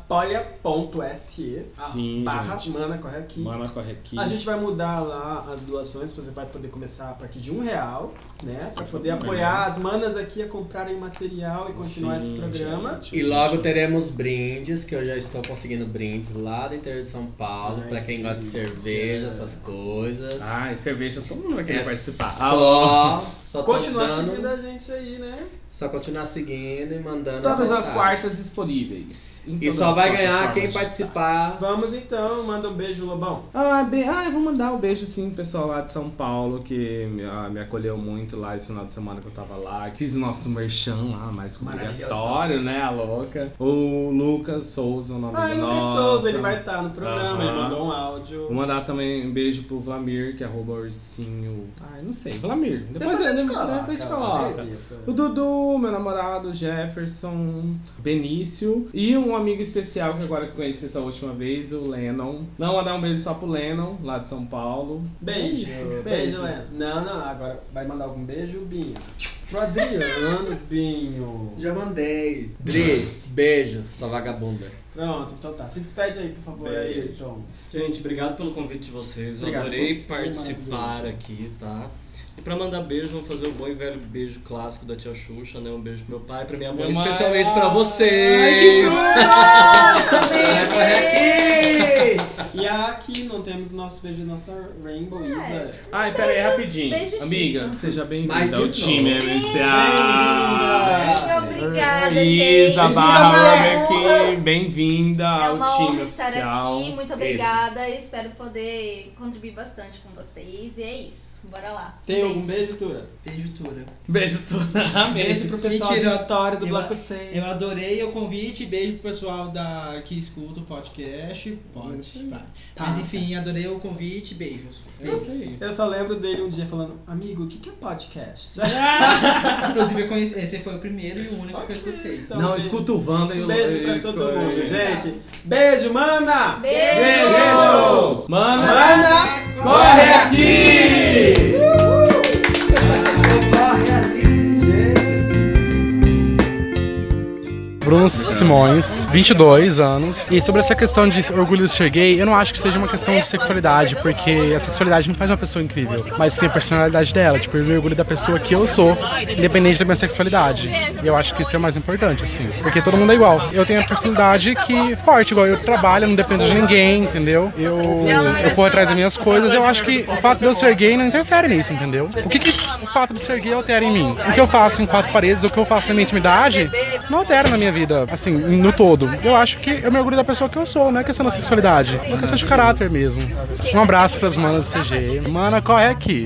apoia.se Sim, barra gente. Mana Corre Aqui. Mana Corre Aqui. A gente vai mudar lá as doações, você vai poder começar a partir de um real, né? Pra poder favor. apoiar as manas aqui a comprarem material e continuar Sim, esse programa. gente, E logo gente. teremos brindes, que eu já estou conseguindo brindes lá do interior de São Paulo, Ai, pra quem que gosta de delícia. cerveja, essas coisas. Ai, cerveja, todo mundo vai querer É participar. Só, só tô Continuar dando- seguindo a gente aí, né? Só continuar seguindo e mandando Todas as mensagens. quartas disponíveis. em E todas só as vai ganhar quem plataformas participar. Vamos então, manda um beijo, Lobão. Ah, be... ah, eu vou mandar um beijo sim pro pessoal lá de São Paulo que me, ah, me acolheu muito lá esse final de semana que eu tava lá. Fiz o nosso merchan lá, mais que obrigatório, né, a louca. O Lucas Souza, o nome Ah, do é Lucas nosso. Souza, ele vai estar no programa, ele Aham. mandou um áudio. Vou mandar também um beijo pro Vlamir, que é arroba ursinho. Ai, não sei, Vlamir. Depois, Depois a gente depois, coloca, depois a gente coloca. acredita. O Dudu, meu namorado, Jefferson, Benício e um amigo especial que agora que eu conheci essa última vez, o Lennon. Não, mandar um beijo só pro Lennon, lá de São Paulo. Beijo, É isso, beijo, beijo. Leandro. Não, não, agora vai mandar algum beijo, Binho. Pro Adriano, Binho. Já mandei. Dri, beijo, sua vagabunda. Pronto, então tá. Se despede aí, por favor, aí, Beijo. Tom. Gente, obrigado pelo convite de vocês. Eu Obrigado, adorei você é participar maravilhoso. aqui, tá? E pra mandar beijo, vamos fazer o bom e velho beijo clássico da tia Xuxa, né? Um beijo pro meu pai, pra minha mãe, Minha mãe. especialmente pra Ai, vocês. que Corre aqui! E aqui não temos nosso beijo, nossa Rainbow Isa. Ai, pera aí, rapidinho. beijo, Amiga, Chico. seja Mais bem-vinda de ao time novo. M C A. Sim, obrigada, Isa gente. barra É aqui, bem-vinda É ao uma time honra estar oficial. aqui, muito obrigada. Espero poder contribuir bastante com vocês. E é isso, bora lá. Tem Um algum beijo, Tura? Beijo, Tura. Beijo, Tuna. Beijo pro pessoal Mentira, de história do eu- Bloco seis. Eu adorei o convite, beijo pro pessoal da, que escuta o podcast. Pode, vai. Tá. Mas enfim, adorei o convite, beijos. É isso aí. Eu só lembro dele um dia falando, amigo, o que que é podcast? Inclusive, eu conheci, esse foi o primeiro e o único que eu escutei. Então, Não, beijo. escuta o Wanda e Um o beijo pra eu todo escolho. mundo, gente. Beijo, mana! Beijo! Beijo! Mano, Mana, corre aqui! Bruno Simões, vinte e dois anos. E sobre essa questão de orgulho de ser gay, eu não acho que seja uma questão de sexualidade, porque a sexualidade não faz uma pessoa incrível, mas sim a personalidade dela. Tipo, eu me orgulho da pessoa que eu sou, independente da minha sexualidade. E eu acho que isso é o mais importante, assim, porque todo mundo é igual. Eu tenho a personalidade que forte, igual eu trabalho, não dependo de ninguém, entendeu? Eu, eu corro atrás das minhas coisas. Eu acho que o fato de eu ser gay não interfere nisso, entendeu? O que, que o fato de ser gay altera em mim? O que eu faço em quatro paredes, o que eu faço na minha intimidade, não altera na minha vida, assim, no todo. Eu acho que eu me orgulho da pessoa que eu sou, não é questão da sexualidade, é uma questão de caráter mesmo. Um abraço pras manas do C G. Mana, corre aqui.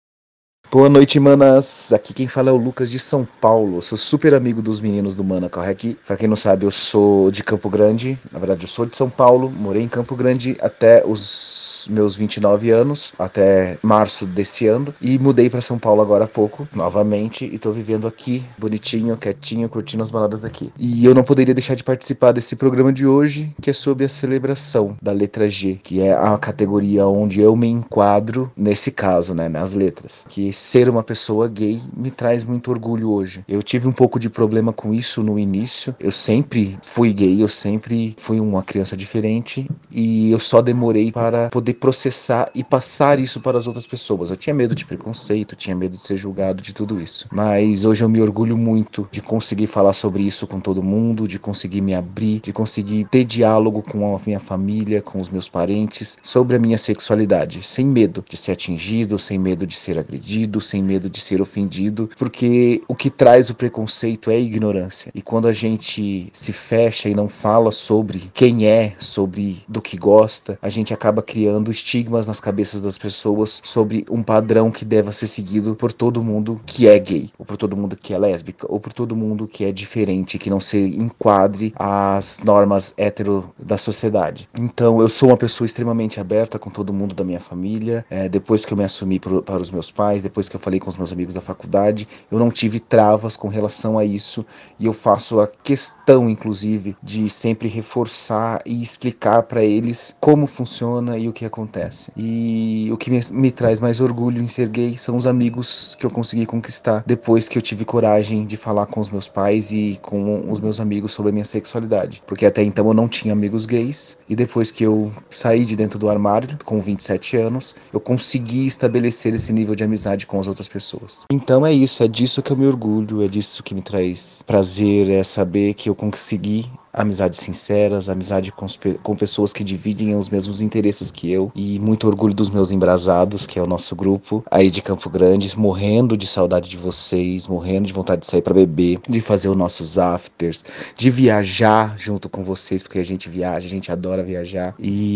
Boa noite, manas. Aqui quem fala é o Lucas de São Paulo. Eu sou super amigo dos meninos do Mana Corre Aqui. Pra quem não sabe, eu sou de Campo Grande. Na verdade, eu sou de São Paulo. Morei em Campo Grande até os meus vinte e nove anos, até março desse ano. E mudei pra São Paulo agora há pouco, novamente. E tô vivendo aqui, bonitinho, quietinho, curtindo as baladas daqui. E eu não poderia deixar de participar desse programa de hoje, que é sobre a celebração da letra G, que é a categoria onde eu me enquadro nesse caso, né, nas letras. Que ser uma pessoa gay me traz muito orgulho hoje. Eu tive um pouco de problema com isso no início. Eu sempre fui gay, eu sempre fui uma criança diferente e eu só demorei para poder processar e passar isso para as outras pessoas. Eu tinha medo de preconceito, tinha medo de ser julgado, de tudo isso. Mas hoje eu me orgulho muito de conseguir falar sobre isso com todo mundo, de conseguir me abrir, de conseguir ter diálogo com a minha família, com os meus parentes, sobre a minha sexualidade, sem medo de ser atingido, sem medo de ser agredido, sem medo de ser ofendido, porque o que traz o preconceito é a ignorância. E quando a gente se fecha e não fala sobre quem é, sobre do que gosta, a gente acaba criando estigmas nas cabeças das pessoas sobre um padrão que deva ser seguido por todo mundo que é gay, ou por todo mundo que é lésbica, ou por todo mundo que é diferente, que não se enquadre às normas hétero da sociedade. Então eu sou uma pessoa extremamente aberta com todo mundo da minha família. É, depois que eu me assumi pro, para os meus pais, depois que eu falei com os meus amigos da faculdade, eu não tive travas com relação a isso, e eu faço a questão, inclusive, de sempre reforçar e explicar para eles como funciona e o que acontece. E o que me, me traz mais orgulho em ser gay são os amigos que eu consegui conquistar depois que eu tive coragem de falar com os meus pais e com os meus amigos sobre a minha sexualidade, porque até então eu não tinha amigos gays, e depois que eu saí de dentro do armário com vinte e sete anos, eu consegui estabelecer esse nível de amizade com as outras pessoas. Então é isso, é disso que eu me orgulho, é disso que me traz prazer, é saber que eu consegui amizades sinceras, amizade com, com pessoas que dividem os mesmos interesses que eu, e muito orgulho dos meus embrasados, que é o nosso grupo aí de Campo Grande, morrendo de saudade de vocês, morrendo de vontade de sair pra beber, de fazer os nossos afters, de viajar junto com vocês, porque a gente viaja, a gente adora viajar,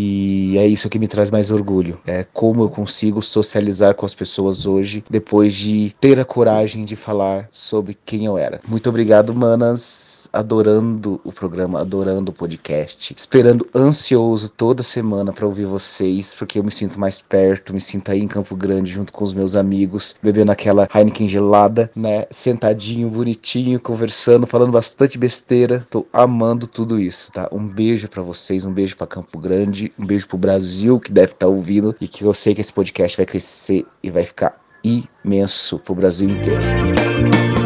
e é isso que me traz mais orgulho, é como eu consigo socializar com as pessoas hoje, depois de ter a coragem de falar sobre quem eu era. Muito obrigado, manas, adorando o programa, adorando o podcast, esperando ansioso toda semana para ouvir vocês, porque eu me sinto mais perto, me sinto aí em Campo Grande junto com os meus amigos, bebendo aquela Heineken gelada, né, sentadinho, bonitinho, conversando, falando bastante besteira. Tô amando tudo isso, tá? Um beijo para vocês, um beijo para Campo Grande, um beijo pro Brasil que deve estar ouvindo, e que eu sei que esse podcast vai crescer e vai ficar imenso pro Brasil inteiro.